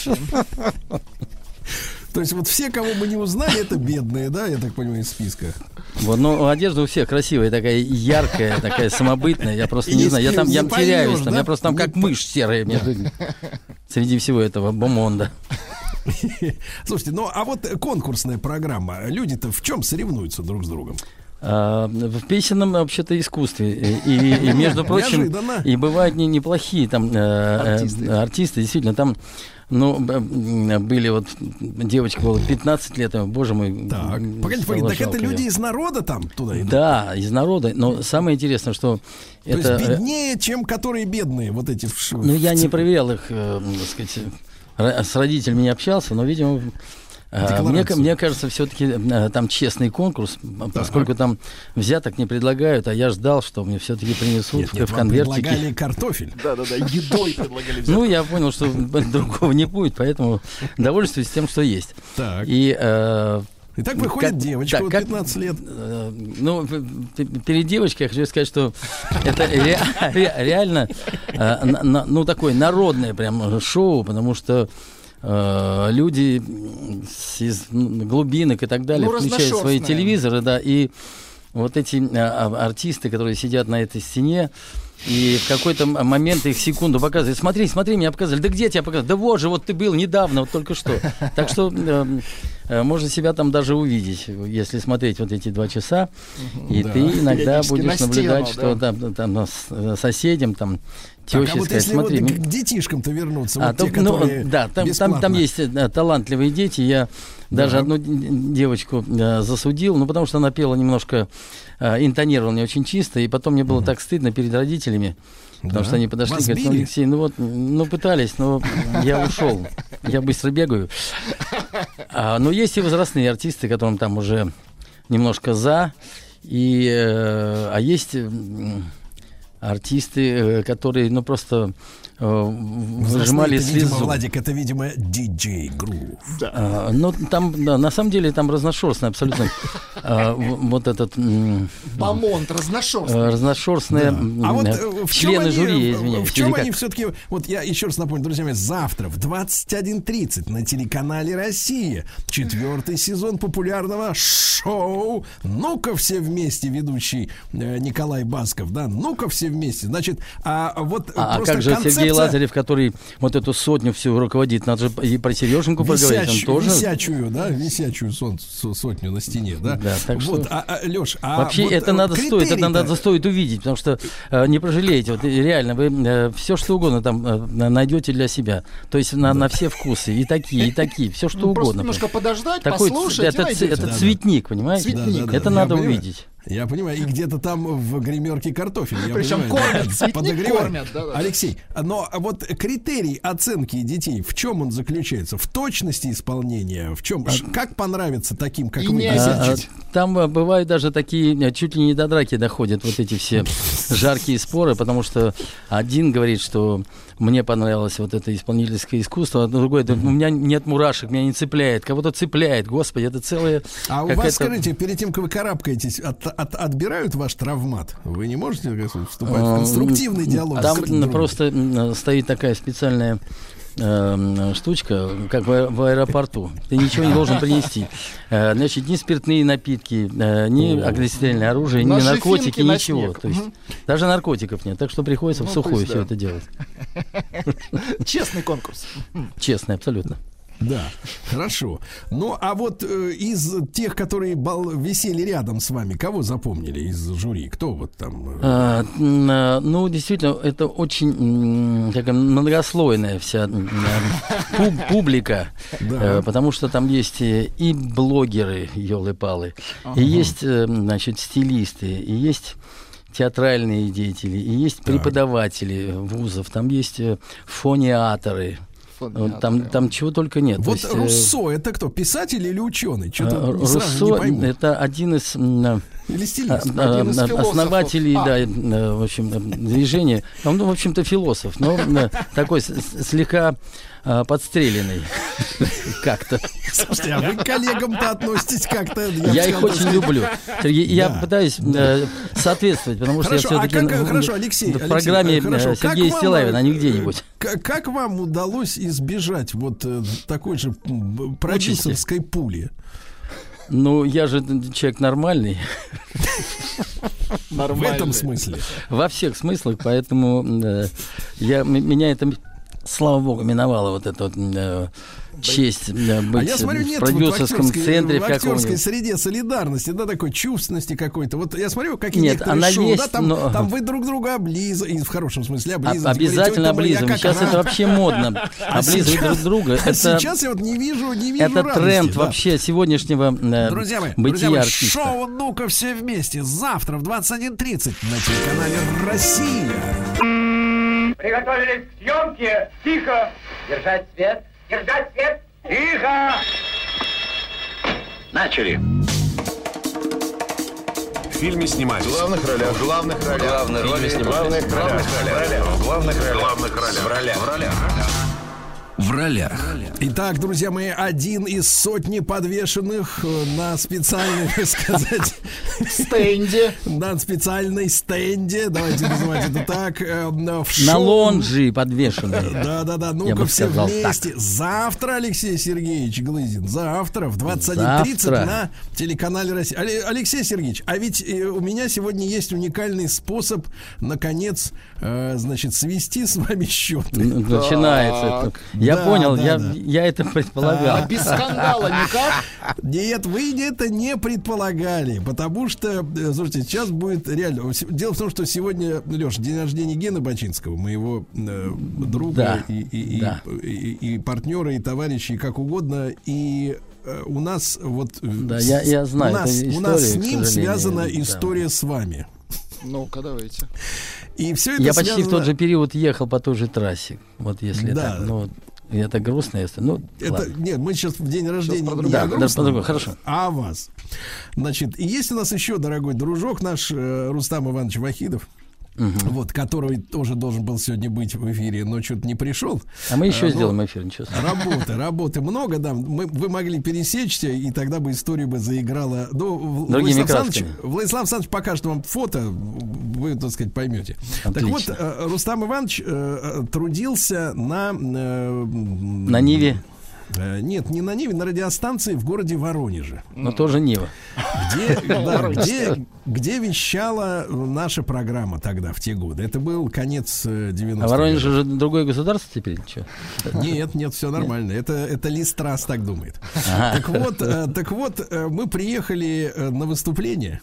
То есть вот все, кого мы не узнали, это бедные, да, я так понимаю, из списка. Вот, ну, одежда у всех красивая, такая яркая, такая самобытная. Я просто не знаю, я там я теряюсь, там, я просто там как мышь серая между среди всего этого бомонда. Слушайте, ну а вот конкурсная программа, люди-то в чем соревнуются друг с другом? А, в песенном вообще-то искусстве и, и, и между прочим, неожиданно. И бывают не, неплохие там э, артисты. артисты, действительно, там, ну, были вот девочка было пятнадцать лет, боже мой. Так, погодите, погодите, так это люди из народа там туда идут? Да, из народа, но самое интересное, что то это... есть беднее, чем которые бедные, вот эти... В... Ну, я не проверял их, э, так сказать, с родителями не общался, но, видимо... Мне, мне кажется, все-таки там честный конкурс, так. Поскольку там взяток не предлагают, а я ждал, что мне все-таки принесут нет, в, нет, в конвертике. Предлагали картофель. Да-да-да, едой предлагали взятку. Ну, я понял, что другого не будет, поэтому довольствуюсь тем, что есть. Так. И... Э, Итак, выходит как, девочка, да, пятнадцать лет. Э, ну, перед девочкой я хочу сказать, что это ре, ре, реально э, на, ну, такое народное прям шоу, потому что люди из глубинок и так далее ну, включают свои телевизоры, да, и вот эти а, артисты, которые сидят на этой стене, и в какой-то момент их секунду показывают. Смотри, смотри, меня показали. Да где тебя показали? Да вот же, вот ты был недавно, вот только что. Так что э, э, можно себя там даже увидеть, если смотреть вот эти два часа. И да. Ты иногда будешь наблюдать, что да. там, там с соседям там теща а вот сказать, смотри. Вот к детишкам-то вернуться, а, вот то, те, которые ну, да, там, там, там есть да, талантливые дети. Я да. даже одну девочку а, засудил, ну, потому что она пела немножко, а, интонировала не очень чисто, и потом мне было угу. так стыдно перед родителями, потому да. что они подошли и говорят, ну, Алексей, ну вот, ну, пытались, но я ушел, я быстро бегаю. А, но есть и возрастные артисты, которым там уже немножко за, и, э, а есть... артисты, которые, ну, просто э, выжимали это, слезу. Видимо, Владик, это, видимо, диджей Грув. Да. А, ну, там, да, на самом деле, там разношерстный абсолютно а, вот этот... Бомонд разношерстный. Разношерстные да. А вот члены жюри, извиняюсь. В чем они все-таки... Вот я еще раз напомню, друзья мои, завтра в двадцать один тридцать на телеканале «Россия» четвертый сезон популярного шоу «Ну-ка все вместе», ведущий Николай Басков, да, «Ну-ка все вместе». Значит, а вот а как же концепция... Сергей Лазарев, который вот эту сотню всю руководит, надо же и про Сереженьку поговорить, он тоже... Висячую, да, висячую сон, сотню на стене, да. Да, так что... Вот, а, а, Лёш, а вообще вот это надо стоит, это надо стоит увидеть, потому что э, не пожалеете, вот реально, вы э, все что угодно там э, найдете для себя, то есть на, да. на все вкусы, и такие, и такие, все что ну, угодно. Просто немножко подождать, такой, послушать, это, это, это да, цветник, да. понимаете? Цветник. Да, да, это да, надо увидеть. Я понимаю, и где-то там в гримерке картофель. Я Причем понимаю, кормят, да, цветник кормят. Да, да. Алексей, но вот критерий оценки детей, в чем он заключается? В точности исполнения? В чем? А, как понравится таким, как вы? А, там бывают даже такие, чуть ли не до драки доходят вот эти все жаркие споры, потому что один говорит, что мне понравилось вот это исполнительское искусство, а другой, mm-hmm. у меня нет мурашек, меня не цепляет, кого-то цепляет, господи, это целое... А у вас, скажите, перед тем, как вы карабкаетесь, от, от, отбирают ваш травмат? Вы не можете вступать в конструктивный диалог? Там просто стоит такая специальная э, штучка, как в, в аэропорту. Ты ничего не должен принести. Э, значит, ни спиртные напитки, э, ни огнестрельное оружие, ни наркотики, ничего. То есть, угу. даже наркотиков нет. Так что приходится ну, в сухую есть, все да. это делать. Честный конкурс. Честный, абсолютно. Да, хорошо. Ну, а вот э, из тех, которые бал- висели рядом с вами, кого запомнили из жюри? Кто вот там? Э... А, а, ну, действительно, это очень такая многослойная вся пуб- публика, да. э, потому что там есть и блогеры, ёлы-палы, ага. и есть, значит, стилисты, и есть театральные деятели, и есть так. преподаватели вузов, там есть фониаторы. Телефон там, там чего только нет. Вот есть, Руссо, это кто, писатель или ученый? Что-то Руссо это один из, или стилист, а, один из основателей, а. да, в общем, движения. Он, в общем-то, философ, но такой слегка подстреленный как-то. Слушайте, а вы к коллегам-то относитесь как-то? Я, я их очень люблю. Сергей, да. Я пытаюсь э, соответствовать, потому что хорошо, я все-таки а как, хорошо, Алексей, в программе Алексей, хорошо, Сергея Стилавина, а не где-нибудь. Как, как вам удалось избежать вот такой же продюсерской пули? Ну, я же человек нормальный. Нормальный. В этом смысле? Во всех смыслах, поэтому э, я, меня это... Слава богу, миновала вот эта вот э, честь э, быть а я смотрю, нет, в продюсерском вот в центре. В актерской среде солидарности, да, такой чувственности какой-то. Вот я смотрю, какие нет, некоторые она шоу, есть, да, там, но... там вы друг друга облизываете, в хорошем смысле облизываете. Обязательно облизываем. Сейчас это вообще модно. Облизывать друг друга. А сейчас я вот не вижу, не вижу это тренд вообще сегодняшнего бытия друзья мои, артиста. Шоу «Ну-ка все вместе» завтра в двадцать один тридцать на телеканале «Россия». Приготовились к съемке. Тихо. Держать свет. Держать свет. Тихо. Начали. В фильме снимались. В главных ролях. В главных ролях. Главные роли снимались. В главных ролях. В главных ролях. В главных ролях. В ролях. В ролях. В ролях. Итак, друзья мои, один из сотни подвешенных на специальной, так сказать, стенде. На специальной стенде, давайте называть это так. В шоу... На лонжи подвешенные. Да-да-да, ну-ка все вместе. Так. Завтра, Алексей Сергеевич Глызин, завтра в двадцать один тридцать на телеканале «Россия». Алексей Сергеевич, а ведь у меня сегодня есть уникальный способ, наконец, значит, свести с вами счеты. Начинается. Я да, понял, да, я, да. я это предполагал. А без скандала никак? Нет, вы это не предполагали, потому что, слушайте, сейчас будет реально... Дело в том, что сегодня, Леша, день рождения Гены Бачинского, моего э, друга да, и, и, да. и, и, и партнера, и товарища, и как угодно, и э, у нас вот... Да, я, я знаю, у нас, историю, у нас с ним связана да. история с вами. Ну-ка, давайте. И все это я связано... почти в тот же период ехал по той же трассе. Вот если да. так, ну... И это грустно, если... Ну, это, нет, мы сейчас в день рождения не да, о грустном, да, хорошо. а о вас. Значит, и есть у нас еще, дорогой дружок наш, э, Рустам Иванович Вахидов, угу. вот, который тоже должен был сегодня быть в эфире, но что-то не пришел. А мы еще а, сделаем эфир, ничего страшного. Работы, работы много, да. Мы, вы могли пересечься, и тогда бы история бы заиграла. Ну, Владислав Александрович, Владислав Александрович покажет вам фото, вы, так сказать, поймете. Отлично. Так вот, Рустам Иванович э, трудился на... Э, на Ниве? Э, нет, не на Ниве, на радиостанции в городе Воронеже. Но тоже Нива. Где, да, где, где вещала наша программа тогда, в те годы. Это был конец девяностых. А Воронеж уже другое государство теперь? Что? Нет, нет, все нормально. Это, это Листрас так думает. Ага. Так вот, так вот, мы приехали на выступление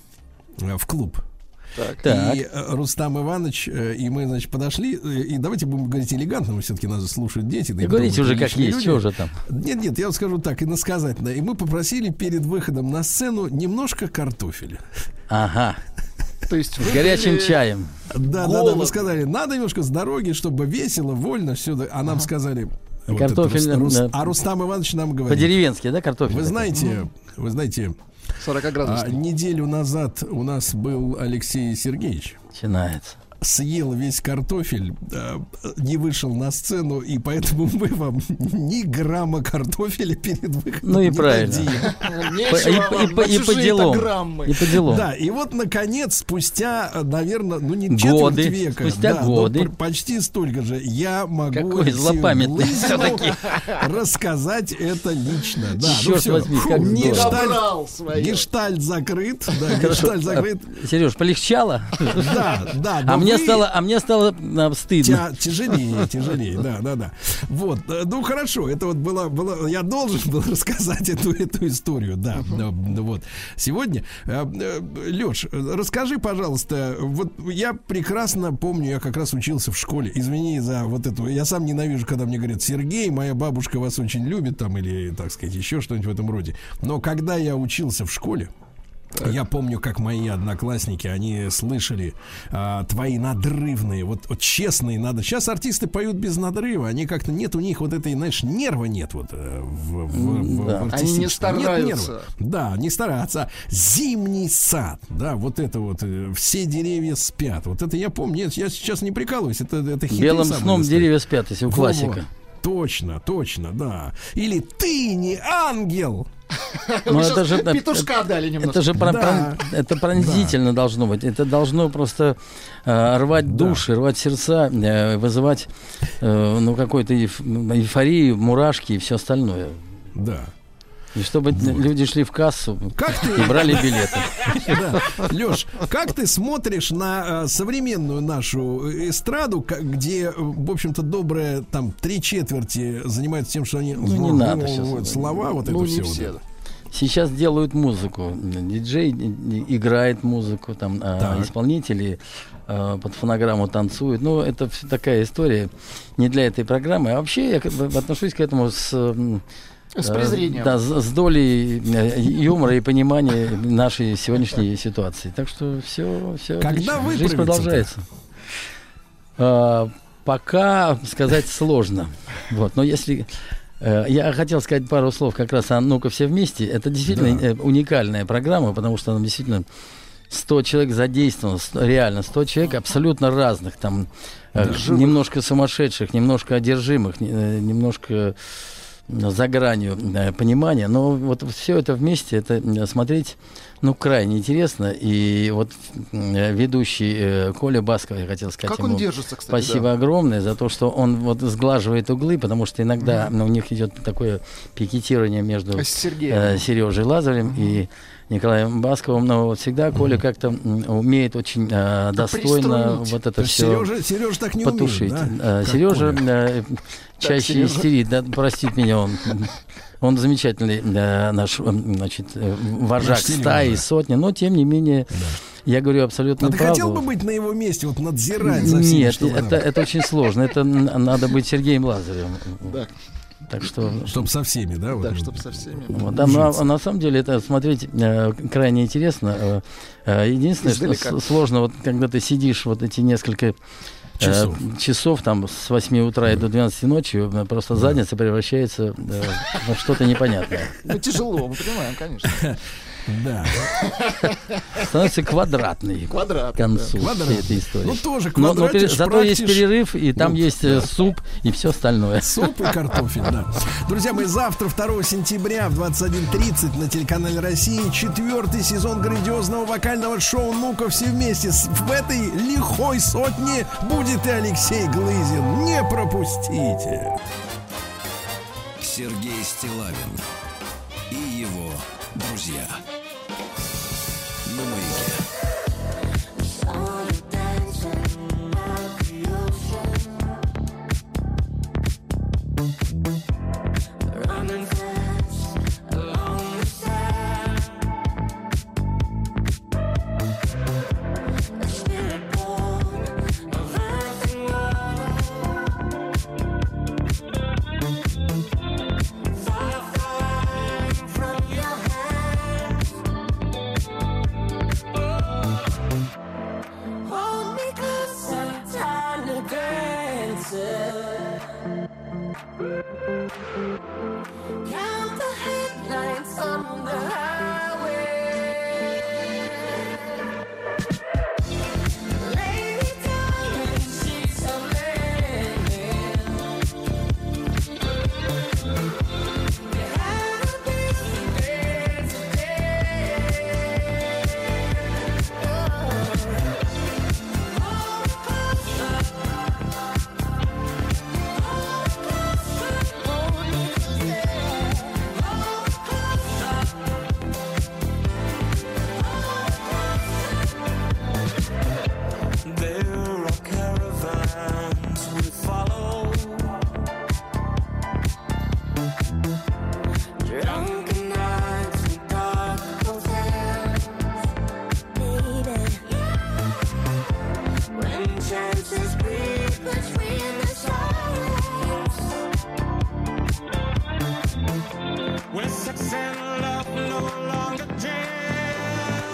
в клуб. Так. И Рустам Иванович, и мы, значит, подошли, и давайте будем говорить элегантно, все-таки нас слушают дети. Да, говорите уже как есть, что же там. Нет, нет, я вам скажу так, иносказательно. И мы попросили перед выходом на сцену немножко картофеля. Ага. То есть с горячим чаем. Да, да, да, мы сказали, надо немножко с дороги, чтобы весело, вольно, все. А нам сказали... Вот картофель. Рус, Рус, а Рустам Иванович нам говорит. По-деревенски, да, картофель? Вы знаете, вы знаете... сорок градусов. А, неделю назад у нас был Алексей Сергеевич. Начинается. Съел весь картофель, э, не вышел на сцену, и поэтому мы вам ни грамма картофеля перед выходом ну и не правильно. дадим. И по делам. И по делам. Да, и вот, наконец, спустя, наверное, ну не четверть годы, века, спустя да, годы. почти столько же, я могу Какой злопамятный все-таки рассказать это лично. Да, черт ну все, возьми, как не гештальт, добрал свое. Гештальт закрыт. Да, гештальт закрыт. А, Сереж, полегчало? Да, да. А мне стало, а мне стало а, стыдно. Тя, тяжелее, тяжелее, да, да, да. Вот, ну хорошо, это вот было, было я должен был рассказать эту, эту историю, да, uh-huh. вот. Сегодня, Леш, расскажи, пожалуйста, вот я прекрасно помню, я как раз учился в школе, извини за вот эту, я сам ненавижу, когда мне говорят, Сергей, моя бабушка вас очень любит, там, или, так сказать, еще что-нибудь в этом роде, но когда я учился в школе, Я помню, как мои одноклассники, они слышали а, твои надрывные, вот, вот честные надо. Сейчас артисты поют без надрыва, они как-то нет у них вот этой, знаешь, нерва нет вот в, в, да. в Они не стараются. Да, не стараются. Зимний сад, да, вот это вот все деревья спят. Вот это я помню. Нет, я сейчас не прикалываюсь. Это, это хиты. Белым сном деревья спят, если у классика. Точно, точно, да. Или ты не ангел. Ну, это же, петушка это, дали немножко. Это же про, да. про, это пронзительно да. должно быть. Это должно просто э, рвать души, да. рвать сердца, э, вызывать э, ну, какую-то эйфорию, мурашки и все остальное. Да. И чтобы вот. люди шли в кассу как ты... и брали билеты. Да. Лёш, как ты смотришь на э, современную нашу эстраду, где, в общем-то, добрая там три четверти занимаются тем, что они ну, не надо сейчас. слова, вот ну, это все. все. Вот. Сейчас делают музыку. Диджей играет музыку, там а исполнители а, под фонограмму танцуют. Ну, это такая история не для этой программы. А вообще я отношусь к этому с... С презрением. Да, с, с долей юмора и понимания нашей сегодняшней ситуации. Так что все, все Когда отлично. Жизнь продолжается. А, пока сказать сложно. Вот, но если... Я хотел сказать пару слов как раз о «Ну-ка все вместе». Это действительно да. уникальная программа, потому что она действительно сто человек задействовано, реально сто человек абсолютно разных, там Живых. немножко сумасшедших, немножко одержимых, немножко за гранью э, понимания, но вот все это вместе, это смотреть, ну, крайне интересно, и вот э, ведущий э, Коля Басков, я хотел сказать как ему он держится, кстати, спасибо да. огромное за то, что он вот сглаживает углы, потому что иногда mm-hmm. ну, у них идет такое пикетирование между э, Сережей Лазарем и Николаем Басковым, но вот всегда Коля как-то умеет очень э, достойно вот это все Сережа, Сережа так не потушить. Умеет, да? э, Сережа э, чаще Сережа? истерит, да, простит меня он. Он замечательный э, наш, значит, э, вожак стаи, сотни, но тем не менее, да. я говорю абсолютно правду. А ты хотел бы быть на его месте, вот надзирать за всеми? Нет, это, это очень сложно. Это надо быть Сергеем Лазаревым. Да. Так что... Чтобы со всеми, да? Да, вот, чтобы со всеми. Вот, да, на, на самом деле это смотреть э, крайне интересно. Э, единственное, Издалека. что сложно, вот когда ты сидишь вот эти несколько часов, э, часов там с восьми утра и до двенадцати ночи, просто задница превращается э, в что-то непонятное. Ну, тяжело, мы понимаем, конечно. Да. Становится квадратный Квадрат, к концу да. всей этой истории. Ну, тоже но, но пере, Зато практиш... есть перерыв, и там ну, есть да. суп и все остальное. Суп и картофель, да. Друзья мои, завтра, второго сентября в двадцать один тридцать на телеканале России четвертый сезон грандиозного вокального шоу «Ну-ка все вместе». В этой лихой сотне будет и Алексей Глызин. Не пропустите. Сергей Стиллавин и его друзья на Маяке. When sex and love no longer jam.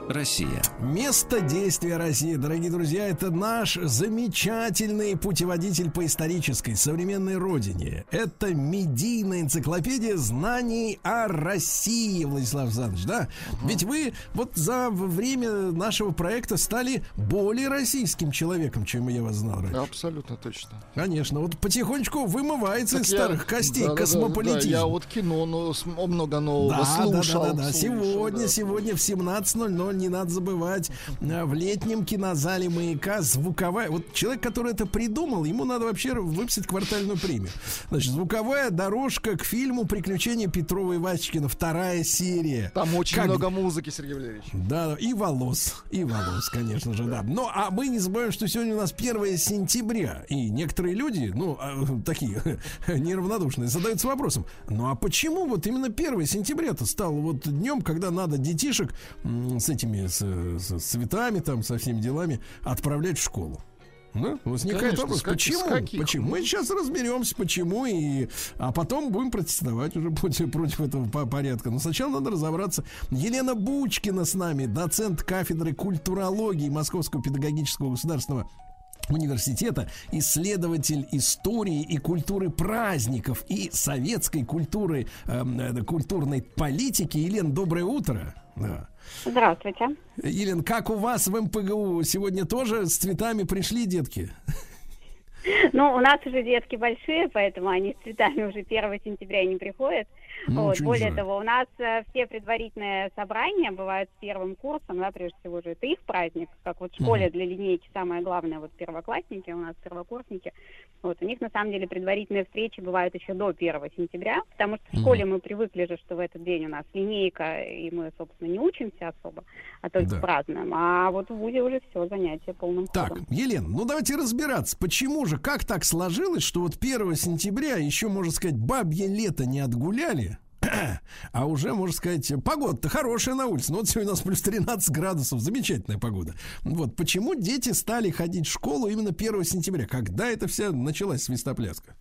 Россия. Место действия России, дорогие друзья, это наш замечательный путеводитель по исторической современной родине. Это медийная энциклопедия знаний о России, Владислав Александрович, да? Uh-huh. Ведь вы вот за время нашего проекта стали более российским человеком, чем я вас знал раньше. Абсолютно точно. Конечно, вот потихоньку вымывается так из я... старых костей да, космополитизм. Да, да, да, я вот кино ну, много нового да, слушал. Да, да, да, да. слушал Сегодня, да. сегодня в семнадцать ноль ноль не надо забывать, в летнем кинозале «Маяка» звуковая... Вот человек, который это придумал, ему надо вообще выписать квартальную премию. Значит, звуковая дорожка к фильму «Приключения Петрова и Васечкина», вторая серия. Там очень как... много музыки, Сергей Валерьевич. Да, и волос, и волос, конечно же, да. Но, а мы не забываем, что сегодня у нас первое сентября, и некоторые люди, ну, такие неравнодушные, задаются вопросом, ну, а почему вот именно первое сентября-то стало вот днем, когда надо детишек с этими С, с цветами, там, со всеми делами отправлять в школу. Да? Возникает вопрос, почему? Почему? Мы сейчас разберемся, почему, и... а потом будем протестовать уже против, против этого порядка. Но сначала надо разобраться. Елена Бучкина с нами, доцент кафедры культурологии Московского педагогического государственного университета, исследователь истории и культуры праздников и советской культуры, э, культурной политики. Елена, доброе утро. Да. Здравствуйте. Елена, как у вас в эм пэ гэ у? Сегодня тоже с цветами пришли детки? Ну, у нас уже детки большие, поэтому они с цветами уже первого сентября не приходят. Ну, вот. Более жаль. того, у нас э, все предварительные собрания бывают с первым курсом, да, прежде всего же это их праздник, как вот в школе mm-hmm. для линейки самое главное, вот первоклассники, у нас первокурсники, вот, у них на самом деле предварительные встречи бывают еще до первого сентября, потому что в школе mm-hmm. мы привыкли же, что в этот день у нас линейка, и мы, собственно, не учимся особо, а только да. празднуем, а вот в вузе уже все, занятия полным так, ходом. Так, Елена, ну давайте разбираться, почему же, как так сложилось, что вот первого сентября еще, можно сказать, бабье лето не отгуляли, а уже, можно сказать, погода-то хорошая на улице. Ну, вот сегодня у нас плюс тринадцать градусов, замечательная погода. Вот почему дети стали ходить в школу именно первого сентября? Когда это вся началась свистопляска?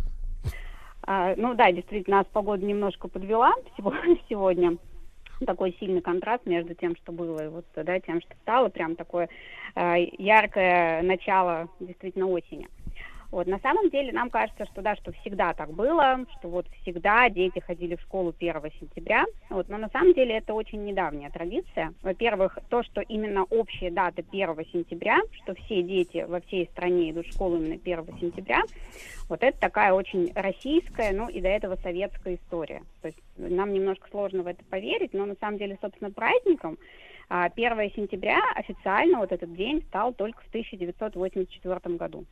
А, ну да, действительно, нас погода немножко подвела сегодня. Такой сильный контраст между тем, что было, и вот, да, тем, что стало. Прям такое э, яркое начало действительно осени. Вот, на самом деле нам кажется, что да, что всегда так было, что вот всегда дети ходили в школу первого сентября, вот, но на самом деле это очень недавняя традиция. Во-первых, то, что именно общая дата первого сентября, что все дети во всей стране идут в школу именно первого сентября, вот это такая очень российская, ну и до этого советская история. То есть нам немножко сложно в это поверить, но на самом деле, собственно, праздником первого сентября официально вот этот день стал только в тысяча девятьсот восемьдесят четвёртом году.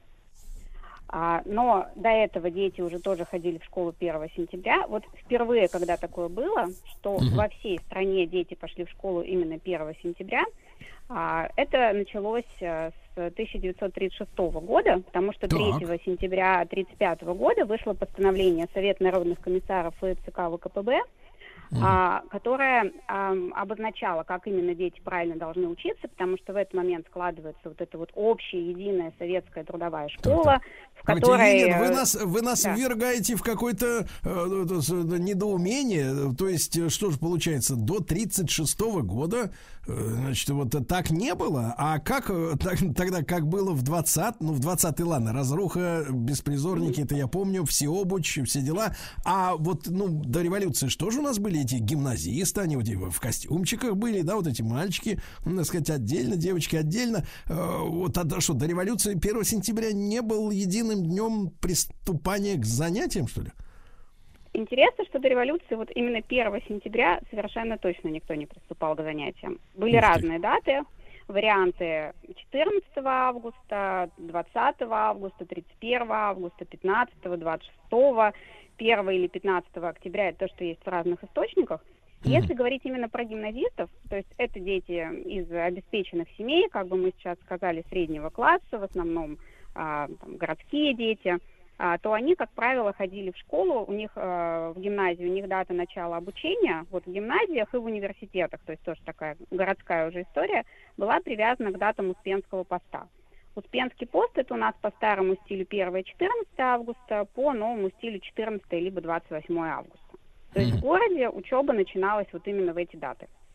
А, но до этого дети уже тоже ходили в школу первого сентября. Вот впервые, когда такое было, что uh-huh. во всей стране дети пошли в школу именно первого сентября, а, это началось а, с тысяча девятьсот тридцать шестого года, потому что третьего сентября тридцать пятого года вышло постановление Совета народных комиссаров и ЦК вэ ка пэ бэ, Uh-huh. а, которая а, обозначала, как именно дети правильно должны учиться, потому что в этот момент складывается вот эта вот общая, единая советская трудовая школа, в которой... Елена, вы нас, вы нас да. ввергаете в какое-то э, недоумение, то есть, что же получается, до тридцать шестого года, э, значит, вот так не было, а как так, тогда, как было в двадцатом, ну, в двадцатый, ладно, разруха, беспризорники, mm-hmm. это я помню, всеобуч, все дела, а вот, ну, до революции что же у нас были эти гимназисты, они вот в костюмчиках были, да, вот эти мальчики, так сказать, отдельно, девочки отдельно. Вот, а что, до революции первого сентября не был единым днем приступания к занятиям, что ли? Интересно, что до революции вот именно первого сентября совершенно точно никто не приступал к занятиям. Были разные даты, варианты четырнадцатого августа, двадцатого августа, тридцать первого августа, пятнадцатого, двадцать шестого, первого или пятнадцатого октября, это то, что есть в разных источниках. Mm-hmm. Если говорить именно про гимназистов, то есть это дети из обеспеченных семей, как бы мы сейчас сказали, среднего класса, в основном а, там, городские дети, а, то они, как правило, ходили в школу, у них а, в гимназии, у них дата начала обучения, вот в гимназиях и в университетах, то есть тоже такая городская уже история, была привязана к датам Успенского поста. Успенский пост — это у нас по старому стилю первое-четырнадцатое августа, по новому стилю четырнадцатое либо двадцать восьмое августа. То есть mm-hmm. в городе учеба начиналась вот именно в эти даты.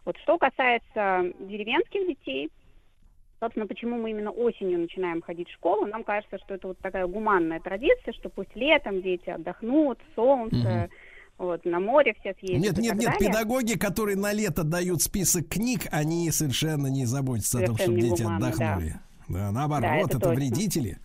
Вот что касается деревенских детей, собственно, почему мы именно осенью начинаем ходить в школу, нам кажется, что это вот такая гуманная традиция, что пусть летом дети отдохнут, солнце, угу. вот, на море все съездят. Нет, нет, нет, далее. Педагоги, которые на лето дают список книг, они совершенно не заботятся совершенно о том, чтобы дети гуманно, отдохнули. Да, да наоборот, да, это, это вредители.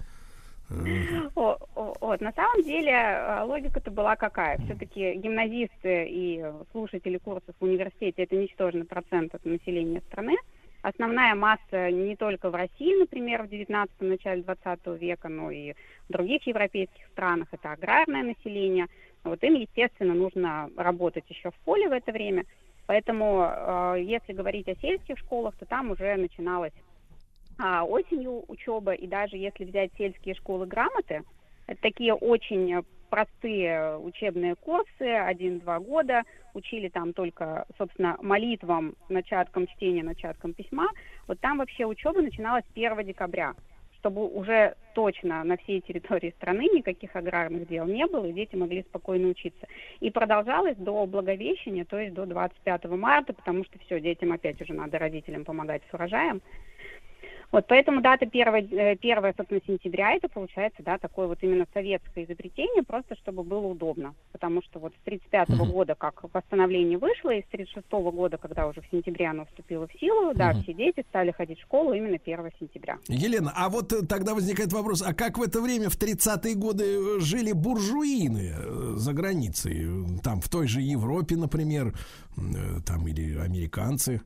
О, о, вот, на самом деле логика-то была какая? Все-таки гимназисты и слушатели курсов в университете — это ничтожный процент от населения страны. Основная масса не только в России, например, в девятнадцатом, начале двадцатого века, но и в других европейских странах — это аграрное население. Вот им, естественно, нужно работать еще в поле в это время. Поэтому, э, если говорить о сельских школах, то там уже начиналась а, осенью учеба. И даже если взять сельские школы грамоты, это такие очень простые учебные курсы, один-два года, учили там только, собственно, молитвам, начаткам чтения, начаткам письма. Вот там вообще учеба начиналась первого декабря, чтобы уже точно на всей территории страны никаких аграрных дел не было, и дети могли спокойно учиться. И продолжалось до Благовещения, то есть до двадцать пятого марта, потому что все, детям опять уже надо родителям помогать с урожаем. Вот, поэтому дата первого, собственно, сентября, это получается, да, такое вот именно советское изобретение, просто чтобы было удобно. Потому что вот с тридцать пятого mm-hmm. года, как постановление вышло, и с тридцать шестого года, когда уже в сентябре оно вступило в силу, mm-hmm. да, все дети стали ходить в школу именно первого сентября. Елена, а вот тогда возникает вопрос, а как в это время, в тридцатые годы, жили буржуины за границей? Там, в той же Европе, например, там, или американцы?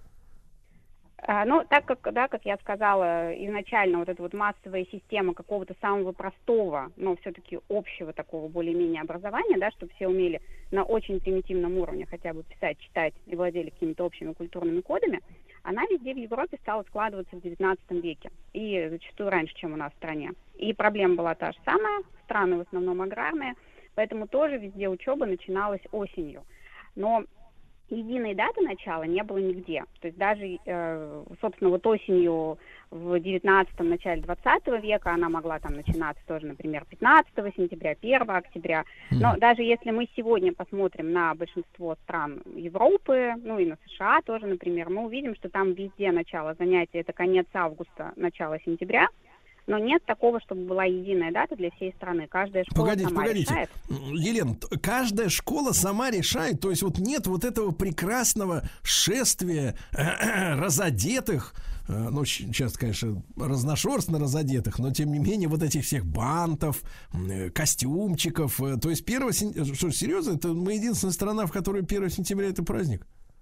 Ну, так как, да, как я сказала, изначально вот эта вот массовая система какого-то самого простого, но все-таки общего такого более-менее образования, да, чтобы все умели на очень примитивном уровне хотя бы писать, читать и владели какими-то общими культурными кодами, она везде в Европе стала складываться в девятнадцатом веке, и зачастую раньше, чем у нас в стране. И проблема была та же самая, страны в основном аграрные, поэтому тоже везде учеба начиналась осенью. Но единой даты начала не было нигде. То есть даже, э, собственно, вот осенью в девятнадцатом, начале двадцатого века она могла там начинаться тоже, например, пятнадцатого сентября, первого октября. Но даже если мы сегодня посмотрим на большинство стран Европы, ну и на США тоже, например, мы увидим, что там везде начало занятий — это конец августа, начало сентября. Но нет такого, чтобы была единая дата для всей страны. Каждая школа погодите, сама погодите. решает. Елена, каждая школа сама решает, то есть вот нет вот этого прекрасного шествия разодетых, ну, сейчас, конечно, разношерстно разодетых, но, тем не менее, вот этих всех бантов, костюмчиков. То есть первого сентября, что, серьезно, это мы единственная страна, в которой первого сентября это праздник?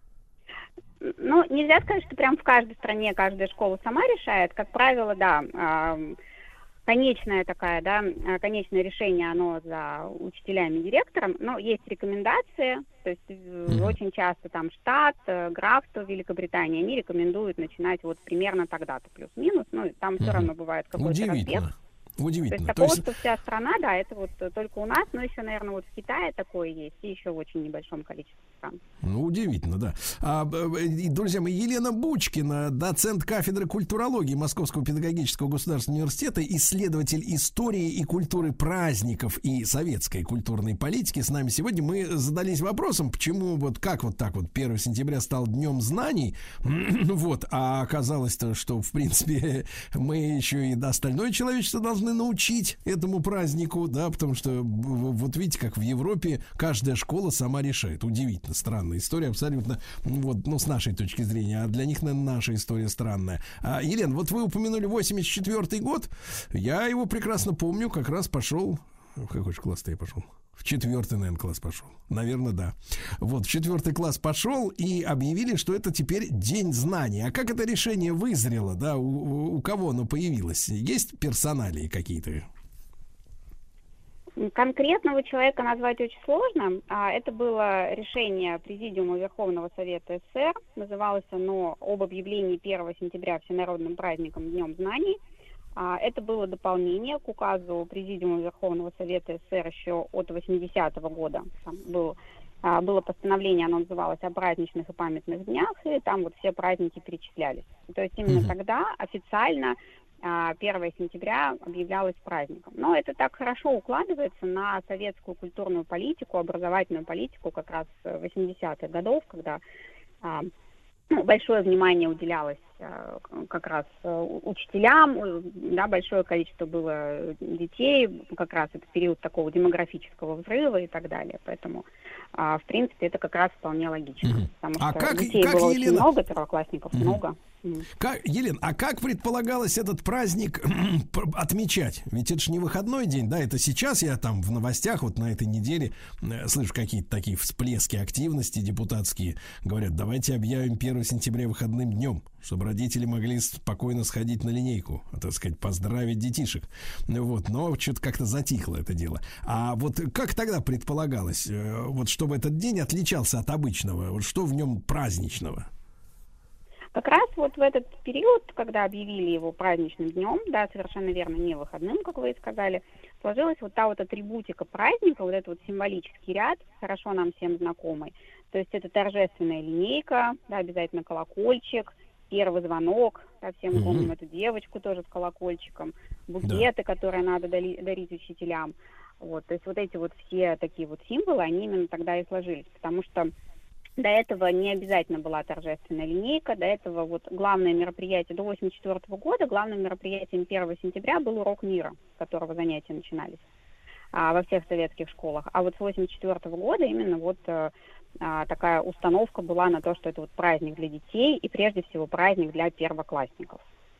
Ну, нельзя сказать, что прям в каждой стране каждая школа сама решает. Как правило, да, э, конечная такая, да, конечное решение, оно за учителями и директором, но есть рекомендации, то есть mm-hmm. очень часто там штат, графство Великобритании, они рекомендуют начинать вот примерно тогда-то, плюс-минус, ну, там mm-hmm. все равно бывает какой-то разбег. Удивительно. То есть такого, То есть... что вся страна, да, это вот только у нас, но еще, наверное, вот в Китае такое есть, и еще в очень небольшом количестве стран. Ну, удивительно, да. А, друзья мои, Елена Бучкина, доцент кафедры культурологии Московского педагогического государственного университета, исследователь истории и культуры праздников и советской культурной политики, с нами сегодня. Мы задались вопросом, почему вот как вот так вот первого сентября стал днем знаний, вот, а оказалось-то, что, в принципе, мы еще и остальное человечество должны научить этому празднику, да, потому что вот видите, как в Европе каждая школа сама решает. Удивительно, странная история, абсолютно, вот, ну, с нашей точки зрения, а для них, наверное, наша история странная. А, Елена, вот вы упомянули восемьдесят четвёртый год, я его прекрасно помню, как раз пошел, в какой же класс-то я пошел? В четвертый, наверное, класс пошел. Наверное, да. Вот, в четвертый класс пошел, и объявили, что это теперь День знаний. А как это решение вызрело, да, у, у кого оно появилось? Есть персоналии какие-то? Конкретного человека назвать очень сложно. Это было решение Президиума Верховного Совета СССР. Называлось оно «Об объявлении первого сентября всенародным праздником Днем знаний». Это было дополнение к указу Президиума Верховного Совета СССР еще от восьмидесятого года. Там был, было постановление, оно называлось «О праздничных и памятных днях», и там вот все праздники перечислялись. То есть именно тогда официально первого сентября объявлялось праздником. Но это так хорошо укладывается на советскую культурную политику, образовательную политику как раз восьмидесятых годов, когда ну, большое внимание уделялось э, как раз э, учителям, э, да, большое количество было детей, как раз это период такого демографического взрыва и так далее, поэтому, э, в принципе, это как раз вполне логично, mm-hmm. потому что а как, детей как, было Елена... очень много, первоклассников mm-hmm. много. Как, Елена, а как предполагалось этот праздник отмечать? Ведь это же не выходной день, да, это сейчас я там в новостях вот на этой неделе э, слышу какие-то такие всплески активности депутатские. Говорят, давайте объявим первое сентября выходным днем, чтобы родители могли спокойно сходить на линейку, так сказать, поздравить детишек. Вот, но что-то как-то затихло это дело. А вот как тогда предполагалось, э, вот чтобы этот день отличался от обычного, вот что в нем праздничного? Как раз вот в этот период, когда объявили его праздничным днем, да, совершенно верно, не выходным, как вы и сказали, сложилась вот та вот атрибутика праздника, вот этот вот символический ряд, хорошо нам всем знакомый. То есть это торжественная линейка, да, обязательно колокольчик, первый звонок, да, всем mm-hmm. помним эту девочку тоже с колокольчиком, букеты, да. которые надо дали, дарить учителям. Вот, то есть вот эти вот все такие вот символы, они именно тогда и сложились, потому что до этого не обязательно была торжественная линейка, до этого вот главное мероприятие, до восемьдесят четвёртого года главным мероприятием первого сентября был урок мира, с которого занятия начинались а, во всех советских школах. А вот с восемьдесят четвёртого года именно вот а, такая установка была на то, что это вот праздник для детей и прежде всего праздник для первоклассников.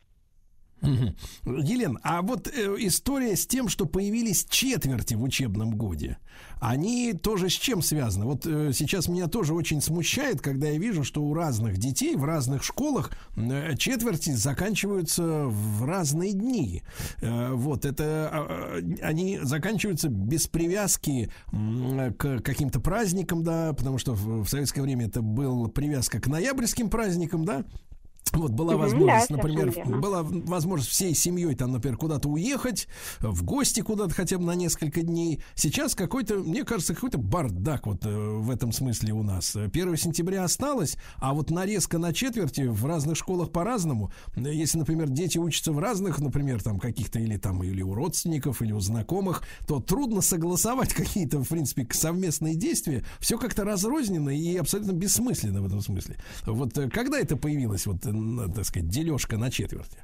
Елена, а вот э, история с тем, что появились четверти в учебном годе, они тоже с чем связаны? Вот э, сейчас меня тоже очень смущает, когда я вижу, что у разных детей в разных школах э, четверти заканчиваются в разные дни. Э, вот это э, они заканчиваются без привязки э, к каким-то праздникам, да, потому что в, в советское время это была привязка к ноябрьским праздникам, да. Вот была возможность, да, например, была возможность всей семьей там, например, куда-то уехать, в гости куда-то хотя бы на несколько дней. Сейчас какой-то, мне кажется, какой-то бардак вот э, в этом смысле у нас. первого сентября осталось, а вот нарезка на четверти в разных школах по-разному. Если, например, дети учатся в разных, например, там каких-то или там или у родственников, или у знакомых, то трудно согласовать какие-то, в принципе, совместные действия. Все как-то разрозненно и абсолютно бессмысленно в этом смысле. Вот когда это появилось, вот, так сказать, дележка на четверти?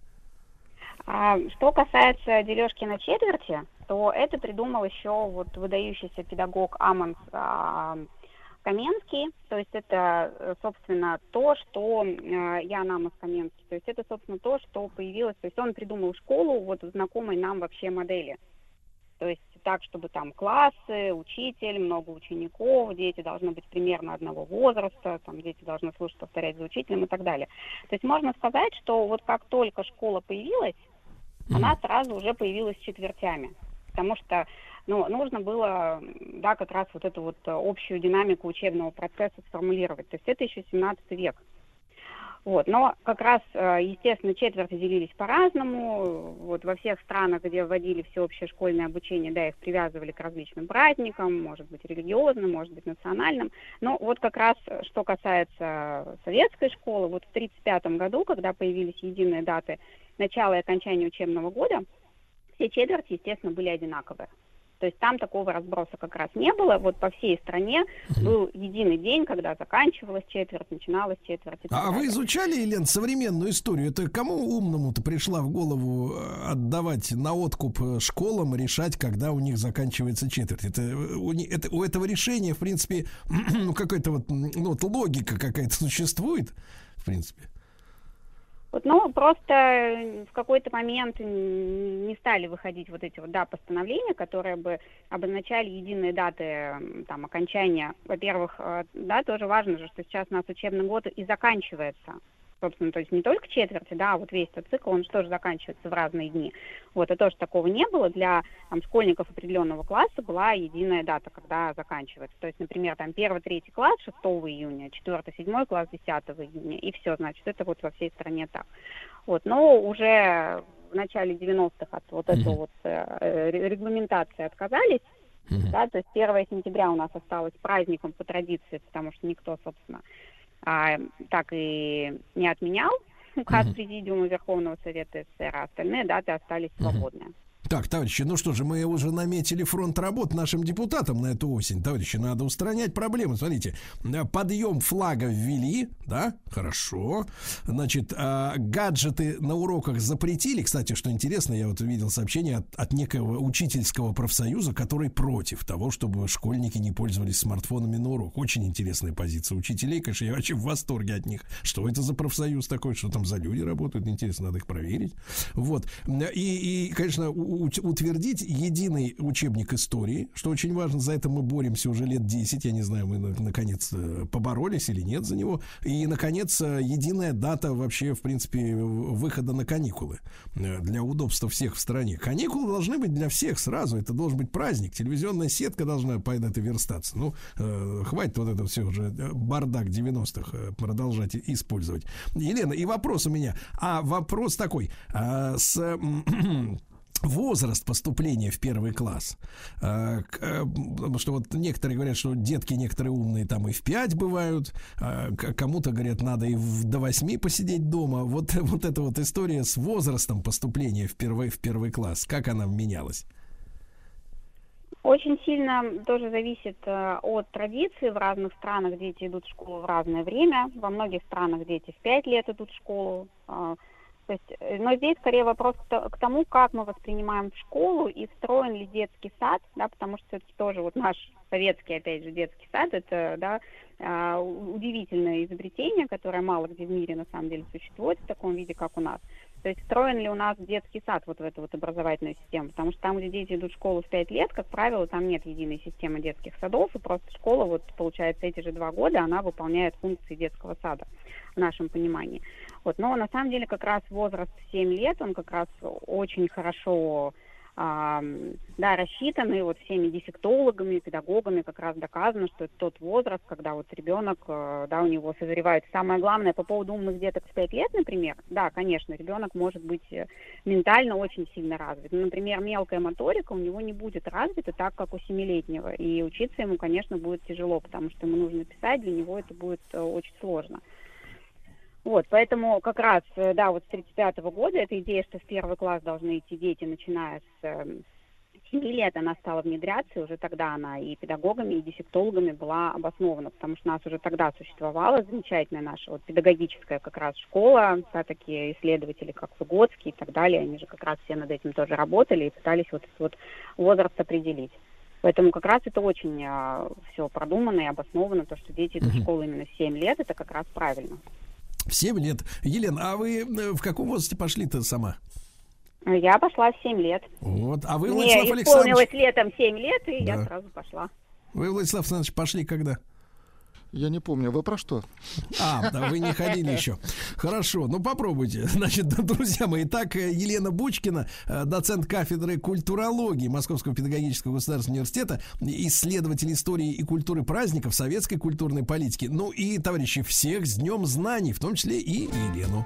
А, что касается дележки на четверти, то это придумал еще вот выдающийся педагог Амонс а, Каменский. То есть это, собственно, то, что а, Ян Амос Каменский. То есть это, собственно, то, что появилось. То есть он придумал школу вот в знакомой нам вообще модели. То есть так, чтобы там классы, учитель, много учеников, дети должны быть примерно одного возраста, там дети должны слушать, повторять за учителем и так далее. То есть можно сказать, что вот как только школа появилась, mm-hmm. она сразу уже появилась с четвертями. Потому что ну, нужно было, да, как раз вот эту вот общую динамику учебного процесса сформулировать. То есть это еще семнадцатый век. Вот. Но как раз, естественно, четверти делились по-разному. Вот во всех странах, где вводили всеобщее школьное обучение, да, их привязывали к различным праздникам, может быть, религиозным, может быть, национальным. Но вот как раз, что касается советской школы, вот в тридцать пятом году, когда появились единые даты начала и окончания учебного года, все четверти, естественно, были одинаковые. То есть там такого разброса как раз не было. Вот по всей стране был единый день, когда заканчивалась четверть, начиналась четверть. А вы изучали, Елена, современную историю? Это кому умному-то пришла в голову отдавать на откуп школам, решать, когда у них заканчивается четверть? Это у, это, у этого решения, в принципе, ну, какая-то вот, ну, вот логика какая-то существует, в принципе. Вот, ну, просто в какой-то момент не стали выходить вот эти вот, да, постановления, которые бы обозначали единые даты там, окончания. Во-первых, да, тоже важно же, что сейчас у нас учебный год и заканчивается. Собственно, то есть не только четверти, да, а вот весь этот цикл, он же тоже заканчивается в разные дни. Вот, и тоже такого не было. Для там, школьников определенного класса была единая дата, когда заканчивается. То есть, например, там первый-третий класс шестого июня, четвёртый-седьмой класс десятого июня, и все, значит, это вот во всей стране так. Вот, но уже в начале девяностых от вот mm-hmm. этого вот э, регламентации отказались. Mm-hmm. Да, то есть первого сентября у нас осталось праздником по традиции, потому что никто, собственно, А, так и не отменял указ uh-huh. Президиума Верховного Совета СССР, а остальные даты остались свободные. Так, товарищи, ну что же, мы уже наметили фронт работ нашим депутатам на эту осень. Товарищи, надо устранять проблемы. Смотрите, подъем флага ввели, да, хорошо. Значит, гаджеты на уроках запретили. Кстати, что интересно, я вот видел сообщение от, от некого учительского профсоюза, который против того, чтобы школьники не пользовались смартфонами на урок. Очень интересная позиция учителей, конечно, я вообще в восторге от них. Что это за профсоюз такой, что там за люди работают, интересно, надо их проверить. Вот, и, и конечно, утвердить единый учебник истории, что очень важно, за это мы боремся уже лет десять, я не знаю, мы наконец поборолись или нет за него, и, наконец, единая дата вообще, в принципе, выхода на каникулы для удобства всех в стране. Каникулы должны быть для всех сразу, это должен быть праздник, телевизионная сетка должна по этой верстаться. Ну, э, хватит вот это все уже бардак девяностых продолжать использовать. Елена, и вопрос у меня, а вопрос такой, а, с... возраст поступления в первый класс. Потому что вот некоторые говорят, что детки некоторые умные там и в пять бывают, кому-то говорят, надо и до восьми посидеть дома. Вот, вот эта вот история с возрастом поступления в первый, в первый класс, как она менялась? Очень сильно тоже зависит от традиции. В разных странах дети идут в школу в разное время. Во многих странах дети в пять лет идут в школу. То есть, но здесь скорее вопрос к тому, как мы воспринимаем школу и встроен ли детский сад, да, потому что все-таки тоже вот наш советский, опять же, детский сад, это, да, удивительное изобретение, которое мало где в мире на самом деле существует в таком виде, как у нас. То есть встроен ли у нас детский сад вот в эту вот образовательную систему, потому что там, где дети идут в школу в пять лет, как правило, там нет единой системы детских садов, и просто школа, вот получается, эти же два года, она выполняет функции детского сада в нашем понимании. Вот, но на самом деле как раз возраст семь лет, он как раз очень хорошо а, да, рассчитанный вот всеми дефектологами, педагогами, как раз доказано, что это тот возраст, когда вот ребенок, да, у него созревает. Самое главное по поводу умных деток в пять лет, например, да, конечно, ребенок может быть ментально очень сильно развит. Но, например, мелкая моторика у него не будет развита так, как у семилетнего, и учиться ему, конечно, будет тяжело, потому что ему нужно писать, для него это будет очень сложно. Вот, поэтому как раз, да, вот с тридцать пятого года эта идея, что в первый класс должны идти дети, начиная с семи лет, она стала внедряться, и уже тогда она и педагогами, и дефектологами была обоснована, потому что у нас уже тогда существовала замечательная наша вот педагогическая как раз школа, да, такие исследователи, как Выгодский и так далее, они же как раз все над этим тоже работали и пытались вот этот вот возраст определить. Поэтому как раз это очень а, все продумано и обосновано, то, что дети идут в школу именно в семь лет, это как раз правильно. В семь лет. Елена, а вы в каком возрасте пошли-то сама? Я пошла в семь лет. Вот. А вы, Мне Владислав Александрович... исполнилось летом семь лет, и да. я сразу пошла. Вы, Владислав Александрович, пошли когда? Я не помню. Вы про что? А, да, вы не ходили еще. Хорошо, ну попробуйте. Значит, друзья мои, итак, Елена Бучкина, доцент кафедры культурологии Московского педагогического государственного университета, исследователь истории и культуры праздников, советской культурной политики. Ну и, товарищи, всех с Днем Знаний, в том числе и Елену.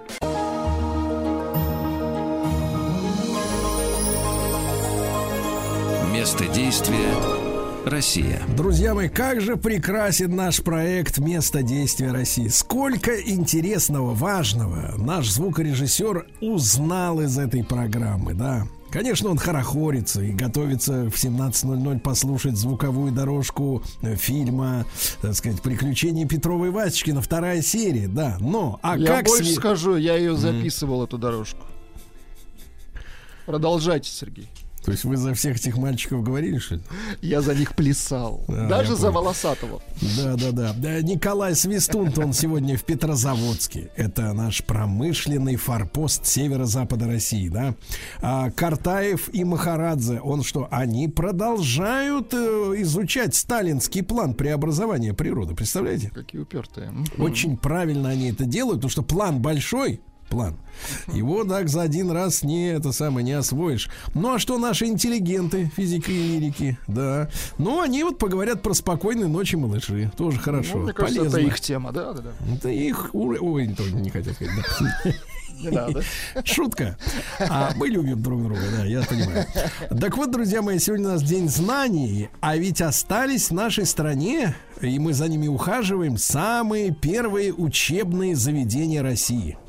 Место действия Россия. Друзья мои, как же прекрасен наш проект «Место действия России». Сколько интересного, важного наш звукорежиссер узнал из этой программы, да. Конечно, он хорохорится и готовится в семнадцать ноль ноль послушать звуковую дорожку фильма, так сказать, «Приключения Петрова и Васечкина», вторая серия, да. Но, а я как... больше сме... скажу, я ее записывал, mm. эту дорожку. Продолжайте, Сергей. То есть вы за всех этих мальчиков говорили, что ли? Я за них плясал. А, даже за Волосатого. Да, да, да, да. Николай Свистун, он сегодня в Петрозаводске. Это наш промышленный форпост северо-запада России, да. А Картаев и Махарадзе, он что, они продолжают э, изучать сталинский план преобразования природы. Представляете? Какие упертые. Очень правильно они это делают, потому что план большой. План. Его так за один раз не это самое не освоишь. Ну а что наши интеллигенты, физики и лирики, да. Ну они вот поговорят про спокойной ночи, малыши. Тоже хорошо. Ну, мне кажется, полезно. Это их тема, да, да, да. Это их. Ой, тоже не хотел сказать. Да. Не надо. Шутка. А мы любим друг друга, да, я понимаю. Так вот, друзья мои, сегодня у нас День знаний, а ведь остались в нашей стране, и мы за ними ухаживаем, самые первые учебные заведения России.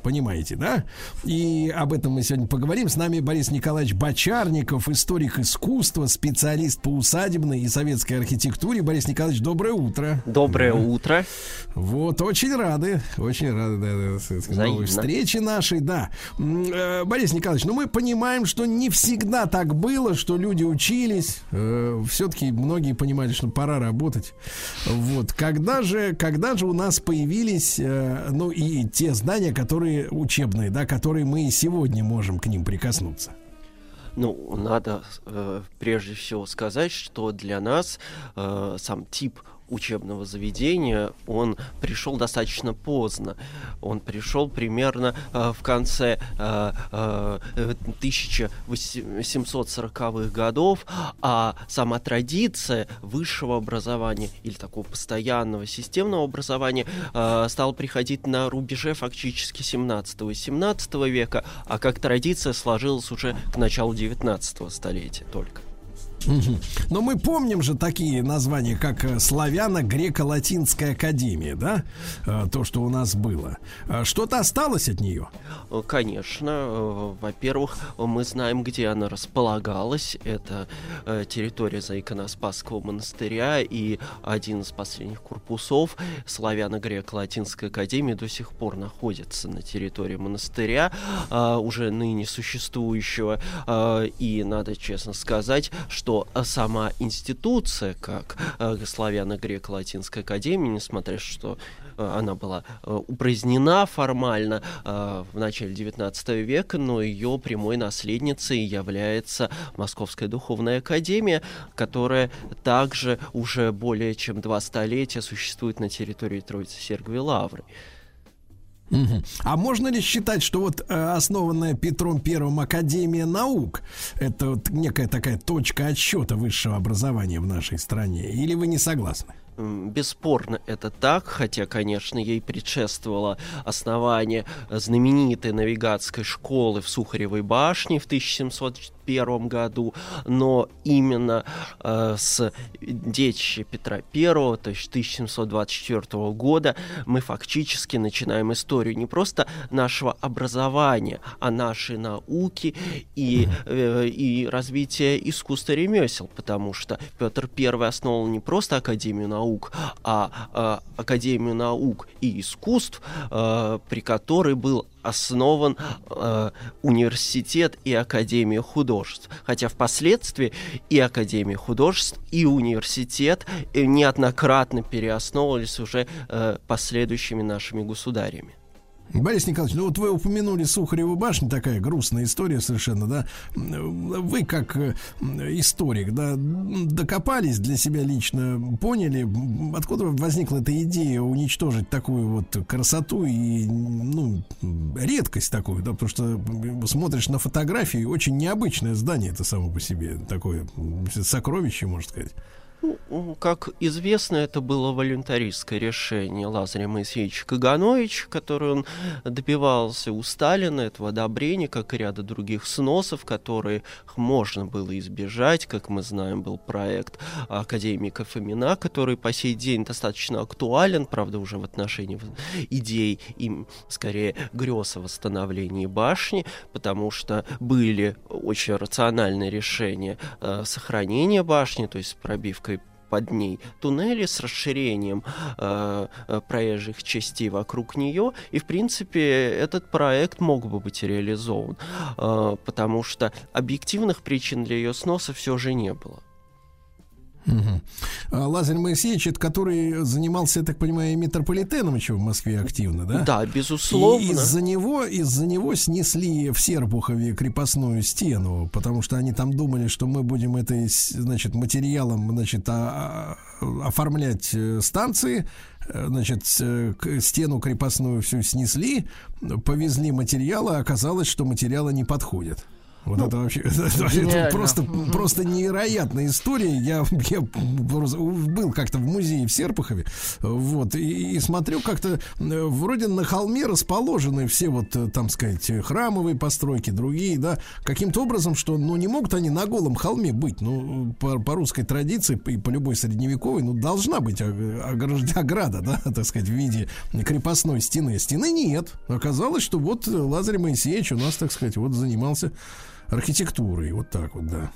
понимаете, да? И об этом мы сегодня поговорим. С нами Борис Николаевич Бочарников, историк искусства, специалист по усадебной и советской архитектуре. Борис Николаевич, доброе утро. Доброе да. утро. Вот, очень рады, очень рады да, да, новой встрече нашей, да. Борис Николаевич, ну мы понимаем, что не всегда так было, что люди учились. Все-таки многие понимали, что пора работать. Вот, когда же, когда же у нас появились, ну и те здания, которые учебные, да, которые мы и сегодня можем к ним прикоснуться? Ну, надо э, прежде всего сказать, что для нас э, сам тип учебного заведения, он пришел достаточно поздно. Он пришел примерно э, в конце э, э, тысяча восемьсот сороковых годов, а сама традиция высшего образования или такого постоянного системного образования э, стала приходить на рубеже фактически семнадцатого и семнадцатого века, а как традиция сложилась уже к началу девятнадцатого столетия только. Но мы помним же такие названия, как Славяно-Греко-Латинская академия, да? То, что у нас было. Что-то осталось от нее? Конечно. Во-первых, мы знаем, где она располагалась. Это территория за Иконоспасского монастыря, и один из последних корпусов Славяно-Греко-Латинской академии до сих пор находится на территории монастыря, уже ныне существующего. И надо честно сказать, что сама институция, как э, Славяно-Греко-Латинская академия, несмотря что э, она была э, упразднена формально э, в начале девятнадцатого века, но ее прямой наследницей является Московская духовная академия, которая также уже более чем два столетия существует на территории Троицы-Сергиевой Лавры. Угу. А можно ли считать, что вот э, основанная Петром Первым Академия наук это вот некая такая точка отсчета высшего образования в нашей стране? Или вы не согласны? Бесспорно это так, хотя, конечно, ей предшествовало основание знаменитой навигатской школы в Сухаревой башне в тысяча семьсот первом году, но именно э, с детища Петра Первого, то есть тысяча семьсот двадцать четвёртого года, мы фактически начинаем историю не просто нашего образования, а нашей науки и, э, и развития искусства ремесел, потому что Петр Первый основал не просто Академию наук, а э, Академию наук и искусств, э, при которой был основан э, университет и Академия художеств. Хотя впоследствии и Академия художеств, и университет неоднократно переосновывались уже э, последующими нашими государями. Борис Николаевич, ну вот вы упомянули Сухареву башню, такая грустная история совершенно, да? Вы как историк, да, докопались для себя лично, поняли, откуда возникла эта идея уничтожить такую вот красоту и, ну, редкость такую, да, потому что смотришь на фотографии, очень необычное здание это само по себе, такое сокровище, можно сказать. Как известно, это было волюнтаристское решение Лазаря Моисеевича Кагановича, которое он добивался у Сталина, этого одобрения, как и ряда других сносов, которые можно было избежать. Как мы знаем, был проект академика Фомина, который по сей день достаточно актуален, правда, уже в отношении идей и, скорее, грез о восстановлении башни, потому что были очень рациональные решения э, сохранения башни, то есть пробивкой под ней туннели с расширением э, проезжих частей вокруг нее, и в принципе этот проект мог бы быть реализован, э, потому что объективных причин для ее сноса все же не было. Угу. Лазарь Моисеевич, это который занимался, я так понимаю, метрополитеном еще в Москве активно, да? Да, безусловно. И из-за него, из-за него снесли в Серпухове крепостную стену, потому что они там думали, что мы будем этой, значит, материалом, значит, а, а, оформлять станции. Значит, стену крепостную всю снесли, повезли материалы, а оказалось, что материалы не подходят. Вот ну, это вообще это, это просто, просто невероятная история. Я, я был как-то в музее в Серпухове, вот, и, и смотрю, как-то вроде на холме расположены все вот, там сказать, храмовые постройки, другие, да, каким-то образом, что, ну, не могут они на голом холме быть, ну, по, по русской традиции и по любой средневековой, ну, должна быть ограда, да, так сказать, в виде крепостной стены. Стены нет. Оказалось, что вот Лазарь Моисеевич у нас, так сказать, вот занимался архитектурой, вот так вот, да.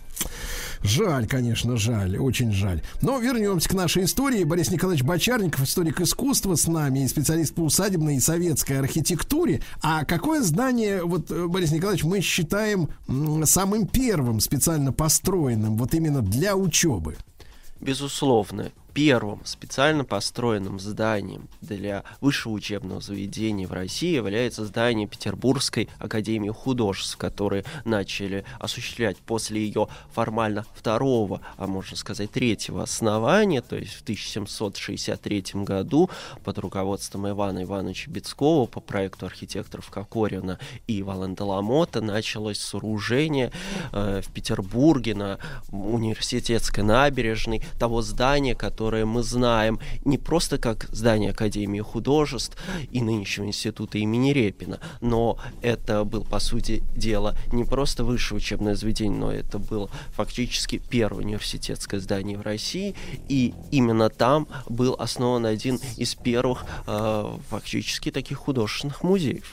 Жаль, конечно, жаль, очень жаль. Но вернемся к нашей истории. Борис Николаевич Бочарников, историк искусства, с нами, и специалист по усадебной и советской архитектуре. А какое здание, вот, Борис Николаевич, мы считаем самым первым специально построенным вот именно для учебы? Безусловно, первым специально построенным зданием для высшего учебного заведения в России является здание Петербургской академии художеств, которые начали осуществлять после ее формально второго, а можно сказать третьего основания, то есть в тысяча семьсот шестьдесят третьем году под руководством Ивана Ивановича Бецкова по проекту архитекторов Кокорина и Вален-де-Ламота началось сооружение э, в Петербурге на университетской набережной того здания, которое которое мы знаем не просто как здание Академии художеств и нынешнего института имени Репина, но это был, по сути дела, не просто высшее учебное заведение, но это было фактически первое университетское здание в России, и именно там был основан один из первых э, фактически таких художественных музеев.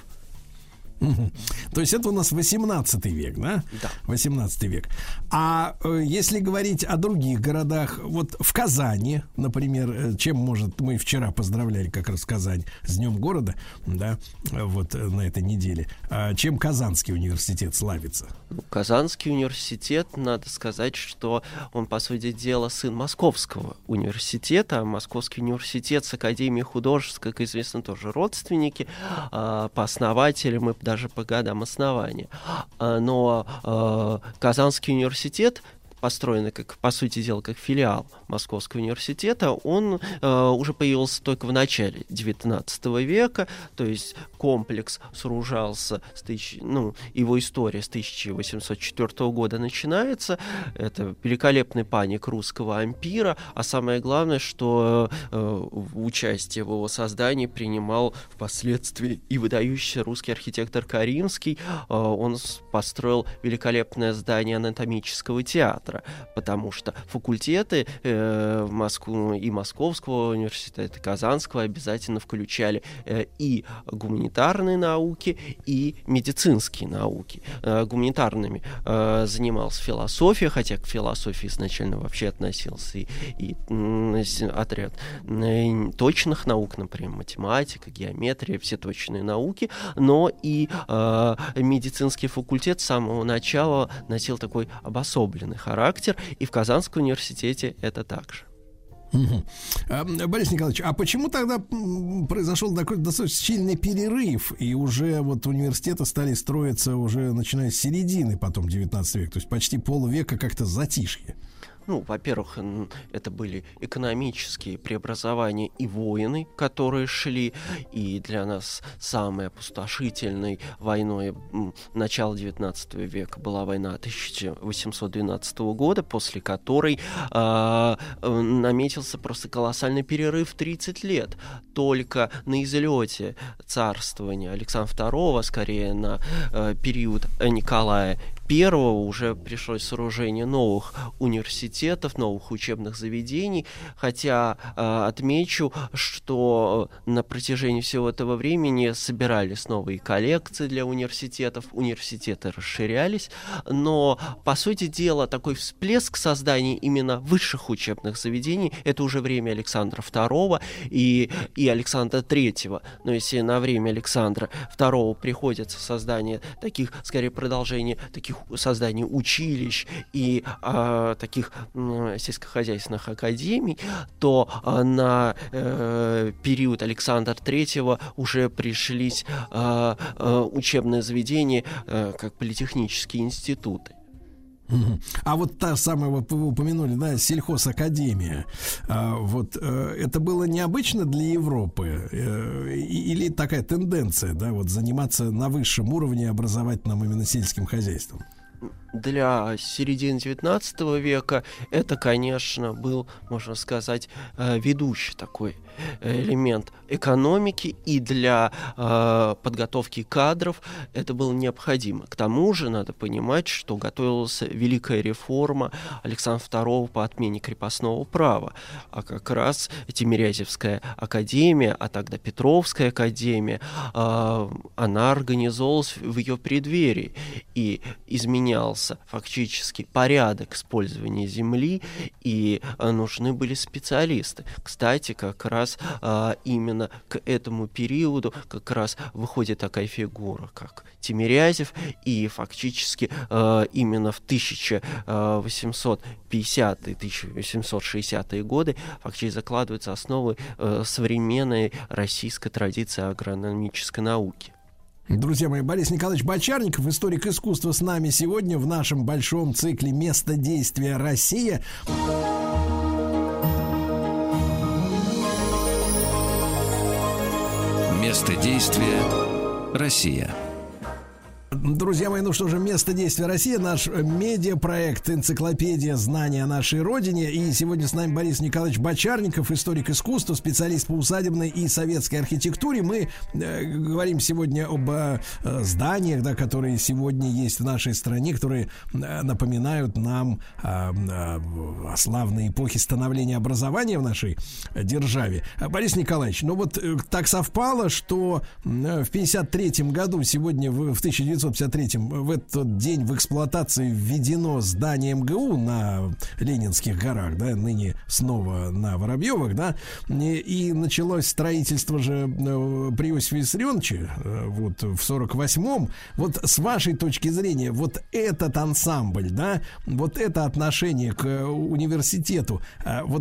Угу. То есть это у нас восемнадцатый век, да? Да. восемнадцатый век. А э, если говорить о других городах, вот в Казани, например, чем может, мы вчера поздравляли как раз Казань с Днем города, да, вот на этой неделе. А чем Казанский университет славится? Казанский университет, надо сказать, что он, по сути дела, сын Московского университета. Московский университет с Академией художеств, как известно, тоже родственники, э, по основателям и даже по годам основания. Но э, Казанский университет, построенный, как, по сути дела, как филиал Московского университета, он э, уже появился только в начале девятнадцатого века, то есть комплекс сооружался, с тысяч... ну, его история с тысяча восемьсот четвёртого года начинается, это великолепный памятник русского ампира, а самое главное, что э, участие в его создании принимал впоследствии и выдающийся русский архитектор Каринский, э, он построил великолепное здание анатомического театра, потому что факультеты э, в Москву и Московского университета, и Казанского обязательно включали э, и гуманитарные науки, и медицинские науки. Э, гуманитарными э, занимался философия, хотя к философии изначально вообще относился и, и э, отряд э, точных наук, например, математика, геометрия, все точные науки, но и э, медицинский факультет с самого начала носил такой обособленный характер. характер, и в Казанском университете это также. Угу. А, Борис Николаевич, а почему тогда произошел такой достаточно сильный перерыв, и уже вот университеты стали строиться уже начиная с середины потом девятнадцатого века, то есть почти полвека как-то затишье? Ну, во-первых, это были экономические преобразования и войны, которые шли, и для нас самой опустошительной войной начала девятнадцатого века была война тысяча восемьсот двенадцатого года, после которой э, наметился просто колоссальный перерыв в тридцать лет. Только на излете царствования Александра второго, скорее на э, период Николая Первого, уже пришлось сооружение новых университетов, новых учебных заведений, хотя э, отмечу, что на протяжении всего этого времени собирались новые коллекции для университетов, университеты расширялись, но, по сути дела, такой всплеск создания именно высших учебных заведений — это уже время Александра второго и, и Александра третьего. Но если на время Александра второго приходится создание таких, скорее, продолжение таких создание училищ и э, таких э, сельскохозяйственных академий, то э, на э, период Александра третьего уже пришлись э, э, учебные заведения, э, как политехнические институты. А вот та самая, вот вы упомянули, да, сельхозакадемия, а, вот а, это было необычно для Европы а, или такая тенденция, да, вот заниматься на высшем уровне образовательным именно сельским хозяйством? для середины девятнадцатого века это, конечно, был, можно сказать, ведущий такой элемент экономики, и для э, подготовки кадров это было необходимо. К тому же надо понимать, что готовилась великая реформа Александра второго по отмене крепостного права, а как раз Тимирязевская академия, а тогда Петровская академия, э, она организовалась в ее преддверии, и изменялся фактически порядок использования земли, и э, нужны были специалисты. Кстати, как раз А, именно к этому периоду как раз выходит такая фигура, как Тимирязев, и фактически а, именно в тысяча восемьсот пятидесятые — тысяча восемьсот шестидесятые годы фактически закладываются основы а, современной российской традиции агрономической науки. Друзья мои, Борис Николаевич Бочарников, историк искусства, с нами сегодня в нашем большом цикле «Место действия. Россия». Место действия Россия. Друзья мои, ну что же, место действия Россия, наш медиапроект «Энциклопедия знаний о нашей родине». И сегодня с нами Борис Николаевич Бочарников, историк искусства, специалист по усадебной и советской архитектуре. Мы э, говорим сегодня об э, зданиях, да, которые сегодня есть в нашей стране, которые э, напоминают нам э, э, о славной эпохе становления образования в нашей державе. Борис Николаевич, ну вот э, так совпало, что э, в пятьдесят третьем году, сегодня в, в тысяча девятьсот пятьдесят третьем, в этот день в эксплуатацию введено здание МГУ на Ленинских горах, да, ныне снова на Воробьевых, да, и, и началось строительство же при Иосифе Виссарионовиче вот в сорок восьмом. Вот с вашей точки зрения, вот этот ансамбль, да, вот это отношение к университету, вот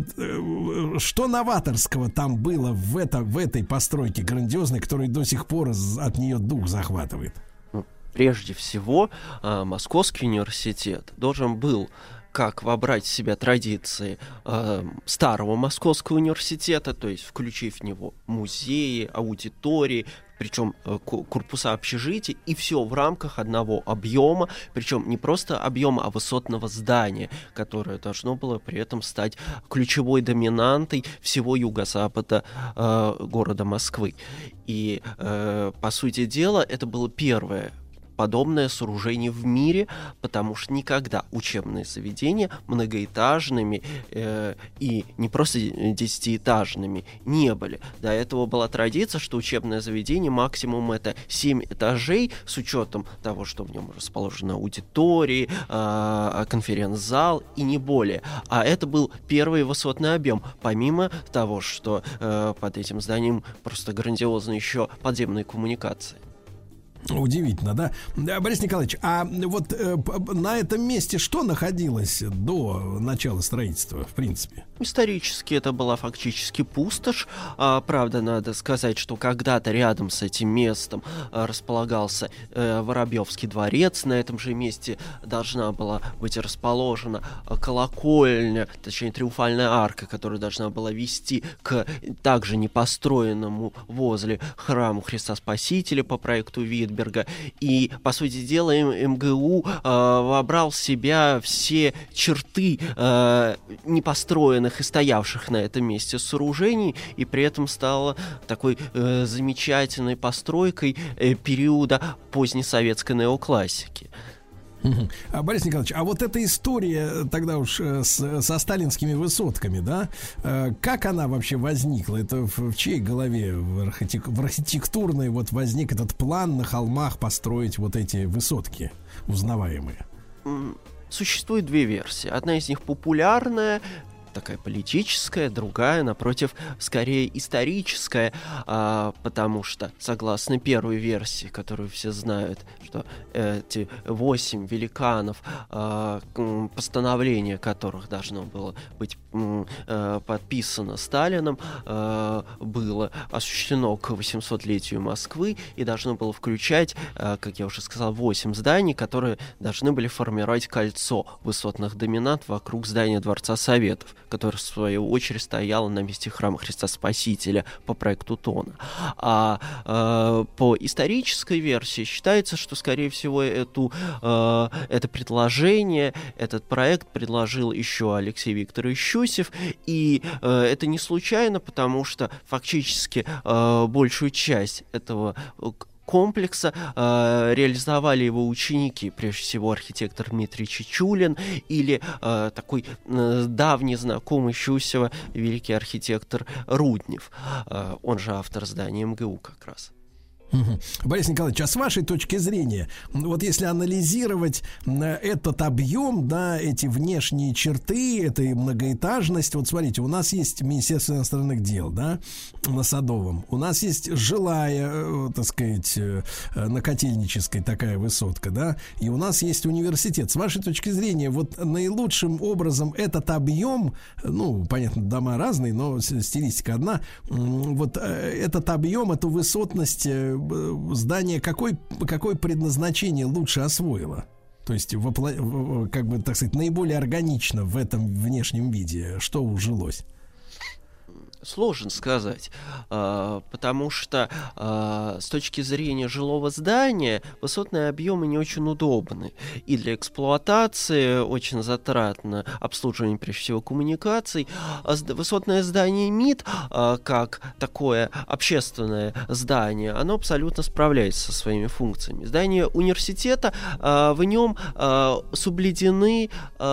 что новаторского там было в, это, в этой постройке грандиозной, которая до сих пор от нее дух захватывает? Прежде всего, Московский университет должен был как вобрать в себя традиции э, старого Московского университета, то есть включив в него музеи, аудитории, причем э, корпуса общежитий, и все в рамках одного объема, причем не просто объема, а высотного здания, которое должно было при этом стать ключевой доминантой всего юго-запада э, города Москвы. И, э, по сути дела, это было первое подобное сооружение в мире, потому что никогда учебные заведения многоэтажными э, и не просто десятиэтажными не были. До этого была традиция, что учебное заведение максимум это семь этажей, с учетом того, что в нем расположены аудитории, э, конференц-зал и не более. А это был первый высотный объем, помимо того, что э, под этим зданием просто грандиозно еще подземные коммуникации. Удивительно, да? Борис Николаевич, а вот э, на этом месте что находилось до начала строительства, в принципе? Исторически это была фактически пустошь. А, правда, надо сказать, что когда-то рядом с этим местом а, располагался э, Воробьевский дворец. На этом же месте должна была быть расположена а, колокольня, точнее, триумфальная арка, которая должна была вести к также непостроенному возле храму Христа Спасителя по проекту Витберга. И, по сути дела, МГУ э, вобрал в себя все черты э, непостроенных и стоявших на этом месте сооружений, и при этом стала такой э, замечательной постройкой э, периода позднесоветской неоклассики. А, Борис Николаевич, а вот эта история тогда уж с, со сталинскими высотками, да, как она вообще возникла? Это в, в чьей голове в, архитек, в архитектурной вот возник этот план на холмах построить вот эти высотки узнаваемые? Существует две версии. Одна из них популярная, такая политическая, другая, напротив, скорее историческая, а, потому что, согласно первой версии, которую все знают, что эти восемь великанов, а, постановление которых должно было быть э, подписано Сталином, э, было осуществлено к восьмисотлетию Москвы и должно было включать, э, как я уже сказал, восемь зданий, которые должны были формировать кольцо высотных доминант вокруг здания Дворца Советов, которое, в свою очередь, стояло на месте храма Христа Спасителя по проекту Тона. А э, по исторической версии считается, что, скорее всего, эту, э, это предложение, этот проект предложил еще Алексей Викторович Щусев, и э, это не случайно, потому что фактически э, большую часть этого комплекса э, реализовали его ученики, прежде всего архитектор Дмитрий Чичулин или э, такой э, давний знакомый Щусева, великий архитектор Руднев, э, он же автор здания МГУ как раз. Угу. Борис Николаевич, а с вашей точки зрения, вот если анализировать этот объем, да, эти внешние черты, эта многоэтажность, вот смотрите, у нас есть Министерство иностранных дел, да, на Садовом, у нас есть жилая, так сказать, на Котельнической такая высотка, да, и у нас есть университет. С вашей точки зрения, вот наилучшим образом этот объем, ну, понятно, дома разные, но стилистика одна, вот этот объем, эту высотность здание какой, какое предназначение лучше освоило? То есть, вопло, как бы, так сказать, наиболее органично в этом внешнем виде, что ужилось? Сложно сказать, потому что с точки зрения жилого здания высотные объемы не очень удобны. И для эксплуатации очень затратно обслуживание, прежде всего, коммуникаций. Высотное здание МИД, как такое общественное здание, оно абсолютно справляется со своими функциями. Здание университета, в нем соблюдены,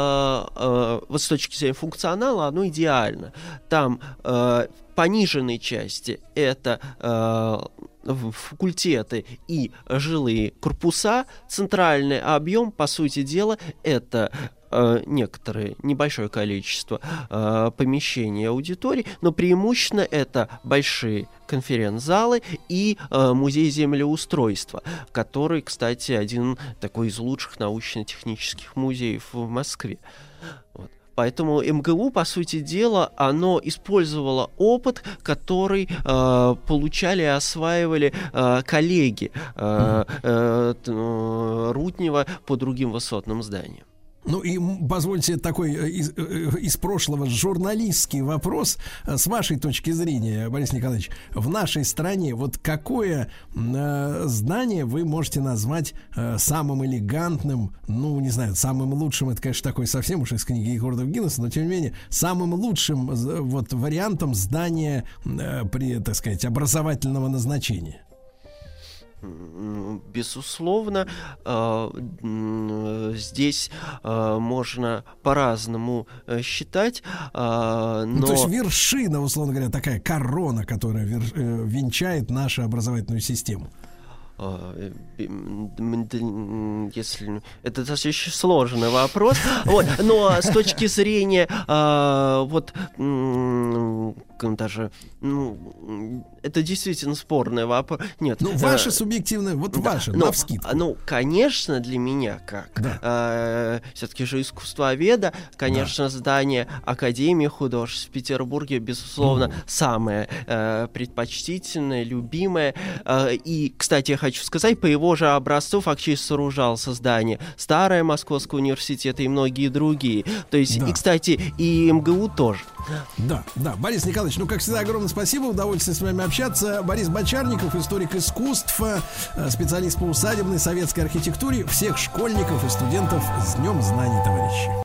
вот с точки зрения функционала, оно идеально. Там пониженной части это э, факультеты и жилые корпуса. Центральный объем, по сути дела, это э, некоторое небольшое количество э, помещений и аудиторий, но преимущественно это большие конференц-залы и э, музей землеустройства, который, кстати, один такой из лучших научно-технических музеев в Москве. Вот. Поэтому МГУ, по сути дела, оно использовало опыт, который э, получали и осваивали э, коллеги э, э, э, Руднева по другим высотным зданиям. Ну и позвольте такой из, из прошлого журналистский вопрос. С вашей точки зрения, Борис Николаевич, в нашей стране вот какое э, здание вы можете назвать э, самым элегантным, ну, не знаю, самым лучшим, это, конечно, такой совсем уж из книги рекордов Гиннесса, но тем не менее, самым лучшим вот вариантом здания э, при, так сказать, образовательного назначения? Безусловно, здесь можно по-разному считать, но... Ну, то есть вершина, условно говоря, такая корона, которая венчает нашу образовательную систему. Если это достаточно сложный вопрос, вот, но с точки зрения вот даже, ну, это действительно спорный вопрос. Нет. Ну, ваше субъективное, вот да, ваше, ну, навскидку. Ну, конечно, для меня, как да. э, все-таки же искусствоведа, конечно, да. здание Академии художеств в Петербурге, безусловно, mm. самое э, предпочтительное, любимое. Э, и, кстати, я хочу сказать, по его же образцу фактически сооружался здание Старое Московского университета и многие другие. То есть, да. и, кстати, и МГУ тоже. Да, да. Борис Николаевич, ну, как всегда, огромное спасибо. Удовольствие с вами общаться. Борис Бочарников, историк искусств, специалист по усадебной советской архитектуре. Всех школьников и студентов с Днем знаний, товарищи.